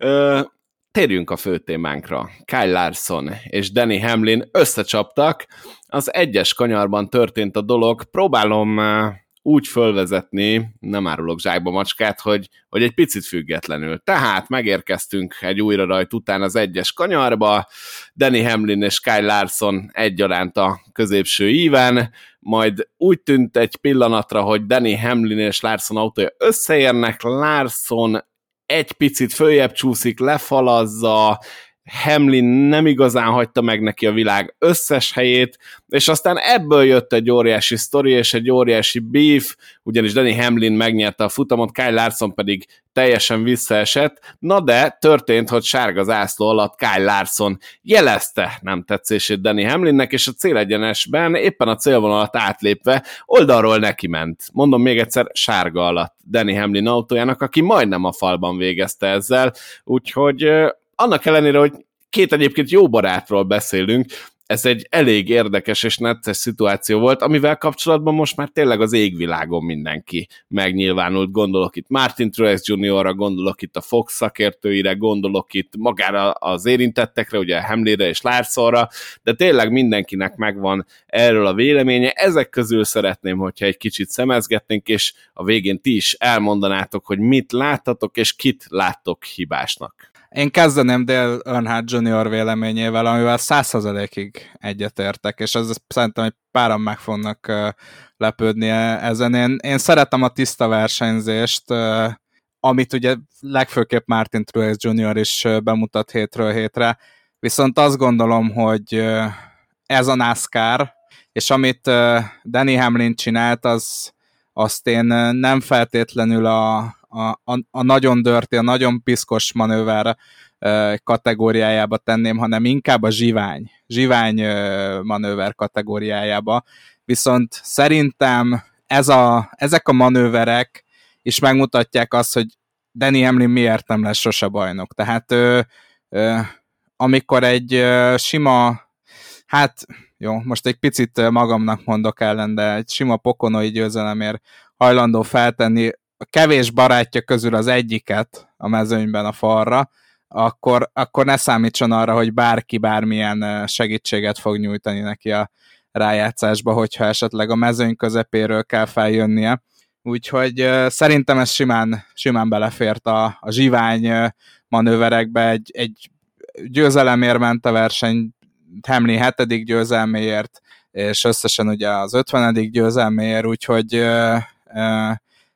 Térjünk a fő témánkra. Kyle Larson és Denny Hamlin összecsaptak, az egyes kanyarban történt a dolog, próbálom úgy fölvezetni, nem árulok zsákba macskát, hogy, hogy egy picit függetlenül. Tehát megérkeztünk egy újra rajt után az egyes kanyarba, Denny Hamlin és Kyle Larson egyaránt a középső íven, majd úgy tűnt egy pillanatra, hogy Denny Hamlin és Larson autója összeérnek, Larson egy picit följebb csúszik, lefalazza, Hamlin nem igazán hagyta meg neki a világ összes helyét, és aztán ebből jött egy óriási sztori és egy óriási beef, ugyanis Denny Hamlin megnyerte a futamot, Kyle Larson pedig teljesen visszaesett, na de történt, hogy sárga zászló alatt Kyle Larson jelezte nem tetszését Denny Hamlinnek, és a célegyenesben éppen a célvonalat átlépve oldalról neki ment. Mondom még egyszer, sárga alatt Denny Hamlin autójának, aki majdnem a falban végezte ezzel, úgyhogy annak ellenére, hogy két egyébként jó barátról beszélünk, ez egy elég érdekes és necces szituáció volt, amivel kapcsolatban most már tényleg az égvilágon mindenki megnyilvánult. Gondolok itt Martin Truex juniorra, gondolok itt a Fox szakértőire, gondolok itt magára az érintettekre, ugye Hamlinre és Larsonra, de tényleg mindenkinek megvan erről a véleménye. Ezek közül szeretném, hogyha egy kicsit szemezgetnénk, és a végén ti is elmondanátok, hogy mit láttatok, és kit láttok hibásnak. Én kezdeném Dale Earnhardt junior véleményével, amivel száz százalékig egyetértek, és ez szerintem egy páran meg fognak uh, lepődni ezen. Én, én szeretem a tiszta versenyzést, uh, amit ugye legfőképp Martin Truex junior is uh, bemutat hétről hétre, viszont azt gondolom, hogy uh, ez a NASCAR, és amit uh, Denny Hamlin csinált, az, azt én uh, nem feltétlenül a A, a, a nagyon dirty, a nagyon piszkos manőver uh, kategóriájába tenném, hanem inkább a zsivány, zsivány uh, manőver kategóriájába. Viszont szerintem ez a, ezek a manőverek is megmutatják azt, hogy Denny Hamlin miért nem lesz sose bajnok. Tehát uh, uh, amikor egy uh, sima, hát jó, most egy picit magamnak mondok ellen, de egy sima pokonói győzelemért hajlandó feltenni a kevés barátja közül az egyiket a mezőnyben a falra, akkor, akkor ne számítson arra, hogy bárki bármilyen segítséget fog nyújtani neki a rájátszásba, hogyha esetleg a mezőny közepéről kell feljönnie. Úgyhogy uh, szerintem ez simán, simán belefért a, a zsivány uh, manőverekbe, egy, egy győzelemért ment a verseny, Hamlin hetedik győzelméért, és összesen ugye az ötvenedik győzelméért, úgyhogy uh, uh,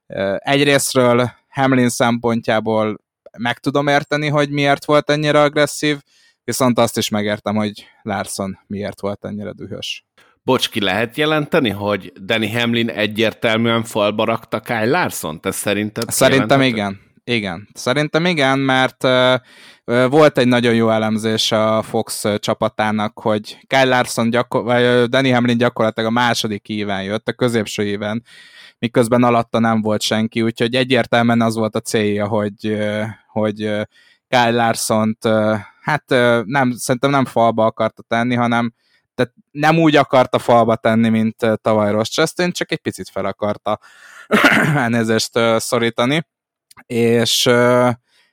egyrésztről Hamlin szempontjából meg tudom érteni, hogy miért volt ennyire agresszív, viszont azt is megértem, hogy Larson miért volt ennyire dühös. Bocs, ki lehet jelenteni, hogy Denny Hamlin egyértelműen falba rakta Kyle Larsont? Ez szerinted Szerintem igen. Igen. Szerintem igen, mert uh, volt egy nagyon jó elemzés a Fox csapatának, hogy Kyle Larson gyakor- vagy Denny Hamlin gyakorlatilag a második íven jött, a középső íven, miközben alatta nem volt senki, úgyhogy egyértelműen az volt a célja, hogy, hogy Kyle Larsont, hát nem, szerintem nem falba akarta tenni, hanem tehát nem úgy akarta falba tenni, mint tavaly Ross Chastain, csak egy picit fel akarta elnézést szorítani, és,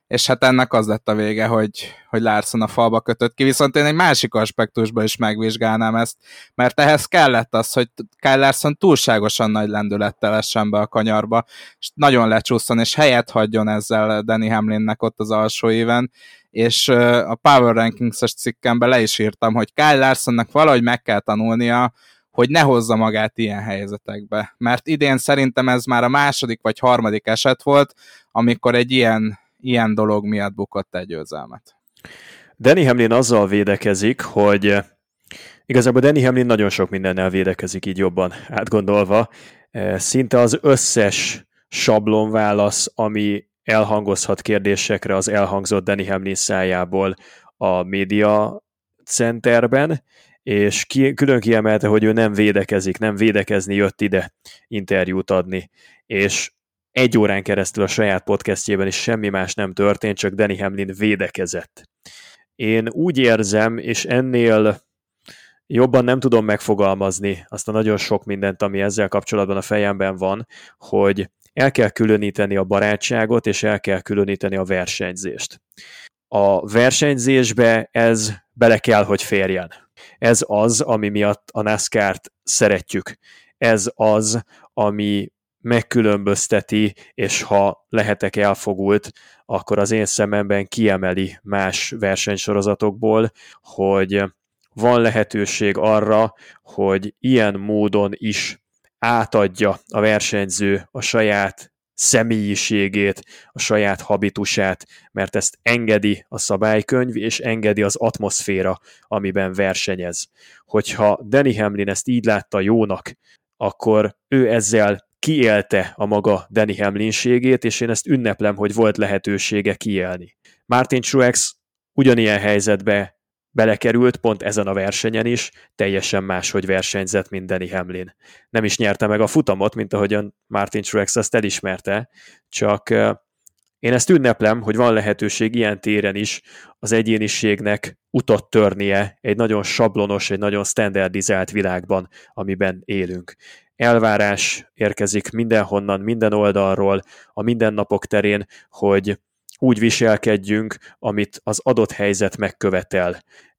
és hát ennek az lett a vége, hogy, hogy Larson a falba kötött ki, viszont én egy másik aspektusban is megvizsgálnám ezt, mert ehhez kellett az, hogy Kyle Larson túlságosan nagy lendülettel essen be a kanyarba, és nagyon lecsúszson, és helyet hagyjon ezzel Denny Hamlinnek ott az alsó éven, és a Power Rankings-es cikkemben le is írtam, hogy Kyle Larsonnak valahogy meg kell tanulnia, hogy ne hozza magát ilyen helyzetekbe. Mert idén szerintem ez már a második vagy harmadik eset volt, amikor egy ilyen, ilyen dolog miatt bukott egy győzelmet. Denny Hamlin azzal védekezik, hogy igazából Denny Hamlin nagyon sok mindennel védekezik így jobban átgondolva. Szinte az összes sablonválasz, ami elhangozhat kérdésekre, az elhangzott Denny Hamlin szájából a média centerben, és ki, külön kiemelte, hogy ő nem védekezik, nem védekezni jött ide interjút adni, és egy órán keresztül a saját podcastjében is semmi más nem történt, csak Denny Hamlin védekezett. Én úgy érzem, és ennél jobban nem tudom megfogalmazni azt a nagyon sok mindent, ami ezzel kapcsolatban a fejemben van, hogy el kell különíteni a barátságot, és el kell különíteni a versenyzést. A versenyzésbe ez bele kell, hogy férjen. Ez az, ami miatt a NASCAR-t szeretjük. Ez az, ami megkülönbözteti, és ha lehetek elfogult, akkor az én szememben kiemeli más versenysorozatokból, hogy van lehetőség arra, hogy ilyen módon is átadja a versenyző a saját személyiségét, a saját habitusát, mert ezt engedi a szabálykönyv, és engedi az atmoszféra, amiben versenyez. Hogyha Denny Hamlin ezt így látta jónak, akkor ő ezzel kiélte a maga Denny Hamlinségét, és én ezt ünneplem, hogy volt lehetősége kiélni. Martin Truex ugyanilyen helyzetbe belekerült, pont ezen a versenyen is, teljesen máshogy versenyzett, mint Denny Hamlin. Nem is nyerte meg a futamot, mint ahogyan Martin Truex azt elismerte, csak én ezt ünneplem, hogy van lehetőség ilyen téren is az egyéniségnek utat törnie egy nagyon sablonos, egy nagyon standardizált világban, amiben élünk. Elvárás érkezik mindenhonnan, minden oldalról, a mindennapok terén, hogy úgy viselkedjünk, amit az adott helyzet megkövetel.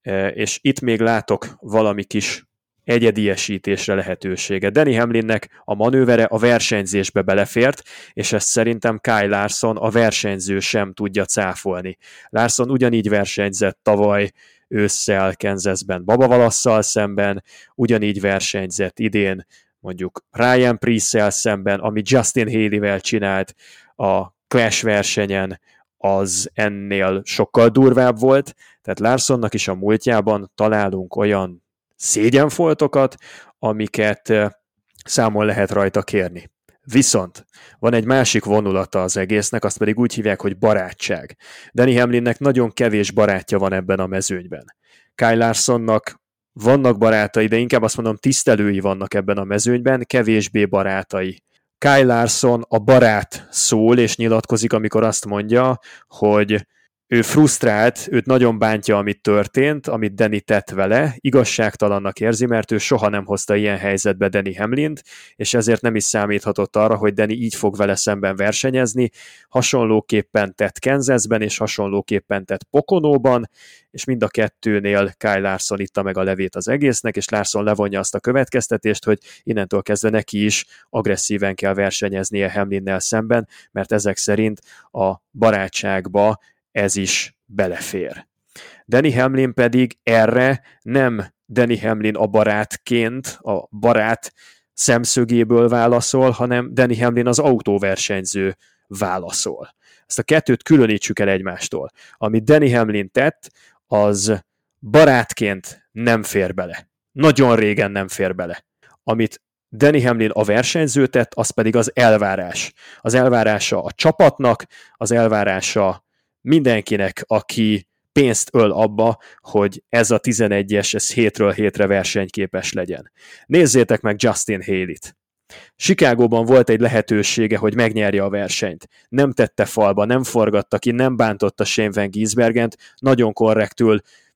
És itt még látok valami kis egyediesítésre lehetősége. Denny Hamlinnek a manővere a versenyzésbe belefért, és ezt szerintem Kyle Larson, a versenyző sem tudja cáfolni. Larson ugyanígy versenyzett tavaly ősszel Kansasben Babavalasszal szemben, ugyanígy versenyzett idén mondjuk Ryan Preece-szel szemben, ami Justin Haley-vel csinált a Clash versenyen, az ennél sokkal durvább volt, tehát Larsonnak is a múltjában találunk olyan szégyenfoltokat, amiket számon lehet rajta kérni. Viszont van egy másik vonulata az egésznek, azt pedig úgy hívják, hogy barátság. Denny Hamlinnek nagyon kevés barátja van ebben a mezőnyben. Kyle Larsonnak vannak barátai, de inkább azt mondom, tisztelői vannak ebben a mezőnyben, kevésbé barátai. Kyle Larson a barát szól és nyilatkozik, amikor azt mondja, hogy ő frusztrált, őt nagyon bántja, amit történt, amit Denny tett vele, igazságtalannak érzi, mert ő soha nem hozta ilyen helyzetbe Denny Hamlint, és ezért nem is számíthatott arra, hogy Denny így fog vele szemben versenyezni. Hasonlóképpen tett Kansasben, és hasonlóképpen tett Poconóban, és mind a kettőnél Kyle Larson itta meg a levét az egésznek, és Larson levonja azt a következtetést, hogy innentől kezdve neki is agresszíven kell versenyeznie Hamlinnel szemben, mert ezek szerint a barátságba ez is belefér. Denny Hamlin pedig erre nem Denny Hamlin a barátként, a barát szemszögéből válaszol, hanem Denny Hamlin az autóversenyző válaszol. Ezt a kettőt különítsük el egymástól. Amit Denny Hamlin tett, az barátként nem fér bele. Nagyon régen nem fér bele. Amit Denny Hamlin a versenyző tett, az pedig az elvárás. Az elvárása a csapatnak, az elvárása mindenkinek, aki pénzt öl abba, hogy ez a tizenegyes, ez hétről hétre versenyképes legyen. Nézzétek meg Justin Haley-t. Chicagóban volt egy lehetősége, hogy megnyerje a versenyt. Nem tette falba, nem forgatta ki, nem bántotta Shane Van Gisbergent, nagyon korrektül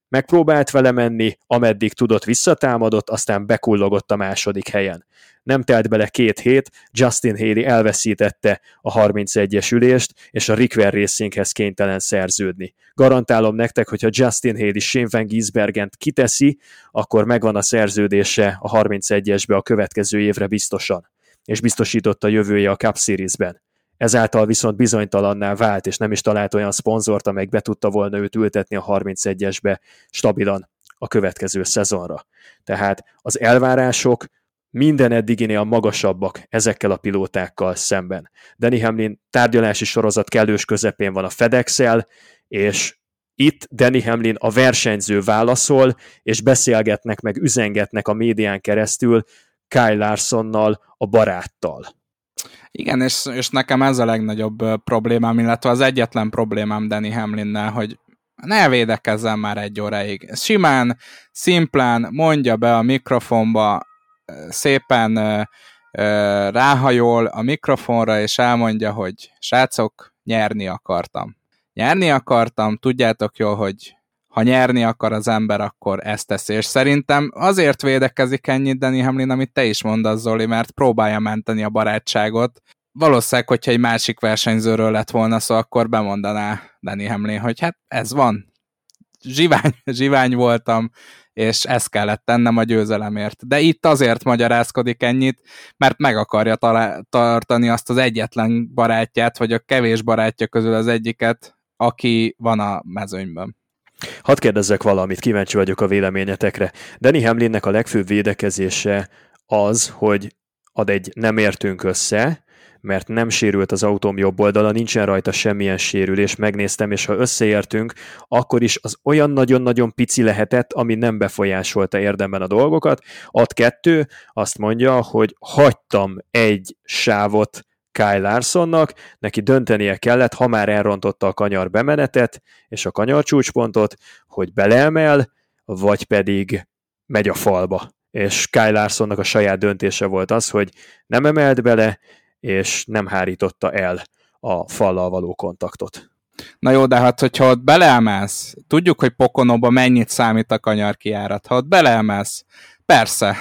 Megpróbált vele menni, ameddig tudott, visszatámadott, aztán bekullogott a második helyen. Nem telt bele két hét, Justin Haley elveszítette a harmincegyes ülést, és a Rick Racinghez kénytelen szerződni. Garantálom nektek, hogyha Justin Haley Shane Van Gisbergent kiteszi, akkor megvan a szerződése a harmincegyesbe a következő évre biztosan, és biztosított a jövője a Cup Series-ben. Ezáltal viszont bizonytalanná vált, és nem is talált olyan szponzort, amelyik be tudta volna őt ültetni a harmincegyesbe stabilan a következő szezonra. Tehát az elvárások minden eddiginél magasabbak ezekkel a pilótákkal szemben. Danny Hamlin tárgyalási sorozat kellős közepén van a FedEx-el, és itt Danny Hamlin a versenyző válaszol, és beszélgetnek meg, üzengetnek a médián keresztül Kyle Larsonnal, a baráttal. Igen, és, és nekem ez a legnagyobb problémám, illetve az egyetlen problémám Danny Hamlinnel, hogy ne védekezzen már egy óráig. Simán, szimplán mondja be a mikrofonba, szépen ö, ö, ráhajol a mikrofonra, és elmondja, hogy srácok, nyerni akartam. Nyerni akartam, tudjátok jól, hogy ha nyerni akar az ember, akkor ezt teszi. És szerintem azért védekezik ennyit Danny Hamlin, amit te is mondasz, Zoli, mert próbálja menteni a barátságot. Valószínűleg, hogyha egy másik versenyzőről lett volna szó, akkor bemondaná Danny Hamlin, hogy hát ez van. Zsivány, zsivány voltam, és ezt kellett tennem a győzelemért. De itt azért magyarázkodik ennyit, mert meg akarja talá- tartani azt az egyetlen barátját, vagy a kevés barátja közül az egyiket, aki van a mezőnyben. Hadd kérdezzek valamit, kíváncsi vagyok a véleményetekre. Danny Hamlinnek a legfőbb védekezése az, hogy ad egy nem értünk össze, mert nem sérült az autóm jobb oldala, nincsen rajta semmilyen sérülés, megnéztem, és ha összeértünk, akkor is az olyan nagyon-nagyon pici lehetett, ami nem befolyásolta érdemben a dolgokat. Ad kettő, azt mondja, hogy hagytam egy sávot Kyle Larsonnak, neki döntenie kellett, ha már elrontotta a kanyar bemenetet, és a kanyar csúcspontot, hogy beleemel, vagy pedig megy a falba. És Kyle Larsonnak a saját döntése volt az, hogy nem emelt bele, és nem hárította el a fallal való kontaktot. Na jó, de hát, hogyha ott beleemelsz, tudjuk, hogy Pokonóban mennyit számít a kanyar kijárat. Ha ott beleemelsz, persze.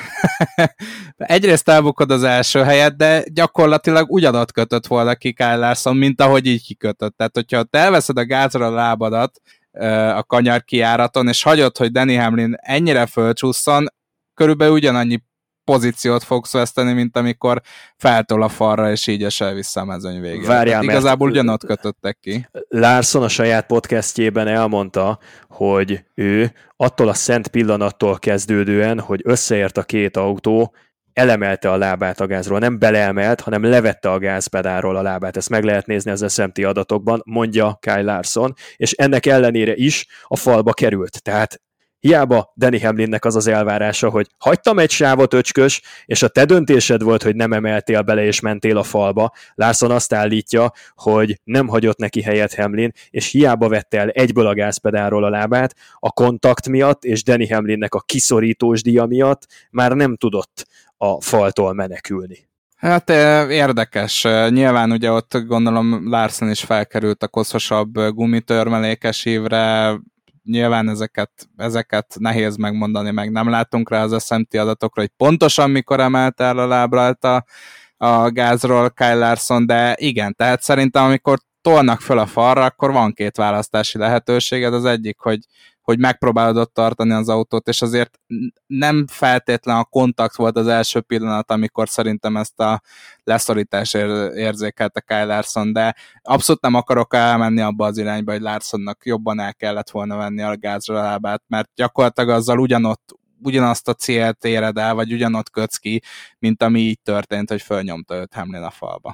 Egyrészt elbukod az első helyet, de gyakorlatilag ugyanott kötött volna ki Kyle Larson, mint ahogy így kikötött. Tehát, hogyha te elveszed a gázra a lábadat a kanyar kijáraton, és hagyod, hogy Danny Hamlin ennyire fölcsúszson, körülbelül ugyanannyi pozíciót fogsz veszteni, mint amikor feltol a falra, és így esel vissza a mezőny végére. Várjál, igazából ugyanott kötöttek ki. Larson a saját podcastjében elmondta, hogy ő attól a szent pillanattól kezdődően, hogy összeért a két autó, elemelte a lábát a gázról, nem beleemelt, hanem levette a gázpedálról a lábát. Ezt meg lehet nézni az es em té adatokban, mondja Kyle Larson, és ennek ellenére is a falba került. Tehát hiába Danny Hamlinnek az az elvárása, hogy hagytam egy sávot, öcskös, és a te döntésed volt, hogy nem emeltél bele és mentél a falba. Larson azt állítja, hogy nem hagyott neki helyet Hamlin, és hiába vette el egyből a gázpedálról a lábát, a kontakt miatt és Danny Hamlinnek a kiszorítós díja miatt már nem tudott a faltól menekülni. Hát érdekes. Nyilván ugye ott gondolom Larson is felkerült a koszosabb gumitörmelékes ívre, nyilván ezeket, ezeket nehéz megmondani, meg nem látunk rá az es em té adatokra, hogy pontosan mikor emelte el a lábrát a, a gázról Kyle Larson, de igen, tehát szerintem amikor tolnak föl a falra, akkor van két választási lehetőséged, az egyik, hogy, hogy megpróbálod ott tartani az autót, és azért nem feltétlen a kontakt volt az első pillanat, amikor szerintem ezt a leszorítást érzékelte Kyle Larson, de abszolút nem akarok elmenni abba az irányba, hogy Larsonnak jobban el kellett volna venni a gázra lábát, mert gyakorlatilag azzal ugyanott, ugyanazt a célt éred el, vagy ugyanott kötsz ki, mint ami így történt, hogy fölnyomta őt Hamlin a falba.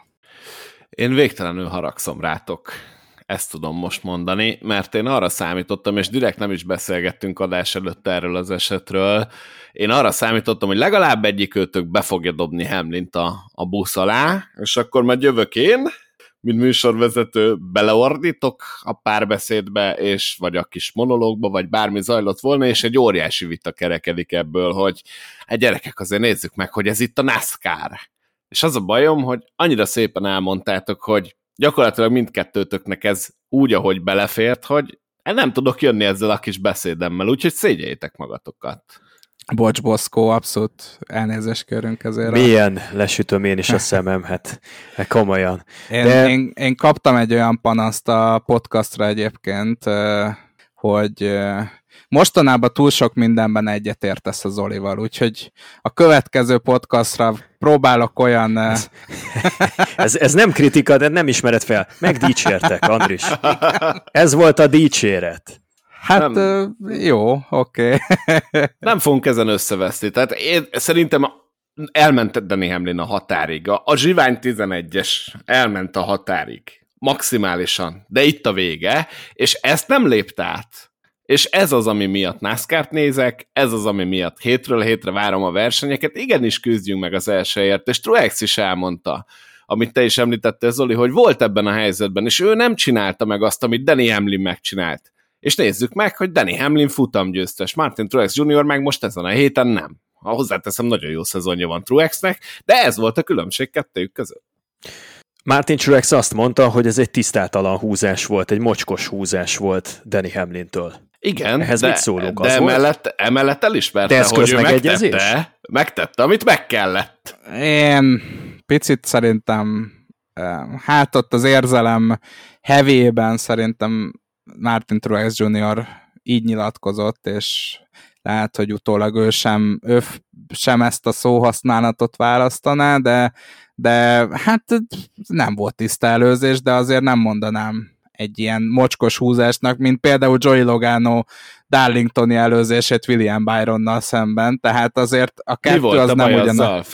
Én végtelenül haragszom rátok. Ezt tudom most mondani, mert én arra számítottam, és direkt nem is beszélgettünk adás előtt erről az esetről, én arra számítottam, hogy legalább egyikőtök be fogja dobni Hamlint a, a busz alá, és akkor majd jövök én, mint műsorvezető, beleordítok a párbeszédbe, és vagy a kis monológba, vagy bármi zajlott volna, és egy óriási vita kerekedik ebből, hogy hát gyerekek, azért nézzük meg, hogy ez itt a NASCAR. És az a bajom, hogy annyira szépen elmondtátok, hogy gyakorlatilag mindkettőtöknek ez úgy, ahogy belefért, hogy nem tudok jönni ezzel a kis beszédemmel, úgyhogy szégyeljétek magatokat. Bocs, Boszkó, abszolút elnézést kérünk ezért. Milyen lesütöm én is a szemem, hát komolyan. Én, De... én, én kaptam egy olyan panaszt a podcastra egyébként, hogy mostanában túl sok mindenben egyetértesz a Zolival, úgyhogy a következő podcastra próbálok olyan... Ez, ez, ez nem kritika, de nem ismered fel. Megdicsértek, Andris. Ez volt a dicséret. Hát nem. Jó, oké. Okay. Nem fogunk ezen összeveszni. Tehát én szerintem elment Danny Hamlin a határig. A Zsivány tizenegyes elment a határig. Maximálisan. De itt a vége, és ezt nem lépte át. És ez az, ami miatt NASCAR-t nézek, ez az, ami miatt hétről hétre várom a versenyeket, igenis küzdjünk meg az elsőért, és Truex is elmondta, amit te is említettél, Zoli, hogy volt ebben a helyzetben, és ő nem csinálta meg azt, amit Danny Hamlin megcsinált. És nézzük meg, hogy Danny Hamlin futamgyőztes, Martin Truex junior meg most ezen a héten nem. Ha hozzáteszem, nagyon jó szezonja van Truexnek, de ez volt a különbség kettőjük között. Martin Truex azt mondta, hogy ez egy tisztátalan húzás volt, egy mocskos húzás volt Danny Hamlintől. Igen, ehhez de, mit szólunk? de emellett, emellett elismerte, hogy ő megtette, megtette, amit meg kellett. Én picit szerintem, hát ott az érzelem hevében szerintem Martin Truex junior így nyilatkozott, és lehet, hogy utólag ő sem, ő sem ezt a szóhasználatot választaná, de, de hát nem volt tiszta előzés, de azért nem mondanám egy ilyen mocskos húzásnak, mint például Joey Logano Darlingtoni előzését William Byronnal szemben, tehát azért a kettő az nem ugyanaz.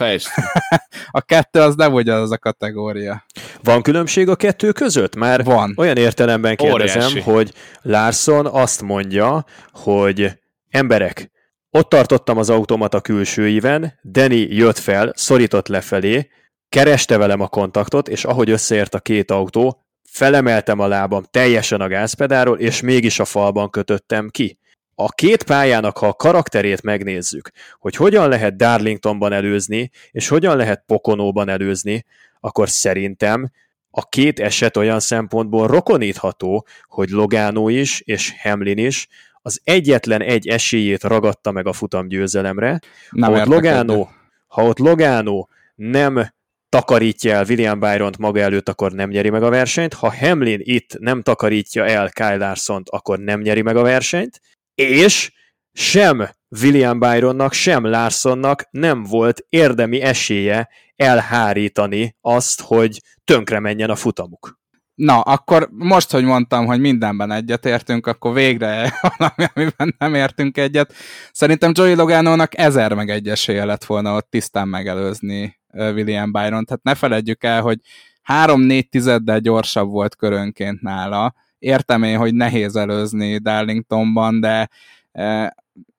A kettő az nem ugyanaz a kategória. Van különbség a kettő között? Már van. Olyan értelemben kérdezem, Óriási. Hogy Larson azt mondja, hogy emberek, ott tartottam az automat a külsőíven, Danny jött fel, szorított lefelé, kereste velem a kontaktot, és ahogy összeért a két autó, felemeltem a lábam teljesen a gázpedáról, és mégis a falban kötöttem ki. A két pályának, ha a karakterét megnézzük, hogy hogyan lehet Darlingtonban előzni, és hogyan lehet Poconóban előzni, akkor szerintem a két eset olyan szempontból rokonítható, hogy Logano is, és Hamlin is az egyetlen egy esélyét ragadta meg a futamgyőzelemre. Ha ott, Logano, ha ott Logano nem takarítja el William Byront maga előtt, akkor nem nyeri meg a versenyt. Ha Hamlin itt nem takarítja el Kyle Larsont, akkor nem nyeri meg a versenyt. És sem William Byronnak, sem Larsonnak nem volt érdemi esélye elhárítani azt, hogy tönkre menjen a futamuk. Na, akkor most, hogy mondtam, hogy mindenben egyetértünk, akkor végre valami, amiben nem értünk egyet. Szerintem Joey Loganónak ezer meg egy esélye lett volna ott tisztán megelőzni William Byron. Tehát ne feledjük el, hogy három-négy tizeddel gyorsabb volt körönként nála. Értem én, hogy nehéz előzni Darlingtonban, de e,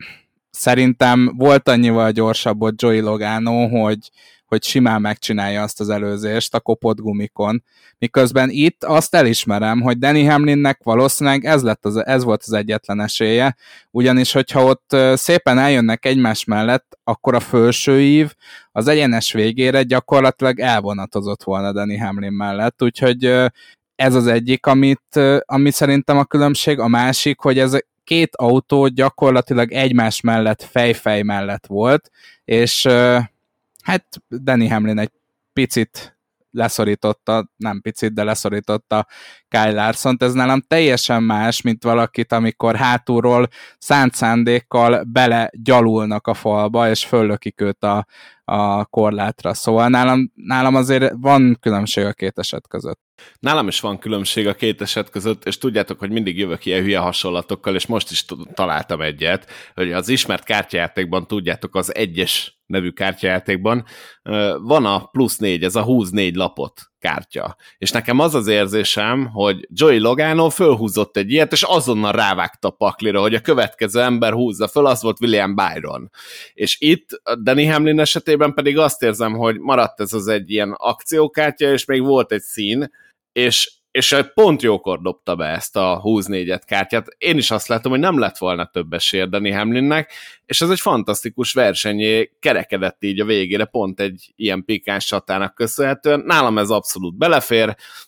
szerintem volt annyival gyorsabb ott Joey Logano, hogy, hogy simán megcsinálja azt az előzést a kopott gumikon. Miközben itt azt elismerem, hogy Danny Hamlinnek valószínűleg ez, lett az, ez volt az egyetlen esélye, ugyanis hogyha ott szépen eljönnek egymás mellett, akkor a felső ív az egyenes végére gyakorlatilag elvonatozott volna Danny Hamlin mellett, úgyhogy ez az egyik, amit, ami szerintem a különbség, a másik, hogy ez két autó gyakorlatilag egymás mellett, fej-fej mellett volt, és hát Danny Hamlin egy picit leszorította, nem picit, de leszorította Kyle Larsont. Ez nálam teljesen más, mint valakit, amikor hátulról szánt szándékkal bele gyalulnak a falba, és föllökik őt a, a korlátra. Szóval nálam, nálam azért van különbség a két eset között. Nálam is van különbség a két eset között, és tudjátok, hogy mindig jövök ilyen hülye hasonlatokkal, és most is találtam egyet, hogy az ismert kártyajátékban, tudjátok, az egyes nevű kártyajátékban van a plusz négy, ez a húsz négy lapot kártya. És nekem az az érzésem, hogy Joey Logano fölhúzott egy ilyet, és azonnal rávágta a paklira, hogy a következő ember húzza föl, az volt William Byron. És itt Danny Hamlin esetében pedig azt érzem, hogy maradt ez az egy ilyen akciókártya, és még volt egy szín, és, és pont jókor dobta be ezt a húsz négyet kártyát. Én is azt látom, hogy nem lett volna több esélye Danny Hamlinnek, és ez egy fantasztikus versenyé kerekedett így a végére, pont egy ilyen pikáns csatának köszönhetően. Nálam ez abszolút belefér,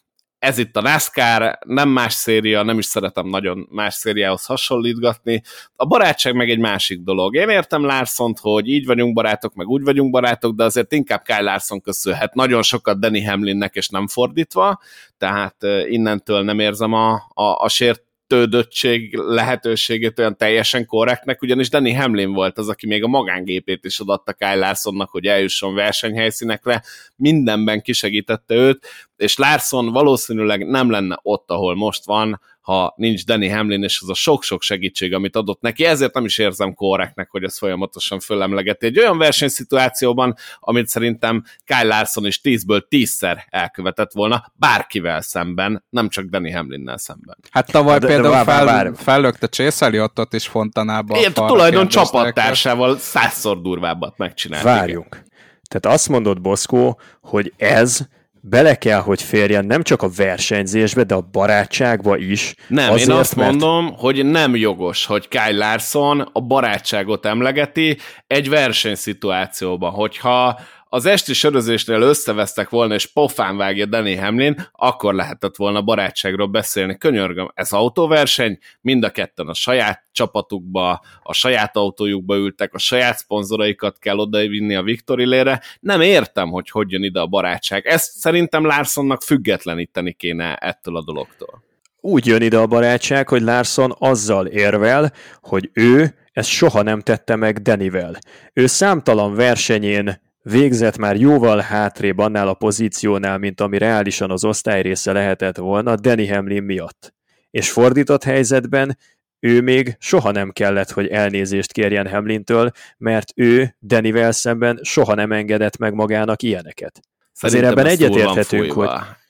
ez itt a NASCAR, nem más széria, nem is szeretem nagyon más szériához hasonlítgatni. A barátság meg egy másik dolog. Én értem Larsont, hogy így vagyunk barátok, meg úgy vagyunk barátok, de azért inkább Kyle Larson köszönhet nagyon sokat Denny Hamlinnek, és nem fordítva, tehát innentől nem érzem a, a, a sért tődöttség lehetőségét olyan teljesen korrektnek, ugyanis Denny Hamlin volt az, aki még a magángépét is adatta Kyle Larsonnak, hogy eljusson versenyhelyszínekre, mindenben kisegítette őt, és Larson valószínűleg nem lenne ott, ahol most van, ha nincs Denny Hamlin, és az a sok-sok segítség, amit adott neki, ezért nem is érzem korrektnek, hogy ez folyamatosan fölemlegeti egy olyan versenyszituációban, amit szerintem Kyle Larson is tízből tízszer elkövetett volna bárkivel szemben, nem csak Denny Hamlinnel szemben. Hát tavaly de, például de vár, vár, fel, fellökte Chase Elliotot is Fontanába. Én tulajdon csapattársával százszor durvábbat megcsinálni. Várjunk. Tehát azt mondod, Boszkó, hogy ez bele kell, hogy férjen nem csak a versenyzésbe, de a barátságba is. Nem, azért, én azt mert... mondom, hogy nem jogos, hogy Kyle Larson a barátságot emlegeti egy versenyszituációban. Hogyha az esti sörözésnél összevesztek volna, és pofán vágja Denny Hamlin, akkor lehetett volna barátságról beszélni. Könyörgöm, ez autóverseny, mind a ketten a saját csapatukba, a saját autójukba ültek, a saját szponzoraikat kell odavinni a Victory Lane-re. Nem értem, hogy hogy jön ide a barátság. Ezt szerintem Larsonnak függetleníteni kéne ettől a dologtól. Úgy jön ide a barátság, hogy Larson azzal érvel, hogy ő ezt soha nem tette meg Dannyvel. Ő számtalan versenyén végzett már jóval hátrébb annál a pozíciónál, mint ami reálisan az osztály része lehetett volna Denny Hamlin miatt. És fordított helyzetben ő még soha nem kellett, hogy elnézést kérjen Hamlintől, mert ő Dannyvel szemben soha nem engedett meg magának ilyeneket. Azért ebben egyetérthetünk, hogy...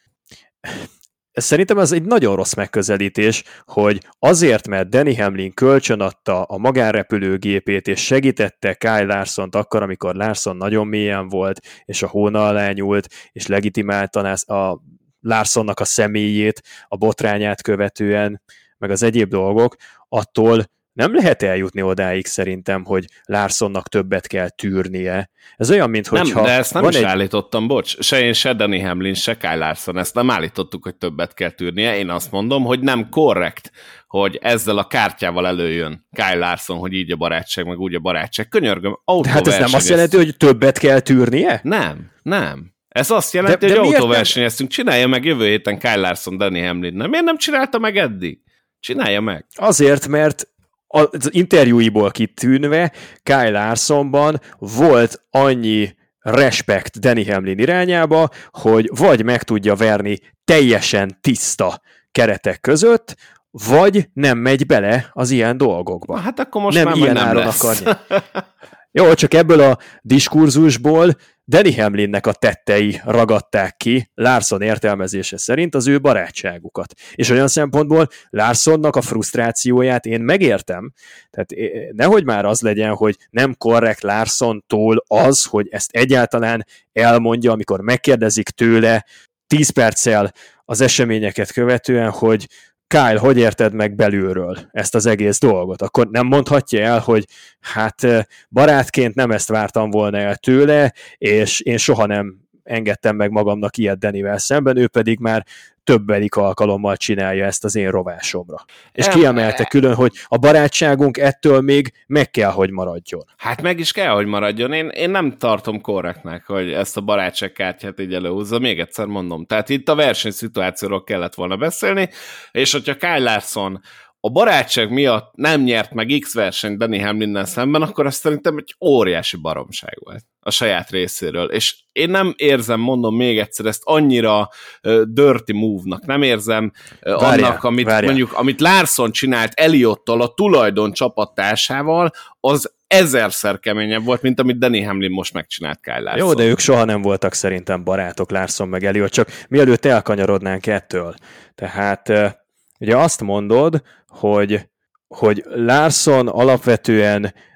Szerintem ez egy nagyon rossz megközelítés, hogy azért, mert Denny Hamlin kölcsönadta a magánrepülőgépét, és segítette Kyle Larsont akkor, amikor Larson nagyon mélyen volt, és a hóna alá nyúlt, és legitimálta a Larsonnak a személyét, a botrányát követően, meg az egyéb dolgok, attól nem lehet eljutni odáig szerintem, hogy Larsonnak többet kell tűrnie. Ez olyan, mint hogyha... Nem, de ezt nem is egy... állítottam, bocs. Se én, se Denny Hamlin, se Kyle Larson, ezt nem állítottuk, hogy többet kell tűrnie. Én azt mondom, hogy nem korrekt, hogy ezzel a kártyával előjön Kyle Larson, hogy így a barátság, meg úgy a barátság. Könyörgöm, autóverseny. Hát ez nem azt jelenti, hogy többet kell tűrnie? Nem, nem. Ez azt jelenti, de, de hogy autóversenyeztünk. Csinálja meg jövő héten Kyle Larson, Denny Hamlin. Nem, miért nem csinálta meg eddig? Csinálja meg. Azért, mert az interjúiból kitűnve Kyle Larsonban volt annyi respekt Denny Hamlin irányába, hogy vagy meg tudja verni teljesen tiszta keretek között, vagy nem megy bele az ilyen dolgokba. Hát akkor most nem már ilyen nem áron lesz. akarja. Jó, csak ebből a diskurzusból Denny Hamlinnek a tettei ragadták ki Larson értelmezése szerint az ő barátságukat. És olyan szempontból Larsonnak a frusztrációját én megértem, tehát nehogy már az legyen, hogy nem korrekt Larsontól az, hogy ezt egyáltalán elmondja, amikor megkérdezik tőle tíz perccel az eseményeket követően, hogy Kyle, hogy érted meg belülről ezt az egész dolgot? Akkor nem mondhatja el, hogy hát barátként nem ezt vártam volna el tőle, és én soha nem engedtem meg magamnak ilyet Dannyvel szemben, ő pedig már többedik alkalommal csinálja ezt az én rovásomra. És kiemelte külön, hogy a barátságunk ettől még meg kell, hogy maradjon. Hát meg is kell, hogy maradjon. Én, én nem tartom korrektnek, hogy ezt a barátságkártyát így előhúzza. Még egyszer mondom. Tehát itt a versenyszituációról kellett volna beszélni, és hogyha Kyle Larson a barátság miatt nem nyert meg X versenyt Denny Hamlinnel szemben, akkor azt szerintem egy óriási baromság volt a saját részéről. És én nem érzem, mondom még egyszer, ezt annyira uh, dirty move-nak, nem érzem uh, várjál, annak, amit várjál. mondjuk, amit Larson csinált Elliottal, a tulajdon csapattársával, az ezerszer keményebb volt, mint amit Denny Hamlin most megcsinált Kyle Larson. Jó, de ők soha nem voltak szerintem barátok, Larson meg Elliot, csak mielőtt elkanyarodnánk ettől. Tehát ugye azt mondod, hogy, hogy Larson alapvetően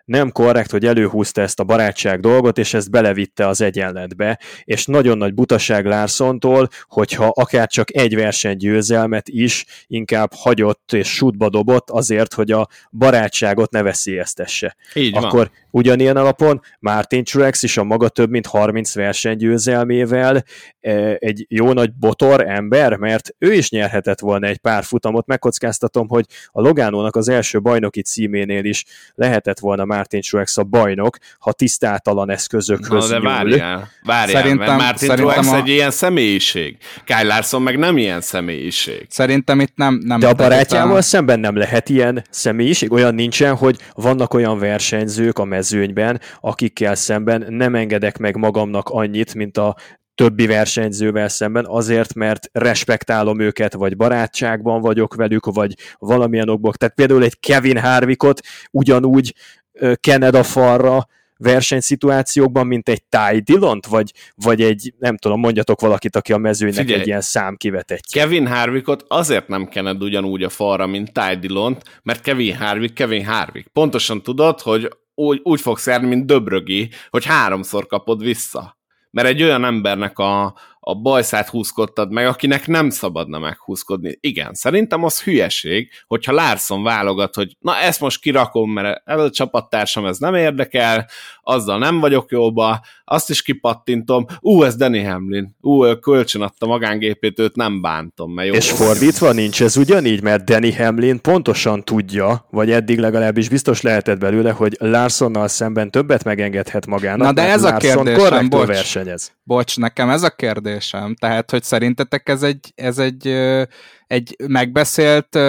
nem korrekt, hogy előhúzta ezt a barátság dolgot, és ezt belevitte az egyenletbe, és nagyon nagy butaság Larsontól, hogyha akár csak egy versenygyőzelmet is inkább hagyott és sútba dobott azért, hogy a barátságot ne veszélyeztesse. Így van. Akkor ugyanilyen alapon Martin Truex is a maga több mint harminc versenygyőzelmével egy jó nagy botor ember, mert ő is nyerhetett volna egy pár futamot, megkockáztatom, hogy a Logánónak az első bajnoki címénél is lehetett volna Martin Truex a bajnok, ha tisztátalan eszközökhöz nyúl. Na de várjál, várjál, szerintem, mert Martin szerintem Truex a... egy ilyen személyiség. Kyle Larson meg nem ilyen személyiség. Szerintem itt nem... nem de a barátjával a... szemben nem lehet ilyen személyiség, olyan nincsen, hogy vannak olyan versenyzők a mezőnyben, akikkel szemben nem engedek meg magamnak annyit, mint a többi versenyzővel szemben, azért, mert respektálom őket, vagy barátságban vagyok velük, vagy valamilyen okból. Tehát például egy Kevin Harvickot ugyanúgy kened a falra versenyszituációkban, mint egy Ty Dillont, vagy, vagy egy, nem tudom, mondjatok valakit, aki a mezőnynek Figyelj, egy ilyen számkivetetje. Kevin Harvickot azért nem kened ugyanúgy a falra, mint Ty Dillont, mert Kevin Harvick, Kevin Harvick. Pontosan tudod, hogy úgy, úgy fogsz járni, mint Döbrögi, hogy háromszor kapod vissza. Mert egy olyan embernek a, a bajszát húzkodtad meg, akinek nem szabadna meghúzkodni. Igen, szerintem az hülyeség, hogyha Larson válogat, hogy na ezt most kirakom, mert ez a csapattársam, ez nem érdekel, azzal nem vagyok jóba, azt is kipattintom, ú, ez Denny Hamlin, ú, kölcsön adta magángépét, őt nem bántom, mert jó. És fordítva nincs ez ugyanígy, mert Denny Hamlin pontosan tudja, vagy eddig legalábbis biztos lehetett belőle, hogy Larsonnal szemben többet megengedhet magának. Na de ez a kérdésem, bocs, versenyez. bocs, nekem ez a kérdésem, tehát, hogy szerintetek ez egy, ez egy, egy megbeszélt,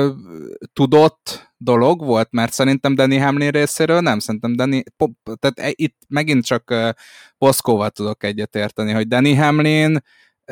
tudott dolog volt, mert szerintem Denny Hamlin részéről nem, szerintem Denny, tehát itt megint csak Poszkóval tudok egyetérteni, hogy Denny Hamlin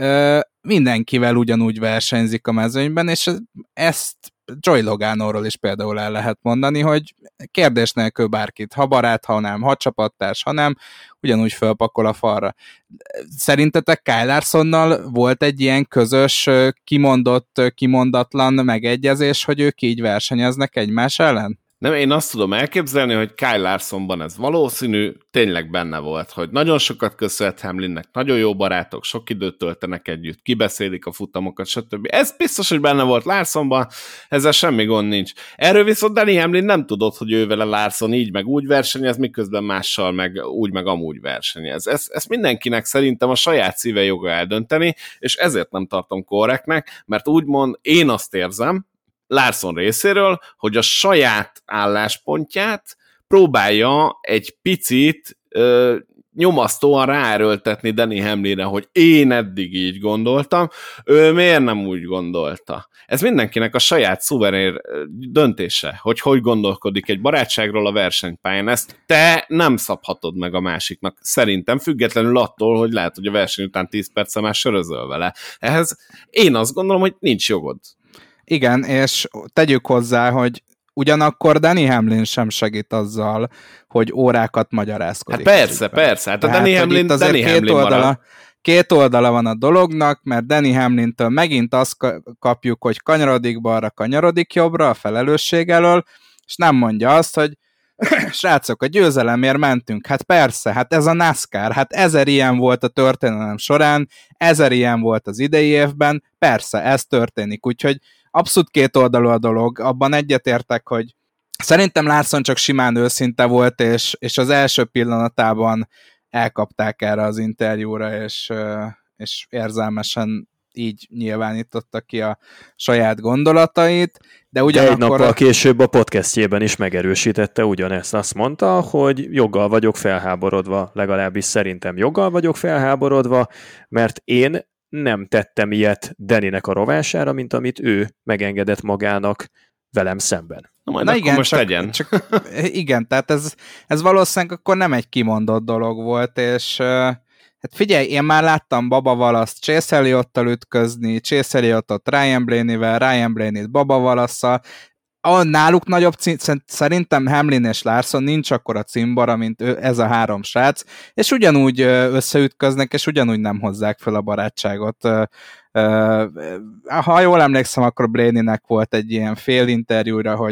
mindenkivel ugyanúgy versenyzik a mezőnyben, és ezt Joey Loganoról is például el lehet mondani, hogy kérdés nélkül bárkit, ha barát, ha nem, ha csapattárs, ha nem, ugyanúgy fölpakol a falra. Szerintetek Kyle Larsonnal volt egy ilyen közös, kimondott, kimondatlan megegyezés, hogy ők így versenyeznek egymás ellen? Nem, én azt tudom elképzelni, hogy Kyle Larsonban ez valószínű, tényleg benne volt, hogy nagyon sokat köszönhet Hamlinnek, nagyon jó barátok, sok időt töltenek együtt, kibeszélik a futamokat, stb. Ez biztos, hogy benne volt Larsonban, ezzel semmi gond nincs. Erről viszont Denny Hamlin nem tudott, hogy ő vele Larson így meg úgy versenyez, miközben mással meg úgy meg amúgy versenyez. Ezt, ezt mindenkinek szerintem a saját szíve joga eldönteni, és ezért nem tartom korrektnek, mert úgymond én azt érzem, Larson részéről, hogy a saját álláspontját próbálja egy picit ö, nyomasztóan ráerőltetni Denny Hamlinre, hogy én eddig így gondoltam, ő miért nem úgy gondolta. Ez mindenkinek a saját szuverén döntése, hogy hogy gondolkodik egy barátságról a versenypályán. Ezt te nem szabhatod meg a másiknak. Szerintem függetlenül attól, hogy lehet, hogy a verseny után tíz perccel már sörözöl vele. Ehhez én azt gondolom, hogy nincs jogod. Igen, és tegyük hozzá, hogy ugyanakkor Denny Hamlin sem segít azzal, hogy órákat magyarázkodik. Hát persze, persze. Hát a Denny Hamlin, Denny Hamlin oldala, marad. Két oldala van a dolognak, mert Denny Hamlintől megint azt kapjuk, hogy kanyarodik balra, kanyarodik jobbra a felelősség elől, és nem mondja azt, hogy srácok, a győzelemért mentünk. Hát persze, hát ez a NASCAR, hát ezer ilyen volt a történelem során, ezer ilyen volt az idei évben, persze, ez történik, úgyhogy abszolút két oldalú a dolog, abban egyetértek, hogy szerintem Larson csak simán őszinte volt, és, és az első pillanatában elkapták erre az interjúra, és, és érzelmesen így nyilvánította ki a saját gondolatait, de ugyanakkor... De egy nappal később a podcastjében is megerősítette ugyanezt. Azt mondta, hogy joggal vagyok felháborodva, legalábbis szerintem joggal vagyok felháborodva, mert én nem tettem ilyet Dennynek a rovására, mint amit ő megengedett magának velem szemben. Na majd Na akkor igen, most csak, tegyen. Csak, igen, tehát ez, ez valószínűleg akkor nem egy kimondott dolog volt, és hát figyelj, én már láttam Baba Wallace-t Chase Elliottal ütközni, Chase Elliotot Ryan Blaney-vel, Ryan Blaney-t Baba Wallace-szal, a náluk nagyobb cím, szerintem Hamlin és Larson nincs akkora címbara, mint ő, ez a három srác, és ugyanúgy összeütköznek, és ugyanúgy nem hozzák fel a barátságot. Ha jól emlékszem, akkor Blaney-nek volt egy ilyen fél interjúra, hogy,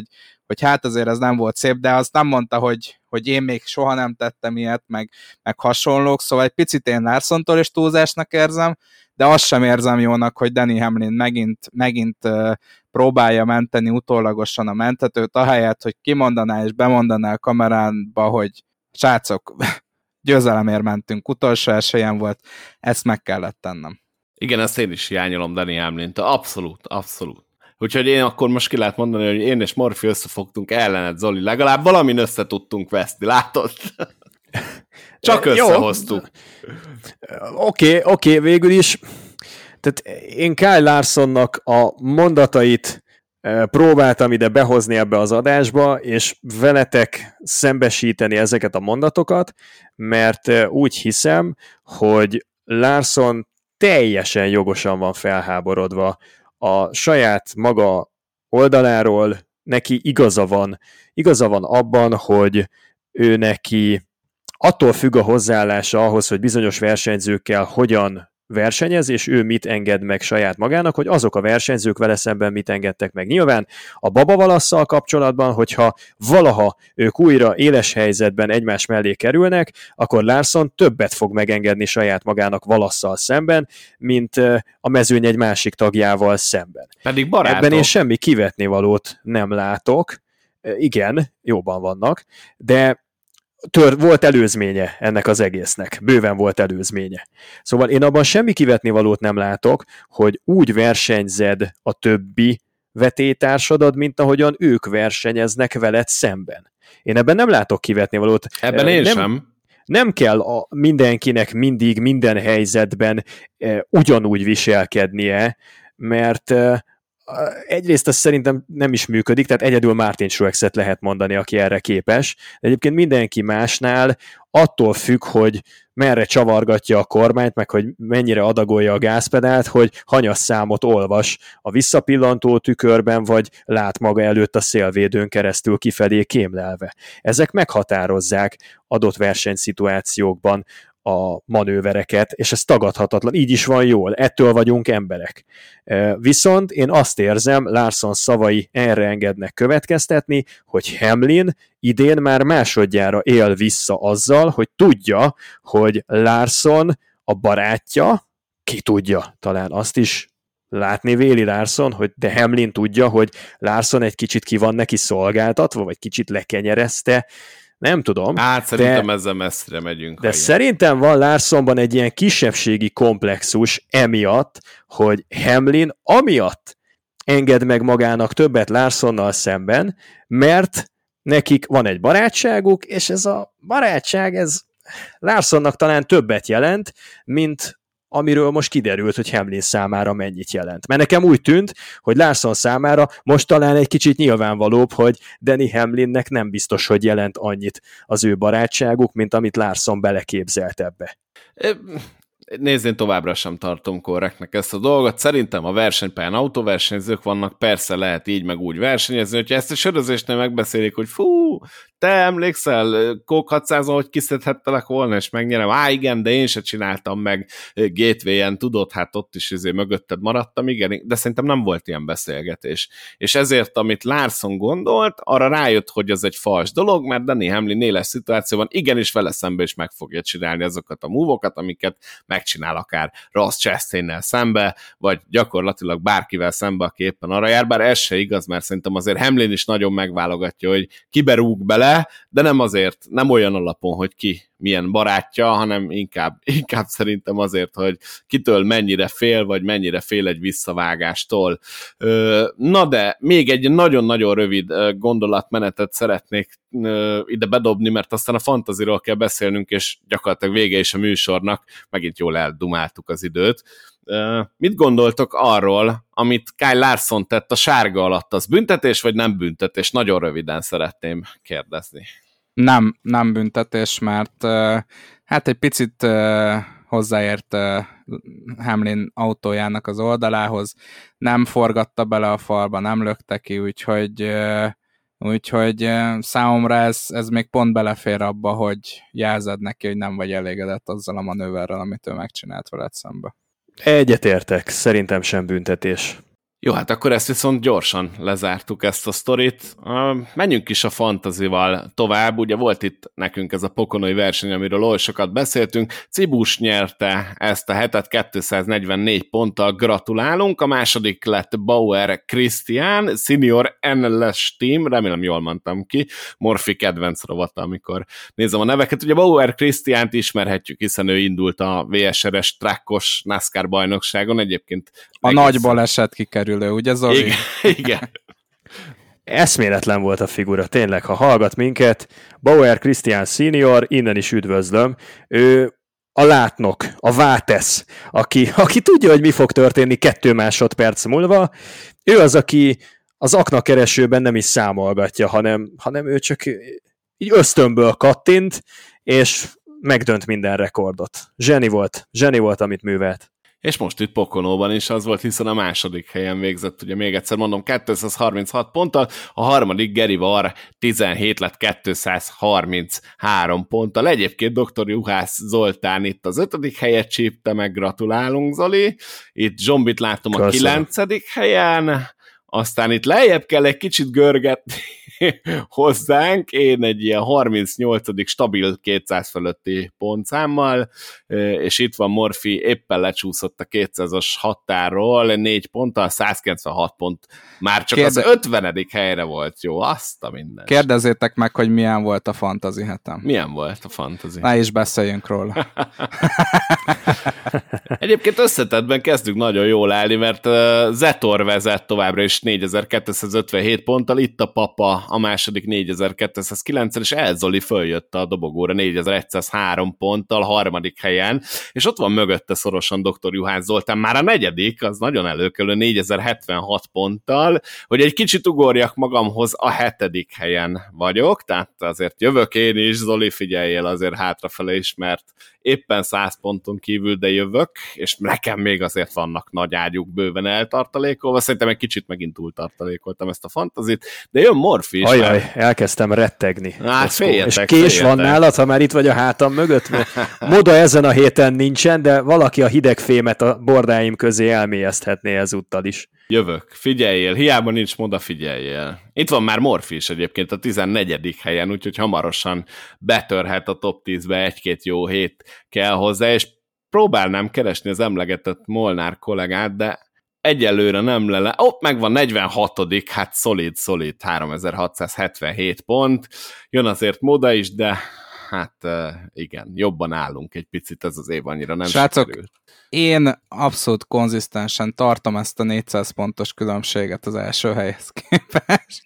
hogy hát azért ez nem volt szép, de azt nem mondta, hogy, hogy én még soha nem tettem ilyet, meg, meg hasonlók, szóval egy picit én Larsontól is túlzásnak érzem, de azt sem érzem jónak, hogy Denny Hamlin megint, megint uh, próbálja menteni utólagosan a mentetőt, ahelyett, hogy kimondaná és bemondaná a kameránba, hogy srácok, győzelemért mentünk, utolsó esélyen volt, ezt meg kellett tennem. Igen, ezt én is hiányolom Denny Hamlint, abszolút, abszolút. Úgyhogy én akkor most ki lehet mondani, hogy én és Morfi összefogtunk ellened, Zoli, legalább valamin össze tudtunk veszni, látod? Csak összehoztuk. Oké, oké, okay, végül is. Tehát én Kyle Larsonnak a mondatait próbáltam ide behozni ebbe az adásba, és veletek szembesíteni ezeket a mondatokat, mert úgy hiszem, hogy Larson teljesen jogosan van felháborodva a saját maga oldaláról, neki igaza van. Igaza van abban, hogy ő neki attól függ a hozzáállása ahhoz, hogy bizonyos versenyzőkkel hogyan versenyez, és ő mit enged meg saját magának, hogy azok a versenyzők vele szemben mit engedtek meg. Nyilván a babavalasszal kapcsolatban, hogyha valaha ők újra éles helyzetben egymás mellé kerülnek, akkor Larson többet fog megengedni saját magának Valasszal szemben, mint a mezőny egy másik tagjával szemben. Pedig barátok. Ebben én semmi kivetnivalót nem látok. Igen, jóban vannak, de Tör, volt előzménye ennek az egésznek. Bőven volt előzménye. Szóval én abban semmi kivetnivalót nem látok, hogy úgy versenyzed a többi vetélytársadat, mint ahogyan ők versenyeznek veled szemben. Én ebben nem látok kivetnivalót. Ebben én nem, sem. Nem kell a mindenkinek mindig, minden helyzetben e, ugyanúgy viselkednie, mert e, egyrészt ez szerintem nem is működik, tehát egyedül Martin Truexet lehet mondani, aki erre képes, de egyébként mindenki másnál attól függ, hogy merre csavargatja a kormányt, meg hogy mennyire adagolja a gázpedált, hogy hanyas számot olvas a visszapillantó tükörben, vagy lát maga előtt a szélvédőn keresztül kifelé kémlelve. Ezek meghatározzák adott versenyszituációkban a manővereket, és ez tagadhatatlan, így is van jól, ettől vagyunk emberek. Viszont én azt érzem, Larson szavai erre engednek következtetni, hogy Hamlin idén már másodjára él vissza azzal, hogy tudja, hogy Larson a barátja, ki tudja, talán azt is látni véli Larson, hogy de Hamlin tudja, hogy Larson egy kicsit ki van neki szolgáltatva, vagy kicsit lekenyerezte, nem tudom. Hát szerintem de, ezzel messzire megyünk. De szerintem van Larsonban egy ilyen kisebbségi komplexus emiatt, hogy Hamlin amiatt enged meg magának többet Larsonnal szemben, mert nekik van egy barátságuk, és ez a barátság, ez Larsonnak talán többet jelent, mint amiről most kiderült, hogy Hamlin számára mennyit jelent. Mert nekem úgy tűnt, hogy Larson számára most talán egy kicsit nyilvánvalóbb, hogy Denny Hamlinnek nem biztos, hogy jelent annyit az ő barátságuk, mint amit Larson beleképzelt ebbe. Nézd, én továbbra sem tartom korrektnek ezt a dolgot. Szerintem a versenypályán autóversenyzők vannak, persze lehet így meg úgy versenyezni, hogyha ezt a sörözésnél megbeszélik, hogy fú, te emlékszel, Coke hatszázon, hogy kiszedhettelek volna, és megnyerem. Á, igen, de én se csináltam meg Gateway-en, tudod, hát ott is izé mögötted maradtam, igen, de szerintem nem volt ilyen beszélgetés. És ezért, amit Larson gondolt, arra rájött, hogy ez egy fals dolog, mert Denny Hamlin éles szituációban igenis vele szembe is meg fogja csinálni azokat a múvokat, amiket megcsinál akár Ross Chastain-nel szembe, vagy gyakorlatilag bárkivel szembe, aki éppen arra jár, bár ez se igaz, mert szerintem azért Hamlin is nagyon megválogatja, hogy kiberúg bele, de nem azért, nem olyan alapon, hogy ki milyen barátja, hanem inkább, inkább szerintem azért, hogy kitől mennyire fél, vagy mennyire fél egy visszavágástól. Na de még egy nagyon-nagyon rövid gondolatmenetet szeretnék ide bedobni, mert aztán a fantaziról kell beszélnünk, és gyakorlatilag vége is a műsornak, megint jól eldumáltuk az időt. Mit gondoltok arról, amit Kyle Larson tett a sárga alatt? Az büntetés, vagy nem büntetés? Nagyon röviden szeretném kérdezni. Nem, nem büntetés, mert uh, hát egy picit uh, hozzáért uh, Hamlin autójának az oldalához, nem forgatta bele a falba, nem lökte ki, úgyhogy, uh, úgyhogy uh, számomra ez, ez még pont belefér abba, hogy jelzed neki, hogy nem vagy elégedett azzal a manőverrel, amit ő megcsinált veled szembe. Egyetértek, szerintem sem büntetés. Jó, hát akkor ezt viszont gyorsan lezártuk ezt a sztorit. Menjünk is a fantazival tovább. Ugye volt itt nekünk ez a pokonói verseny, amiről oly sokat beszéltünk. Cibus nyerte ezt a hetet kétszáznegyvennégy ponttal, gratulálunk. A második lett Bauer Christian, Senior en el es Team, remélem jól mondtam ki, Morfi kedvenc rovata, amikor nézem a neveket. Ugye Bauer Christiant ismerhetjük, hiszen ő indult a vé es er-es trackos NASCAR bajnokságon, egyébként a egész... nagy baleset kikerülő, ugye Zoli? Igen, igen. Eszméletlen volt a figura, tényleg, ha hallgat minket, Bauer Christian Senior, innen is üdvözlöm, ő a látnok, a vátesz, aki, aki tudja, hogy mi fog történni kettő másodperc múlva, ő az, aki az aknakeresőben nem is számolgatja, hanem, hanem ő csak így ösztönből kattint, és megdönt minden rekordot. Zseni volt, zseni volt, amit művelt. És most itt Pokonóban is az volt, hiszen a második helyen végzett, ugye még egyszer mondom, kétszázharminchat ponttal, a harmadik Geri Var tizenhét lett kétszázharminchárom ponttal. Egyébként doktor Juhász Zoltán itt az ötödik helyet csípte meg, gratulálunk Zoli. Itt Zsombit látom a kilencedik helyen, aztán itt lejjebb kell egy kicsit görgetni hozzánk, én egy ilyen harmincnyolcadik stabil kétszáz fölötti pontszámmal, és itt van Morfi, éppen lecsúszott a kétszázas határról, négy ponttal, százkilencvenhat pont, már csak Kérde... az ötvenedik helyre volt, jó, azt a minden. Kérdezzétek meg, hogy milyen volt a fantasy hetem. Milyen volt a fantasy? Ne is beszéljünk róla. Egyébként összetettben kezdünk nagyon jól állni, mert Zetor vezet továbbra is négyezer-kétszázötvenhét ponttal, itt a papa a második négyezer-kétszázkilenc, és Elzoli följött a dobogóra négyezer-százhárom ponttal, harmadik helyen, és ott van mögötte szorosan doktor Juhász Zoltán, már a negyedik, az nagyon előkelő, négyezer-hetvenhat ponttal, hogy egy kicsit ugorjak magamhoz, a hetedik helyen vagyok, tehát azért jövök én is, Zoli, figyeljél azért hátrafele is, mert éppen száz ponton kívül, de jövök, és nekem még azért vannak nagy ágyuk bőven eltartalékolva, szerintem egy kicsit megint túl tartalékoltam ezt a fantazit, de jön Morfi is. Ajaj, mert... elkezdtem rettegni. Hát féljetek, és kés féljetek. Van nálad, ha már itt vagy a hátam mögött? Moda ezen a héten nincsen, de valaki a hideg fémet a bordáim közé elmélyezthetné ezúttal is. Jövök, figyeljél, hiába nincs moda, figyeljél. Itt van már Morfi is egyébként a tizennegyedik helyen, úgyhogy hamarosan betörhet a top tízbe, egy-két jó hét kell hozzá, és próbálnám keresni az emlegetett Molnár kollégát, de egyelőre nem lele. Ó, oh, megvan negyvenhatodik hát szolid, szolid, háromezer-hatszázhetvenhét pont. Jön azért moda is, de hát igen, jobban állunk egy picit, ez az év annyira nem Srácok, sikerült. Én abszolút konzisztensen tartom ezt a négyszáz pontos különbséget az első helyhez képest.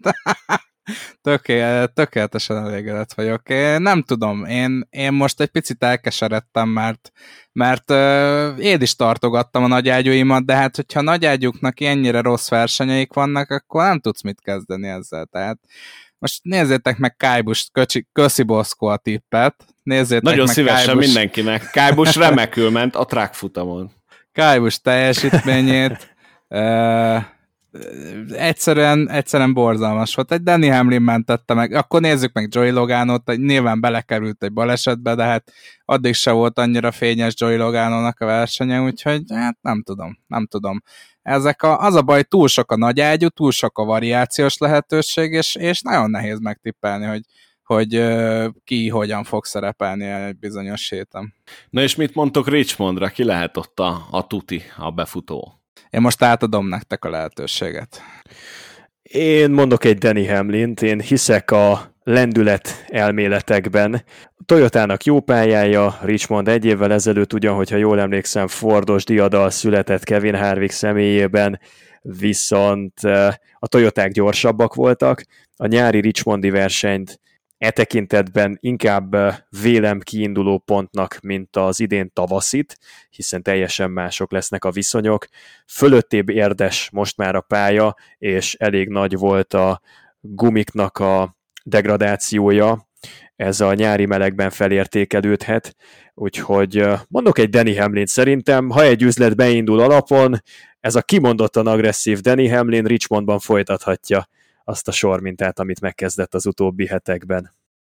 Tökéle, tökéletesen elégedett vagyok. Én nem tudom, én, én most egy picit elkeseredtem, mert, mert euh, én is tartogattam a nagyágyúimat, de hát hogyha nagyágyúknak ennyire rossz versenyeik vannak, akkor nem tudsz mit kezdeni ezzel. Tehát most nézzétek meg Kájbus, köszi Boszko a tippet. Nézzétek Nagyon meg szívesen Kájbus. Mindenkinek. Kájbus remekül ment a track futamon. Kájbus teljesítményét. uh, egyszerűen, egyszerűen borzalmas volt. Egy Danny Hamlin mentette meg. Akkor nézzük meg Joey Loganot, nyilván belekerült egy balesetbe, de hát addig se volt annyira fényes Joey Loganonak a versenye, úgyhogy hát nem tudom, nem tudom. Ezek a, az a baj, túl sok a nagyágyú, túl sok a variációs lehetőség, és, és nagyon nehéz megtippelni, hogy, hogy uh, ki hogyan fog szerepelni egy bizonyos héten. Na és mit mondtok Richmondra? Ki lehet ott a, a tuti, a befutó? Én most átadom nektek a lehetőséget. Én mondok egy Danny Hamlint, én hiszek a lendület elméletekben. A Toyotának jó pályája, Richmond egy évvel ezelőtt ugyan, hogyha jól emlékszem, Fordos diadal született Kevin Harvick személyében, viszont a Toyoták gyorsabbak voltak. A nyári Richmondi versenyt e tekintetben inkább vélem kiinduló pontnak, mint az idén tavaszit, hiszen teljesen mások lesznek a viszonyok. Fölöttébb érdes most már a pálya, és elég nagy volt a gumiknak a degradációja, ez a nyári melegben felértékelődhet, úgyhogy mondok egy Danny Hamlin szerintem, ha egy üzlet beindul alapon, ez a kimondottan agresszív Danny Hamlin Richmondban folytathatja azt a sormintát, amit megkezdett az utóbbi hetekben.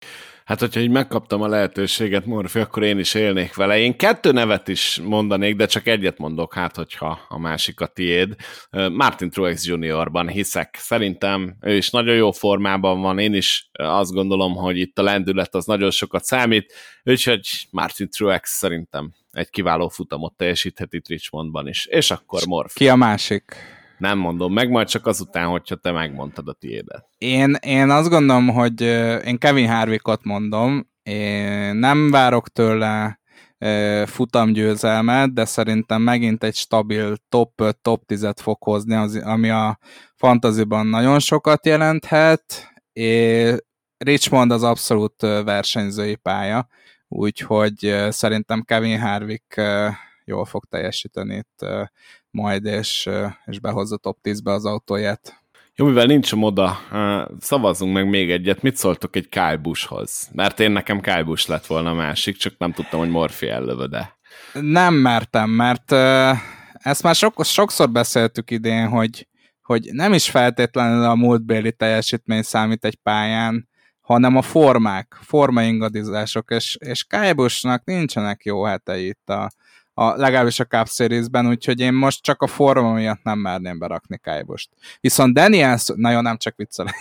Hát, hogyha így megkaptam a lehetőséget, Morfi, akkor én is élnék vele. Én kettő nevet is mondanék, de csak egyet mondok, hát, hogyha a másik a tiéd. Martin Truex juniorban hiszek. Szerintem ő is nagyon jó formában van. Én is azt gondolom, hogy itt a lendület az nagyon sokat számít. Úgyhogy Martin Truex szerintem egy kiváló futamot teljesíthet itt Richmondban is. És akkor Morfi. Ki a másik? Nem mondom meg, majd csak azután, hogyha te megmondtad a tiédet. Én, én azt gondolom, hogy én Kevin Harvickot mondom, én nem várok tőle futamgyőzelmet, de szerintem megint egy stabil top öt, top tízet fog hozni, az, ami a fantasyban nagyon sokat jelenthet, és Richmond az abszolút versenyzői pálya, úgyhogy szerintem Kevin Harvick jól fog teljesíteni itt majd, és, és behozza top tízbe az autóját. Jó, mivel nincs moda, szavazzunk meg még egyet. Mit szóltok egy Kyle Buschhoz? Mert én nekem Kyle Busch lett volna a másik, csak nem tudtam, hogy Morfi ellövöd-e. Nem mertem, mert ezt már sok, sokszor beszéltük idén, hogy, hogy nem is feltétlenül a múltbéli teljesítmény számít egy pályán, hanem a formák, formaingadizások, és, és Kyle Buschnak nincsenek jó hetei itt a A, legalábbis a Cup Series-ben, úgyhogy én most csak a forma miatt nem merném berakni Kyle Buscht. Viszont Daniels, na jó, nem csak viccelek.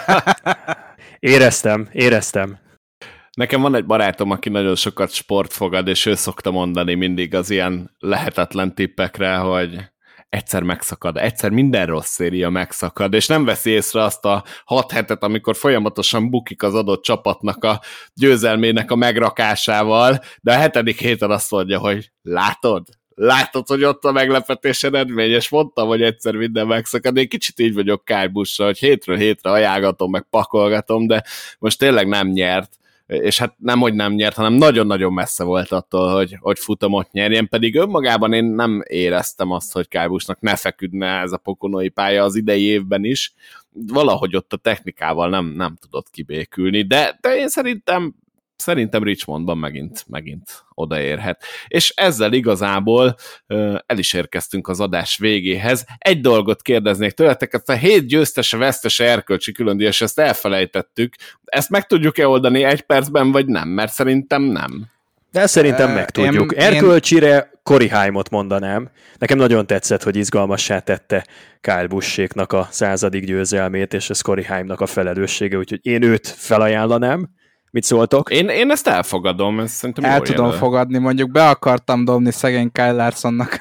Éreztem, éreztem. Nekem van egy barátom, aki nagyon sokat sportfogad, és ő szokta mondani mindig az ilyen lehetetlen tippekre, hogy egyszer megszakad, egyszer minden rossz széria megszakad, és nem veszi észre azt a hat hetet, amikor folyamatosan bukik az adott csapatnak a győzelmének a megrakásával, de a hetedik héten azt mondja, hogy látod? Látod, hogy ott a meglepetés eredmény, és mondtam, hogy egyszer minden megszakad. Én kicsit így vagyok Kyle Buschra, hogy hétről hétre ajánlgatom, meg pakolgatom, de most tényleg nem nyert, és hát nem, hogy nem nyert, hanem nagyon-nagyon messze volt attól, hogy, hogy futamot nyerjen, pedig önmagában én nem éreztem azt, hogy Kyle Buschnak ne feküdne ez a pokonói pálya az idei évben is. Valahogy ott a technikával nem, nem tudott kibékülni, de, de én szerintem Szerintem Richmondban megint, megint odaérhet. És ezzel igazából uh, el is érkeztünk az adás végéhez. Egy dolgot kérdeznék tőletek, ezt a hét győztese, vesztese erkölcsi különdíjas, ezt elfelejtettük. Ezt meg tudjuk-e oldani egy percben, vagy nem? Mert szerintem nem. De szerintem meg tudjuk. Én, Erkölcsire én... Corey Haimot mondanám. Nekem nagyon tetszett, hogy izgalmassá tette Kyle Buschéknak a századik győzelmét, és ez Corey Haimnak a felelőssége, úgyhogy én őt felajánlanám. Mit szóltok? Én, én ezt elfogadom, ezt szerintem El tudom jelöl. fogadni, mondjuk be akartam dobni szegény Kyle Larsonnak.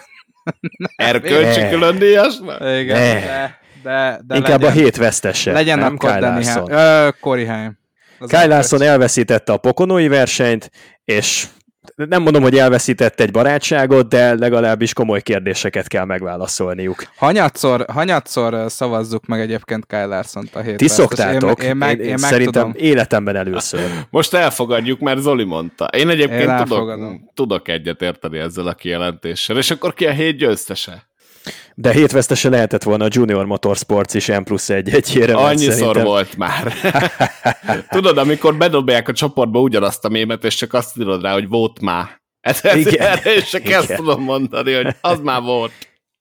Erkölcsi különdíjasnak? Igen, ne. de, de, de inkább legyen, a hét vesztese. Legyen nem akkor Kyle Danny Larson. Ö, Corey Haim. Kyle Larson elveszítette a pokonói versenyt, és nem mondom, hogy elveszítette egy barátságot, de legalábbis komoly kérdéseket kell megválaszolniuk. Hanyatszor, hanyatszor szavazzuk meg egyébként Kyle Larsont a hét Ti szoktátok, én, én, meg, én, én, én meg szerintem tudom. életemben először. Most elfogadjuk, mert Zoli mondta. Én egyébként én tudok, tudok egyet érteni ezzel a kijelentéssel. És akkor ki a hét győztese? De hétvesztese lehetett volna a Junior Motorsports is M plusz egy egyére. Annyiszor szerintem... volt már. Tudod, amikor bedobják a csoportba ugyanazt a mémet, és csak azt tudod rá, hogy volt már. Ez, ez igen, erre is csak ezt tudom mondani, hogy az már volt.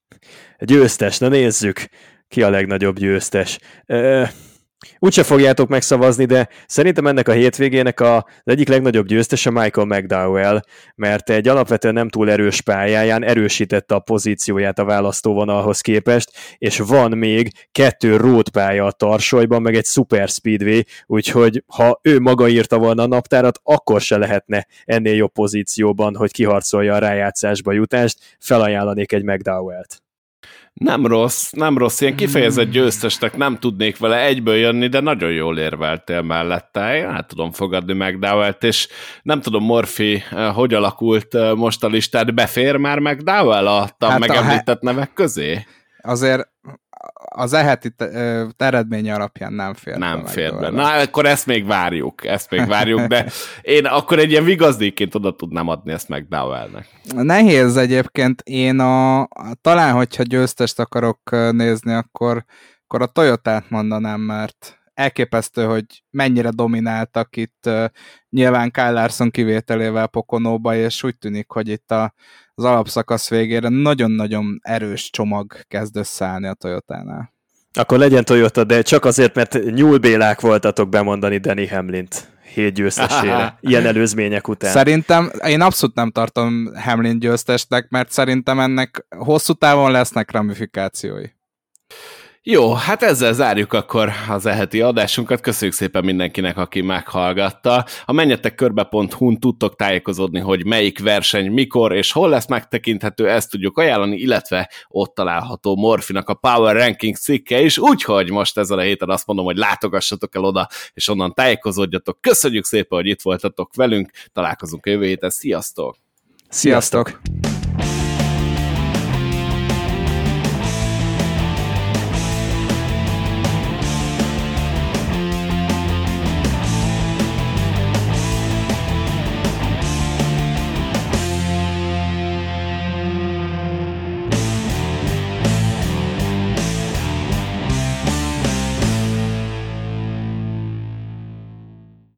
Győztes, na nézzük, ki a legnagyobb győztes. Uh, Úgyse fogjátok megszavazni, de szerintem ennek a hétvégének a, az egyik legnagyobb győztese Michael McDowell, mert egy alapvetően nem túl erős pályáján erősítette a pozícióját a választóvonalhoz képest, és van még kettő road pálya a Tarsolyban, meg egy super speedway, úgyhogy ha ő maga írta volna a naptárat, akkor se lehetne ennél jobb pozícióban, hogy kiharcolja a rájátszásba jutást, felajánlanék egy McDowell-t. Nem rossz, nem rossz, ilyen kifejezett győztesnek nem tudnék vele egyből jönni, de nagyon jól érveltél mellette. Én el tudom fogadni McDowell-t, és nem tudom, Morfi, hogy alakult most a listát, befér már McDowell a hát megemlített he- nevek közé? Azért az eheti eredménye alapján nem fér Nem fér be. Na, akkor ezt még várjuk, ezt még várjuk, de én akkor egy ilyen vigazdéként oda tudnám adni ezt McDowellnek. Nehéz egyébként. Én a, talán, hogyha győztest akarok nézni, akkor, akkor a Toyotát mondanám, mert elképesztő, hogy mennyire domináltak itt uh, nyilván Kyle Larson kivételével Pokonóba, és úgy tűnik, hogy itt a, az alapszakasz végére nagyon-nagyon erős csomag kezd összeállni a Toyotánál. Akkor legyen Toyota, de csak azért, mert nyúlbélák voltatok bemondani Danny Hamlint hét győztesére, ilyen előzmények után. Szerintem, én abszolút nem tartom Hamlin győztesnek, mert szerintem ennek hosszú távon lesznek ramifikációi. Jó, hát ezzel zárjuk akkor az eheti adásunkat. Köszönjük szépen mindenkinek, aki meghallgatta. A menjetek körbe pont hu-n tudtok tájékozódni, hogy melyik verseny, mikor és hol lesz megtekinthető, ezt tudjuk ajánlani, illetve ott található Morfinak a Power Ranking cikke is, úgyhogy most ezen a héten azt mondom, hogy látogassatok el oda, és onnan tájékozódjatok. Köszönjük szépen, hogy itt voltatok velünk, találkozunk jövő héten, sziasztok! Sziasztok!